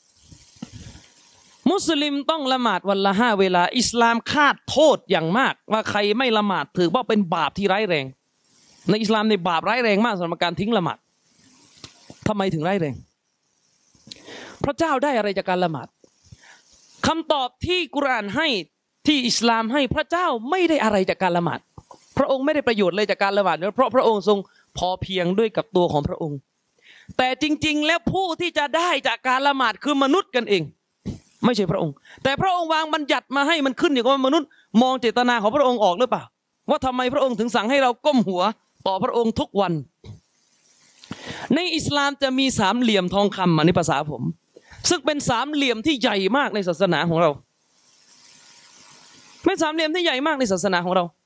มุสลิมต้องละหมาดวันละห้าเวลาอิสลามคาดโทษอย่างมากว่าใครไม่ละหมาดถือว่าเป็นบาปที่ร้ายแรงในอิสลามในบาปร้ายแรงมากสำหรับการทิ้งละหมาดทำไมถึงร้ายแรงพระเจ้าได้อะไรจากการละหมาดคำตอบที่กุรอานให้ที่อิสลามให้พระเจ้าไม่ได้อะไรจากการละหมาดพระองค์ไม่ได้ประโยชน์เลยจากการละหมาดเพราะพระองค์ทรงพอเพียงด้วยกับตัวของพระองค์แต่จริงๆแล้วผู้ที่จะได้จากการละหมาดคือมนุษย์กันเองไม่ใช่พระองค์แต่พระองค์วางบัญญัติมาให้มันขึ้นอยู่กับว่ามนุษย์มองเจตนาของพระองค์ออกหรือเปล่าว่าทำไมพระองค์ถึงสั่งให้เราก้มหัวต่อพระองค์ทุกวันในอิสลามจะมีสามเหลี่ยมทองคำในภาษาผมซึ่งเป็นสามเหลี่ยมที่ใหญ่มากในศาสนาของเราเป็นสามเหลี่ยมที่ใหญ่มากในศาสนาของเรา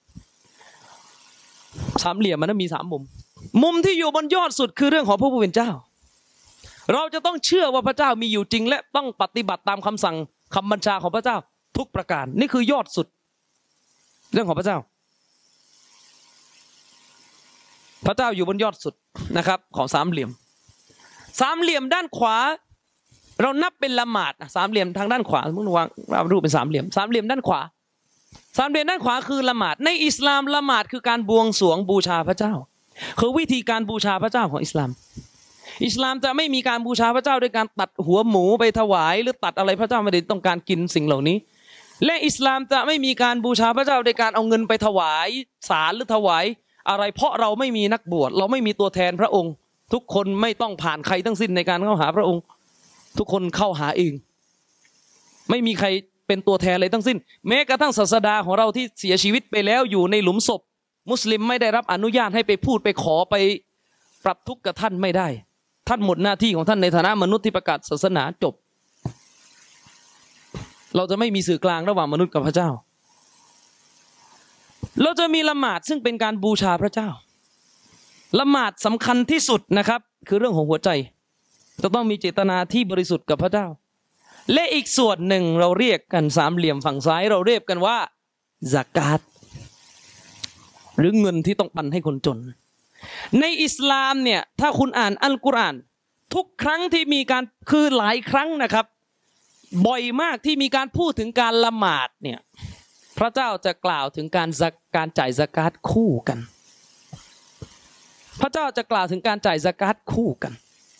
สามเหลี่ยมมันมีสามมุมมุมที่อยู่บนยอดสุดคือเรื่องของพระผู้เป็นเจ้าเราจะต้องเชื่อว่าพระเจ้ามีอยู่จริงและต้องปฏิบัติตามคำสั่งคำบัญชาของพระเจ้าทุกประการนี่คือยอดสุดเรื่องของพระเจ้าพระเจ้าอยู่บนยอดสุดนะครับของสามเหลี่ยมสามเหลี่ยมด้านขวาเรานับเป็นละหมาดสามเหลี่ยมทางด้านขวามึงวางเราดูเป็นสามเหลี่ยมสามเหลี่ยมด้านขวาสามเหลี่ยมด้านขวาคือละหมาดในอิสลามละหมาดคือการบวงสรวงบูชาพระเจ้าคือวิธีการบูชาพระเจ้าของอิสลามอิสลามจะไม่มีการบูชาพระเจ้าด้วยการตัดหัวหมูไปถวายหรือตัดอะไรพระเจ้าไม่ได้ต้องการกินสิ่งเหล่านี้และอิสลามจะไม่มีการบูชาพระเจ้าด้วยการเอาเงินไปถวายสารหรือถวายอะไรเพราะเราไม่มีนักบวชเราไม่มีตัวแทนพระองค์ทุกคนไม่ต้องผ่านใครทั้งสิ้นในการเข้าหาพระองค์ทุกคนเข้าหาเองไม่มีใครเป็นตัวแทนเลยทั้งสิ้นแม้กระทั่งศาสดาของเราที่เสียชีวิตไปแล้วอยู่ในหลุมศพมุสลิมไม่ได้รับอนุญาตให้ไปพูดไปขอไปปรับทุกข์กับท่านไม่ได้ท่านหมดหน้าที่ของท่านในฐานะมนุษย์ที่ประกาศศาสนาจบเราจะไม่มีสื่อกลางระหว่างมนุษย์กับพระเจ้าเราจะมีละหมาดซึ่งเป็นการบูชาพระเจ้าละหมาดสำคัญที่สุดนะครับคือเรื่องของหัวใจจะต้องมีเจตนาที่บริสุทธิ์กับพระเจ้าและอีกส่วนหนึ่งเราเรียกกันสามเหลี่ยมฝั่งซ้ายเราเรียกกันว่าซากาตหรือเงินที่ต้องปันให้คนจนในอิสลามเนี่ยถ้าคุณอ่านอัลกุรอานทุกครั้งที่มีการคือหลายครั้งนะครับบ่อยมากที่มีการพูดถึงการละหมาดเนี่ยพระเจ้าจะกล่าวถึงการการจ่ายซากาตคู่กันพระเจ้าจะกล่าวถึงการจ่ายซากาตคู่กัน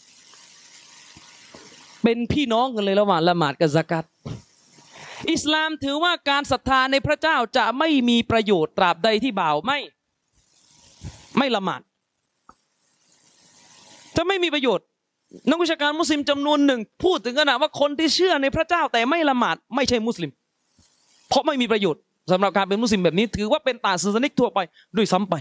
เป็นพี่น้องกันเลยระหว่างละหมาดกับซากาตอิสลามถือว่าการศรัทธาในพระเจ้าจะไม่มีประโยชน์ตราบใดที่บ่าวไม่ไม่ละหมาดจะไม่มีประโยชน์นักวิชาการมุสลิมจำนวนหนึ่งพูดถึงขนาดว่าคนที่เชื่อในพระเจ้าแต่ไม่ละหมาดไม่ใช่มุสลิมเพราะไม่มีประโยชน์สำหรับการเป็นมุสลิมแบบนี้ถือว่าเป็นต่างศาสนิกทั่วไปด้วยซ้ำไป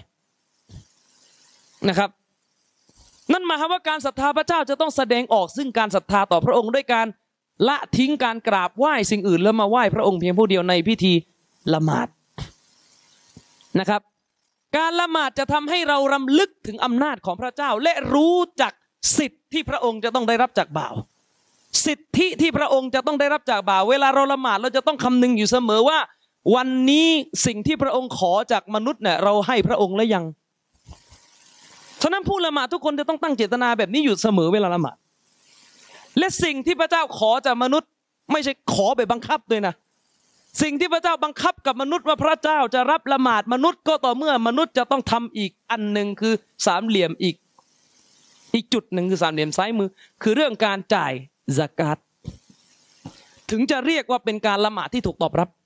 นะครับนั่นหมายความว่าการศรัทธาพระเจ้าจะต้องแสดงออกซึ่งการศรัทธาต่อพระองค์ด้วยการละทิ้งการกราบไหว้สิ่งอื่นแล้วมาไหว้พระองค์เพียงผู้เดียวในพิธีละหมาดนะครับการละหมาดจะทำให้เรารำลึกถึงอำนาจของพระเจ้าและรู้จักสิทธิ์ที่พระองค์จะต้องได้รับจากบ่าวสิทธิที่พระองค์จะต้องได้รับจากบ่าวเวลาเราละหมาดเราจะต้องคำนึงอยู่เสมอว่าวันนี้สิ่งที่พระองค์ขอจากมนุษย์เนี่ยเราให้พระองค์แล้วยังฉะนั้นผู้ละหมาดทุกคนจะต้องตั้งเจตนาแบบนี้อยู่เสมอเวลาละหมาดและสิ่งที่พระเจ้าขอจากมนุษย์ไม่ใช่ขอแบบบังคับด้วยนะสิ่งที่พระเจ้าบังคับกับมนุษย์ว่าพระเจ้าจะรับละหมาดมนุษย์ก็ต่อเมื่อมนุษย์จะต้องทำอีกอันหนึ่งคือสามเหลี่ยมอีกอีกจุดหนึ่งคือสามเหลี่ยมซ้ายมือคือเรื่องการจ่ายซะกาตถึงจะเรียกว่าเป็นการละหมาดที่ถูกตอบรับ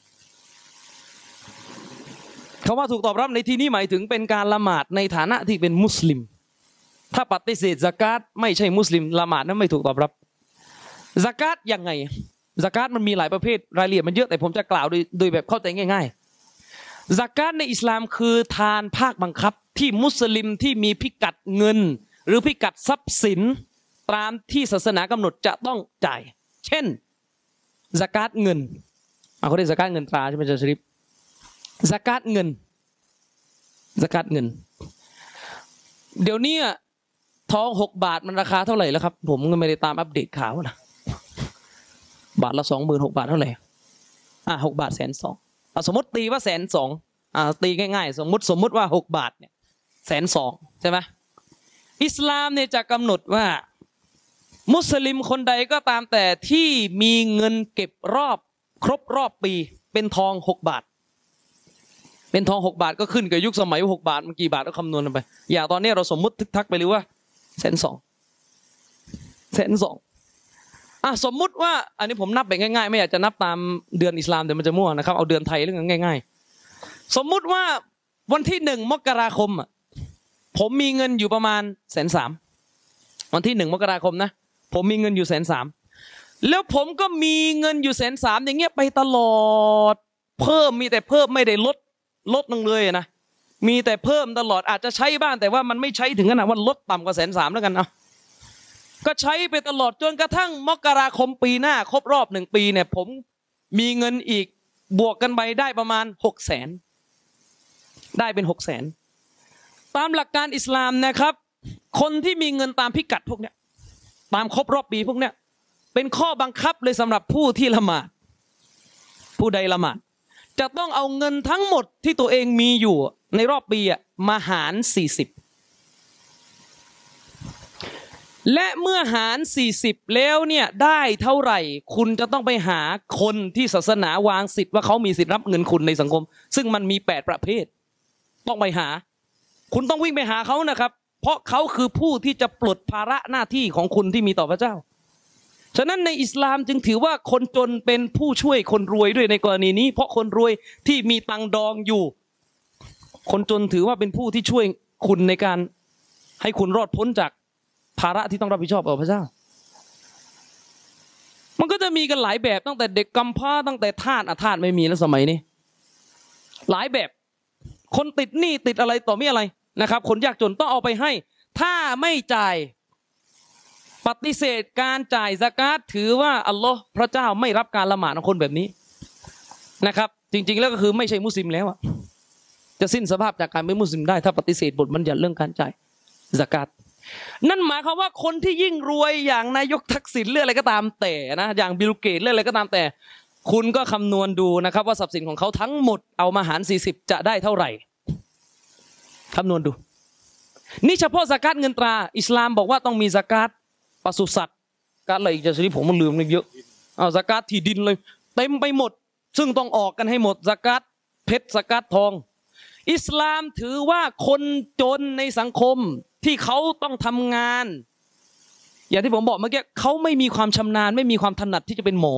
คำว่าถูกตอบรับในที่นี้หมายถึงเป็นการละหมาดในฐานะที่เป็นมุสลิมถ้าปฏิเสธซะกาตไม่ใช่มุสลิมละหมาดนั้นไม่ถูกตอบรับซะกาตยังไงซะกาตมันมีหลายประเภทรายละเอียดมันเยอะแต่ผมจะกล่าวโดยโดยแบบเข้าใจง่ายๆซะกาตในอิสลามคือทานภาคบังคับที่มุสลิมที่มีพิกัดเงินหรือพิกัดทรัพย์สินตามที่ศาสนากำหนดจะต้องจ่ายเช่นซะกาตเงินเอาเขาเรียกซะกาตเงินตราใช่ไหมจ๊ะชริฟซะกาตเงินซะกาตเงินเดี๋ยวนี้ทองหกบาทมันราคาเท่าไหร่แล้วครับผมก็ไม่ได้ตามอัปเดตข่าวนะบาทละสองหมื่นหกบาทเท่าไหร่อ่ะหกบาทแสนสองสมมติตีว่าแสนสองอ่าตีง่ายๆสมมติสมมติว่าหกบาทเนี่ยแสนสองใช่ไหมอิสลามเนี่ยจะกำหนดว่ามุสลิมคนใดก็ตามแต่ที่มีเงินเก็บรอบครบรอบปีเป็นทองหกบาทเป็นทองหกบาทก็ขึ้นกับยุคสมัยหกบาทมันกี่บาทก็คำนวณไปอย่างตอนนี้เราสมมติทึกทักไปเลยว่าแสนสองแสนสองอ่ะสมมุติว่าอันนี้ผมนับแบบง่ายๆไม่อยากจะนับตามเดือนอิสลามเดี๋ยวมันจะมั่วนะครับเอาเดือนไทยเรื่องง่ายๆสมมุติว่าวันที่หนึ่งมกราคมอ่ะผมมีเงินอยู่ประมาณแสนสามวันที่หนึ่งมกราคมนะผมมีเงินอยู่แสนสามแล้วผมก็มีเงินอยู่แสนสามอย่างเงี้ยไปตลอดเพิ่มมีแต่เพิ่มไม่ได้ลดลดลงเลยนะมีแต่เพิ่มตลอดอาจจะใช้บ้างแต่ว่ามันไม่ใช้ถึงขนาดว่าลดต่ำกว่าแสนสามแล้วกันเอาก็ใช้ไปตลอดจนกระทั่งมกราคมปีหน้าครบรอบหนึ่งปีเนี่ยผมมีเงินอีกบวกกันไปได้ประมาณหกแสนได้เป็นหกแสนตามหลักการอิสลามนะครับคนที่มีเงินตามพิกัดพวกเนี้ยตามครบรอบปีพวกเนี้ยเป็นข้อบังคับเลยสำหรับผู้ที่ละหมาดผู้ใดละหมาดจะต้องเอาเงินทั้งหมดที่ตัวเองมีอยู่ในรอบปีอ่ะมาหารสี่สิบและเมื่อหารสี่สิบแล้วเนี่ยได้เท่าไหร่คุณจะต้องไปหาคนที่ศาสนาวางสิทธิ์ว่าเขามีสิทธิ์รับเงินคุณในสังคมซึ่งมันมีแปดประเภทต้องไปหาคุณต้องวิ่งไปหาเขานะครับเพราะเขาคือผู้ที่จะปลดภาระหน้าที่ของคุณที่มีต่อพระเจ้าฉะนั้นในอิสลามจึงถือว่าคนจนเป็นผู้ช่วยคนรวยด้วยในกรณีนี้เพราะคนรวยที่มีตังดองอยู่คนจนถือว่าเป็นผู้ที่ช่วยคุณในการให้คุณรอดพ้นจากภาระที่ต้องรับผิดชอบต่อพระเจ้ามันก็จะมีกันหลายแบบตั้งแต่เด็กกำพร้าตั้งแต่ทาสอ่ะทาสไม่มีแล้วสมัยนี้หลายแบบคนติดหนี้ติดอะไรต่อมีอะไรนะครับคนยากจนต้องเอาไปให้ถ้าไม่จ่ายปฏิเสธการจ่ายซะกาตถือว่าอัลลอฮ์พระเจ้าไม่รับการละหมาดของคนแบบนี้นะครับจริงๆแล้วก็คือไม่ใช่มุสลิมแล้วอะจะสิ้นสภาพจากการเป็นมุสลิมได้ถ้าปฏิเสธบทบัญญัติเรื่องการจ่ายซะกาตนั่นหมายความว่าคนที่ยิ่งรวยอย่างนายกทักษิณเรื่องอะไรก็ตามแต่นะอย่างบิลเกตเรื่องอะไรก็ตามแต่คุณก็คำนวณดูนะครับว่าทรัพย์สินของเขาทั้งหมดเอามาหารสี่สิบจะได้เท่าไหร่คำนวณดูนี่เฉพาะซะกาตเงินตราอิสลามบอกว่าต้องมีซะกาตปศุสัตว์การอะไรอีกจะชนิดผมมันลืมเลยเยอะเอาซะกาตที่ดินเลยเต็มไปหมดซึ่งต้องออกกันให้หมดซะกาตเพชรซะกาตทองอิสลามถือว่าคนจนในสังคมที่เขาต้องทำงานอย่างที่ผมบอกเมื่อกี้เขาไม่มีความชำนาญไม่มีความถนัดที่จะเป็นหมอ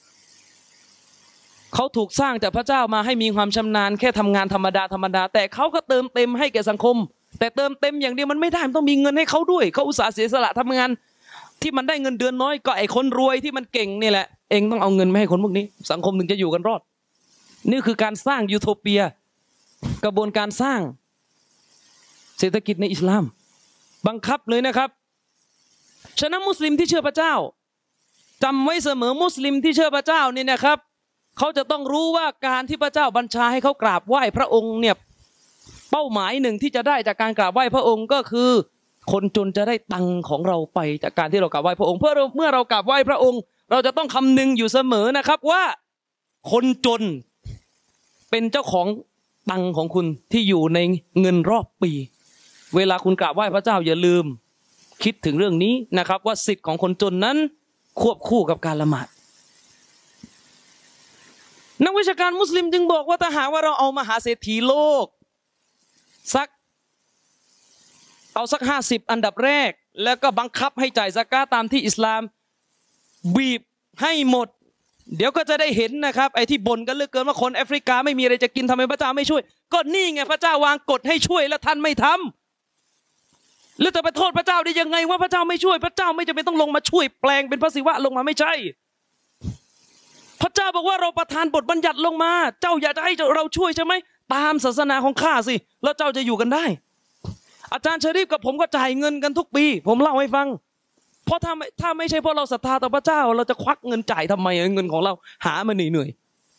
เขาถูกสร้างจากพระเจ้ามาให้มีความชำนาญแค่ทำงานธรรมดาธรรมดาแต่เขาก็เติมเต็มให้แก่สังคมแต่เติมเต็มอย่างเดียวมันไม่ได้มันต้องมีเงินให้เขาด้วยเขาอุตส่าห์เสียสละทำงานที่มันได้เงินเดือนน้อยก็ไอ้คนรวยที่มันเก่งนี่แหละเองต้องเอาเงินมาให้คนพวกนี้สังคมถึงจะอยู่กันรอดนี่คือการสร้างยูโทเปียกระบวนการสร้างเศรษฐกิจในอิสลามบังคับเลยนะครับฉะนั้นมุสลิมที่เชื่อพระเจ้าจำไว้เสมอมุสลิมที่เชื่อพระเจ้านี่นะครับเขาจะต้องรู้ว่าการที่พระเจ้าบัญชาให้เขากราบไหว้พระองค์เนี่ยเป้าหมายหนึ่งที่จะได้จากการกราบไหว้พระองค์ก็คือคนจนจะได้ตังค์ของเราไปจากการที่เรากราบไหว้พระองค์เพื่อเมื่อเรากราบไหว้พระองค์เราจะต้องคำนึงอยู่เสมอนะครับว่าคนจนเป็นเจ้าของตังค์ของคุณที่อยู่ในเงินรอบปีเวลาคุณกราบไหว้พระเจ้าอย่าลืมคิดถึงเรื่องนี้นะครับว่าสิทธิ์ของคนจนนั้นควบคู่กับการละหมาดนักวิชาการมุสลิมจึงบอกว่าถ้าหากว่าเราเอามหาเศรษฐีโลกสักเอาสักห้าสิบอันดับแรกแล้วก็บังคับให้จ่ายซะกาตตามที่อิสลามบีบให้หมดเดี๋ยวก็จะได้เห็นนะครับไอ้ที่บ่นกันเหลือเกินว่าคนแอฟริกาไม่มีอะไรจะกินทำไมพระเจ้าไม่ช่วยก็นี่ไงพระเจ้าวางกฎให้ช่วยแล้วท่านไม่ทำแล้วจะไปโทษพระเจ้าได้ยังไงว่าพระเจ้าไม่ช่วยพระเจ้าไม่จำเป็นต้องลงมาช่วยแปลงเป็นพระศิวะลงมาไม่ใช่พระเจ้าบอกว่าเราประทานบทบัญญัติลงมาเจ้าอยากจะให้เราช่วยใช่ไหมตามศาสนาของข้าสิแล้วเจ้าจะอยู่กันได้อาจารย์ชะรีฟกับผมก็จ่ายเงินกันทุกปีผมเล่าให้ฟังเพราะถ้าไม่ถ้าไม่ใช่เพราะเราศรัทธาต่อพระเจ้าเราจะควักเงินจ่ายทำไมเงินของเราหามาเหนื่อย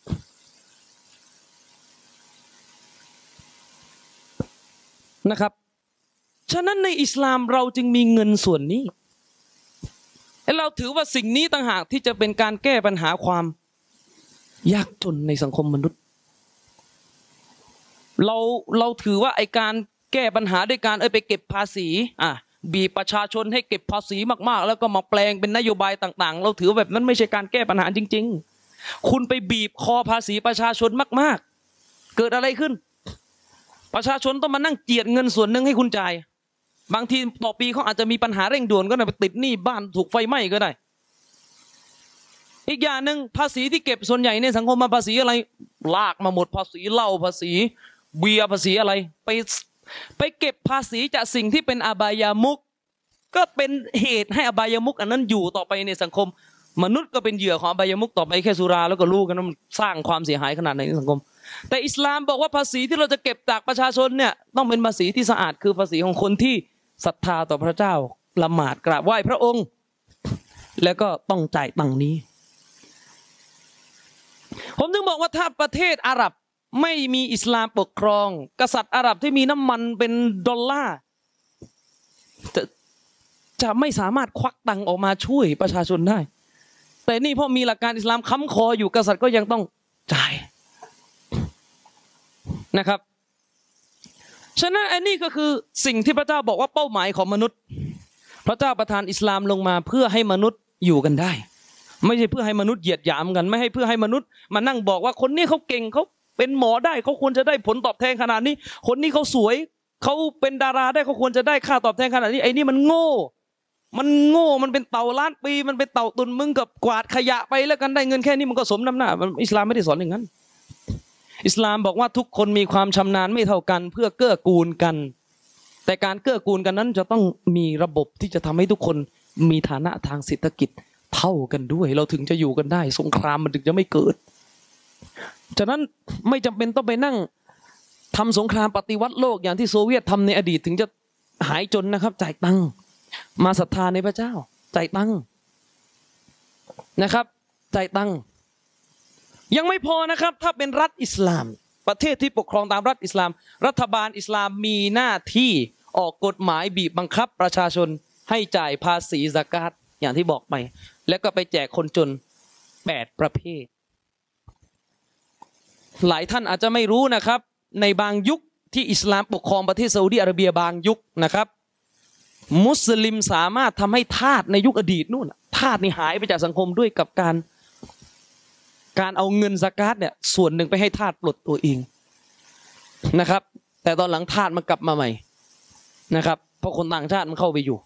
ๆนะครับฉะนั้นในอิสลามเราจึงมีเงินส่วนนี้เราถือว่าสิ่งนี้ต่างหากที่จะเป็นการแก้ปัญหาความยากจนในสังคมมนุษย์เราเราถือว่าไอการแก้ปัญหาด้วยการเอ้ยไปเก็บภาษีอ่ะบีบประชาชนให้เก็บภาษีมากๆแล้วก็มาแปลงเป็นนโยบายต่างๆเราถือแบบนั้นไม่ใช่การแก้ปัญหาจริงๆคุณไปบีบคอภาษีประชาชนมากๆเกิดอะไรขึ้นประชาชนต้องมานั่งเจียดเงินส่วนหนึ่งให้คุณจ่ายบางทีต่อปีเขาอาจจะมีปัญหาเร่งด่วนก็ได้ไปติดหนี้บ้านถูกไฟไหม้ก็ได้อีกอย่างหนึ่งภาษีที่เก็บส่วนใหญ่ในสังคมมาภาษีอะไรลากมาหมดภาษีเหล้าภาษีเบียร์ภาษีอะไรไปไปเก็บภาษีจากสิ่งที่เป็นอบายามุขก็เป็นเหตุให้อบายามุขอันนั้นอยู่ต่อไปในสังคมมนุษย์ก็เป็นเหยื่อของอบายามุขต่อไปแค่สุราแล้วก็รู้กันว่ามันสร้างความเสียหายขนาดไหนในสังคมแต่อิสลามบอกว่าภาษีที่เราจะเก็บจากประชาชนเนี่ยต้องเป็นภาษีที่สะอาดคือภาษีของคนที่ศรัทธาต่อพระเจ้าละหมาดกราบไหว้พระองค์แล้วก็ต้องจ่ายตังค์นี้ผมถึงบอกว่าถ้าประเทศอาหรับไม่มีอิสลามปกครองกษัตริย์อาหรับที่มีน้ำมันเป็นดอลลาร์จะจะไม่สามารถควักตังค์ออกมาช่วยประชาชนได้แต่นี่พอมีหลักการอิสลามค้ำคออยู่กษัตริย์ก็ยังต้องจ่ายนะครับฉะนั้นอันนี้ก็คือสิ่งที่พระเจ้าบอกว่าเป้าหมายของมนุษย์พระเจ้าประทานอิสลามลงมาเพื่อให้มนุษย์อยู่กันได้ไม่ใช่เพื่อให้มนุษย์เหยียดหยามกันไม่ให้เพื่อให้มนุษย์มานั่งบอกว่าคนนี้เขาเก่งเขาเป็นหมอได้เขาควรจะได้ผลตอบแทนขนาดนี้คนนี้เขาสวยเขาเป็นดาราได้เขาควรจะได้ค่าตอบแทนขนาดนี้ไอ้นี่มันโง่มันโง่มันเป็นเต่าล้านปีมันเป็นเต่าตุนมึงกับกวาดขยะไปแล้วกันได้เงินแค่นี้มันก็สมน้ำหน้าอิสลามไม่ได้สอนอย่างนั้นอิสลามบอกว่าทุกคนมีความชำนาญไม่เท่ากันเพื่อเกื้อกูลกันแต่การเกื้อกูลกันนั้นจะต้องมีระบบที่จะทำให้ทุกคนมีฐานะทางเศรษฐกิจเท่ากันด้วยเราถึงจะอยู่กันได้สงครามมันถึงจะไม่เกิดฉะนั้นไม่จำเป็นต้องไปนั่งทำสงครามปฏิวัติโลกอย่างที่โซเวียตทำในอดีตถึงจะหายจนนะครับจ่ายตังค์มาศรัทธาในพระเจ้าจ่ายตังค์นะครับจ่ายตังค์ยังไม่พอนะครับถ้าเป็นรัฐอิสลามประเทศที่ปกครองตามรัฐอิสลามรัฐบาลอิสลามมีหน้าที่ออกกฎหมายบีบบังคับประชาชนให้จ่ายภาษีซะกาตอย่างที่บอกไปแล้วก็ไปแจกคนจนแปดประเภทหลายท่านอาจจะไม่รู้นะครับในบางยุคที่อิสลามปกครองประเทศซาอุดิอาระเบียบางยุคนะครับมุสลิมสามารถทำให้ทาสในยุคอดีตนู่นทาสนี่หายไปจากสังคมด้วยกับการการเอาเงินซะกาตเนี่ยส่วนหนึ่งไปให้ทาสปลดตัวเองนะครับแต่ตอนหลังทาสมันกลับมาใหม่นะครับเพราะคนต่างชาติมันเข้าไปอยู่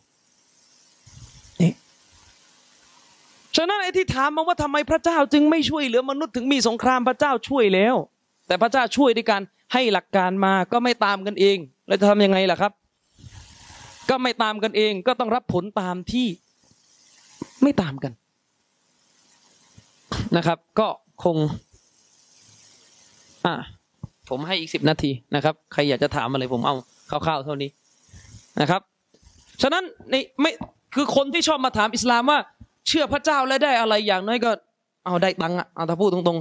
ฉะนั้นไอ้ที่ถามมาว่าทำไมพระเจ้าจึงไม่ช่วยเหลือมนุษย์ถึงมีสงครามพระเจ้าช่วยแล้วแต่พระเจ้าช่วยด้วยการให้หลักการมาก็ไม่ตามกันเองแล้วจะทำยังไงล่ะครับก็ไม่ตามกันเองก็ต้องรับผลตามที่ไม่ตามกันนะครับก็คงอ่ะผมให้อีกสิบนาทีนะครับใครอยากจะถามอะไรผมเอาคร่าวๆเท่านี้นะครับฉะนั้นในไม่คือคนที่ชอบมาถามอิสลามว่าเชื่อพระเจ้าแล้วได้อะไรอย่างน้อยก็เอาได้ตังค์อ่ะเอาถ้าพูดตรง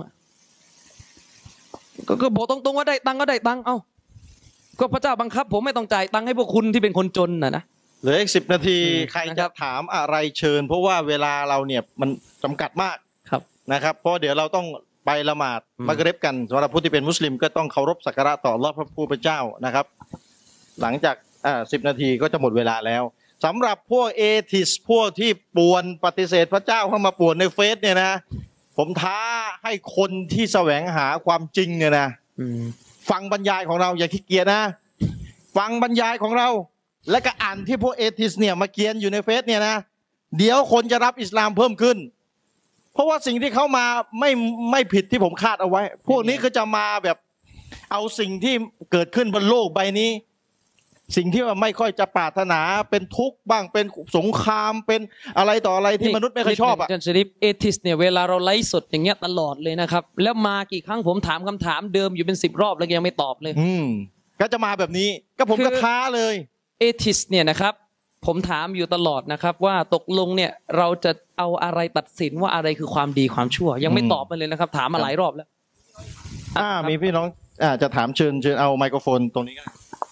ๆก็ก็บอกตรงๆว่าได้ตังค์ก็ได้ตังค์เอาก็พระเจ้าบังคับผมไม่ต้องจ่ายตังค์ให้พวกคุณที่เป็นคนจนน่ะนะเหลืออีกสิบนาทีใครจะถามอะไรเชิญเพราะว่าเวลาเราเนี่ยมันจำกัดมากครับนะครับเพราะเดี๋ยวเราต้องไปละหมาดมักริบกันสำหรับผู้ที่เป็นมุสลิมก็ต้องเคารพสักการะต่ออัลเลาะห์พระผู้เป็นเจ้านะครับหลังจากอ่าสิบนาทีก็จะหมดเวลาแล้วสำหรับพวกเอทิสพวกที่ป่วนปฏิเสธพระเจ้าเข้ามาป่วนในเฟซเนี่ยนะผมท้าให้คนที่แสวงหาความจริงเนี่ยนะฟังบรรยายของเราอย่าขี้เกียจนะ ฟังบรรยายของเราและก็อ่านที่พวกเอทิสเนี่ยมาเขียนอยู่ในเฟซเนี่ยนะเดี๋ยวคนจะรับอิสลามเพิ่มขึ้นเพราะว่าสิ่งที่เขามาไม่ไม่ผิดที่ผมคาดเอาไว้ พวกนี้ก็จะมาแบบเอาสิ่งที่เกิดขึ้นบนโลกใบนี้สิ่งที่ว่าไม่ค่อยจะปรารถนาเป็นทุกข์บ้างเป็นสงครามเป็นอะไรต่ออะไรที่มนุษย์ไม่ค่อยชอบอ่ะอาจารย์ชริฟเอทิสเนี่ยเวลาเราไลฟ์สดอย่างเงี้ยตลอดเลยนะครับแล้วมากี่ครั้งผมถามคำถามเดิมอยู่เป็นสิบรอบแล้วยังไม่ตอบเลยอืมก็จะมาแบบนี้ก็ผมก็ท้าเลยเอทิสเนี่ยนะครับผมถามอยู่ตลอดนะครับว่าตกลงเนี่ยเราจะเอาอะไรตัดสินว่าอะไรคือความดีความชั่วยังไม่ตอบมาเลยนะครับถามมาหลายรอบแล้วอ่ามีพี่น้องอ่าจะถามเชิญเชิญเอาไมโครโฟนตรงนี้ก็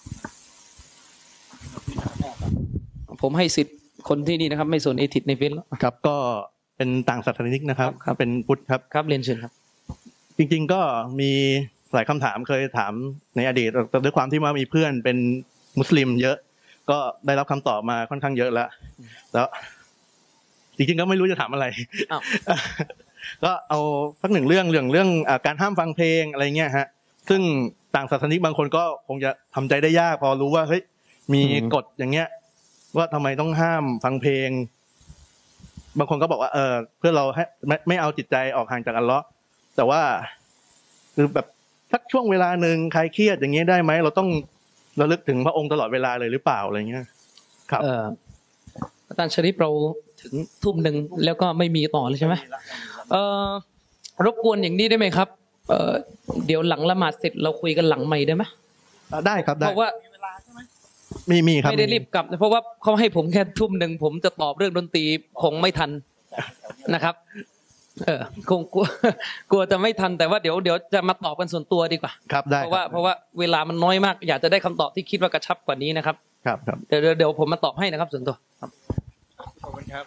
ผมให้สิทธิ์คนที่นี่นะครับไม่สนเอทิสในเฟซแล้วครับก็เป็นต่างศาสนานะครับเป็นพุทธครับครับเรียนเชิญครับจริงๆก็มีหลายคำถามเคยถามในอดีตแต่ด้วยความที่ว่ามีเพื่อนเป็นมุสลิมเยอะก็ได้รับคำตอบมาค่อนข้างเยอะแล้วแล้วจริงๆก็ไม่รู้จะถามอะไรก็เอาสักหนึ่งเรื่องเรื่องเรื่องการห้ามฟังเพลงอะไรเงี้ยฮะซึ่งต่างศาสนิกบางคนก็คงจะทำใจได้ยากพอรู้ว่าเฮ้ยมีกฎอย่างเงี้ยว่าทำไมต้องห้ามฟังเพลงบางคนก็บอกว่าเออเพื่อเราให้ไม่ไม่เอาจิตใจออกห่างจากอัลเลาะห์แต่ว่าคือแบบสักช่วงเวลาหนึ่งใครเครียดอย่างเงี้ยได้ไหมเราต้องระลึกถึงพระองค์ตลอดเวลาเลยหรือเปล่าอะไรเงี้ยครับเอออาจารย์ชริฟเราถึงทุ่มหนึ่งแล้วก็ไม่มีต่อเลยใช่ไหมเออรบกวนอย่างนี้ได้ไหมครับเออเดี๋ยวหลังละหมาดเสร็จเราคุยกันหลังไมค์ได้ไหมได้ครับได้เพราะว่ามีมีครับไม่ได้รีบกลับเพราะว่าเขาให้ผมแค่ทุ่มหนึ่งผมจะตอบเรื่องดนตรีคงไม่ทันนะครับเออคงกลัวกลัวจะไม่ทันแต่ว่าเดี๋ยวเดี๋ยวจะมาตอบกันส่วนตัวดีกว่าครับได้เพราะว่าเพราะว่าเวลามันน้อยมากอยากจะได้คำตอบที่คิดว่ากระชับกว่านี้นะครับครับครับเดี๋ยวเดี๋ยวผมมาตอบให้นะครับส่วนตัวครับขอบคุณครับ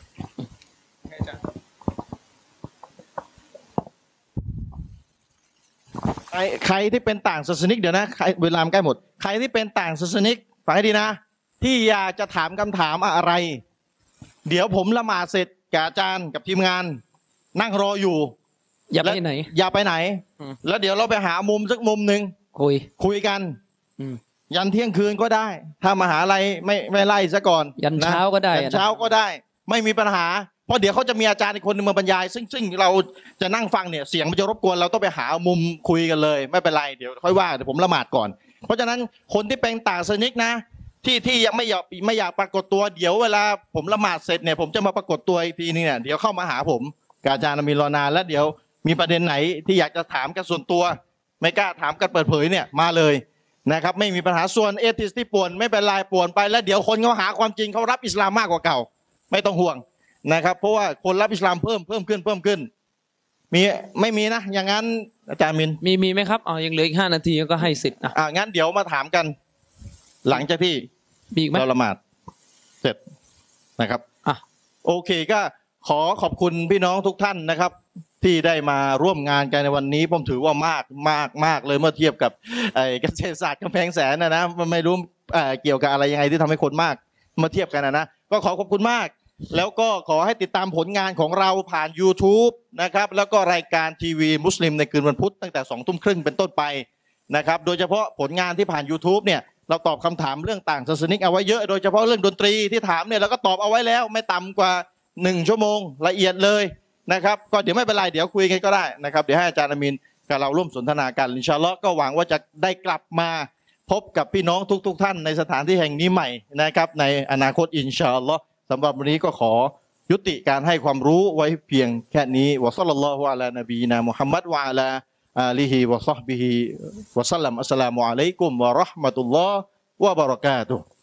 ใครใครที่เป็นต่างศาสนิกเดี๋ยวนะใครเวลาใกล้หมดใครที่เป็นต่างศาสนิกฟังให้ดีนะที่อยากจะถามคำถามอะไรเดี๋ยวผมละหมาดเสร็จกับอาจารย์กับทีมงานนั่งรออยู่อย่าไปไหนอย่าไปไหนแล้วเดี๋ยวเราไปหามุมสักมุมหนึ่งคุยคุยกันยันเที่ยงคืนก็ได้ถ้ามหาลัยไม่ไม่ไล่ซะก่อนยันเช้าก็ได้ยันเช้าก็ได้ไม่มีปัญหาเพราะเดี๋ยวเขาจะมีอาจารย์อีกคนนึงมาบรรยายซึ่งซึ่งเราจะนั่งฟังเนี่ยเสียงมันจะรบกวนเราต้องไปหามุมคุยกันเลยไม่เป็นไรเดี๋ยวค่อยว่าเดี๋ยวผมละหมาดก่อนเพราะฉะนั้นคนที่เป็นต่างศาสนิกนะที่ที่ยังไม่อยากไม่อยากปรากฏตัวเดี๋ยวเวลาผมละหมาดเสร็จเนี่ยผมจะมาปรากฏตัวอีกทีนึงเนี่ยเดี๋ยวเข้ามาหาผมกับอาจารย์มีรอนานแล้วเดี๋ยวมีประเด็นไหนที่อยากจะถามกันส่วนตัวไม่กล้าถามกันเปิดเผยเนี่ยมาเลยนะครับไม่มีปัญหาส่วนเอทิสที่ป่วนไม่เป็นไรป่วนไปแล้วเดี๋ยวคนเขาหาความจริงเขารับอิสลามมากกว่าเก่าไม่ต้องห่วงนะครับเพราะว่าคนรับอิสลามเพิ่มเพิ่มขึ้นเพิ่มขึ้นมีไม่มีนะอย่างนั้นอาจารย์มินมีมีไหมครับอ๋อยังเหลืออีกห้านาทีก็ให้สิทธิ์อ่ะงั้นเดี๋ยวมาถามกันหลังจากที่เราละหมาดเสร็จนะครับอ่ะโอเคก็ขอขอบคุณพี่น้องทุกท่านนะครับที่ได้มาร่วมงานกันในวันนี้ผมถือว่ามากมากมากเลยเมื่อเทียบกับไอ้เกษตรศาสตร์กำแพงแสนนะนะมันไม่รู้เกี่ยวกับอะไรยังไงที่ทำให้คนมากมาเทียบกันนะนะก็ขอขอบคุณมากแล้วก็ขอให้ติดตามผลงานของเราผ่าน YouTube นะครับแล้วก็รายการทีวีมุสลิมในคืนวันพุธตั้งแต่สองทุ่มครึ่งเป็นต้นไปนะครับโดยเฉพาะผลงานที่ผ่าน YouTube เนี่ยเราตอบคำถามเรื่องต่างศาสนิกเอาไว้เยอะโดยเฉพาะเรื่องดนตรีที่ถามเนี่ยเราก็ตอบเอาไว้แล้วไม่ต่ำกว่าหนึ่งชั่วโมงละเอียดเลยนะครับก็เดี๋ยวไม่เป็นไรเดี๋ยวคุยกันก็ได้นะครับเดี๋ยวให้อาจารย์อามีนกับเราร่วมสนทนากันอินชาอัลเลาะห์ก็หวังว่าจะได้กลับมาพบกับพี่น้องทุกๆท่านในสถานที่แห่งนี้ใหม่นะครับในอนาคตอินชาอัลเลาะห์สำหรับวันนี้ก็ขอยุติการให้ความรู้ไว้เพียงแค่นี้วะศ็อลลัลลอฮุอะลานะบีนะมุฮัมมัดวะอะลาอาลิฮิวะศอฮบิฮิวะซัลลัมอัสสลามุอะลัยกุมวะเราะห์มะตุลลอฮ์วะบะเราะกาตุฮ์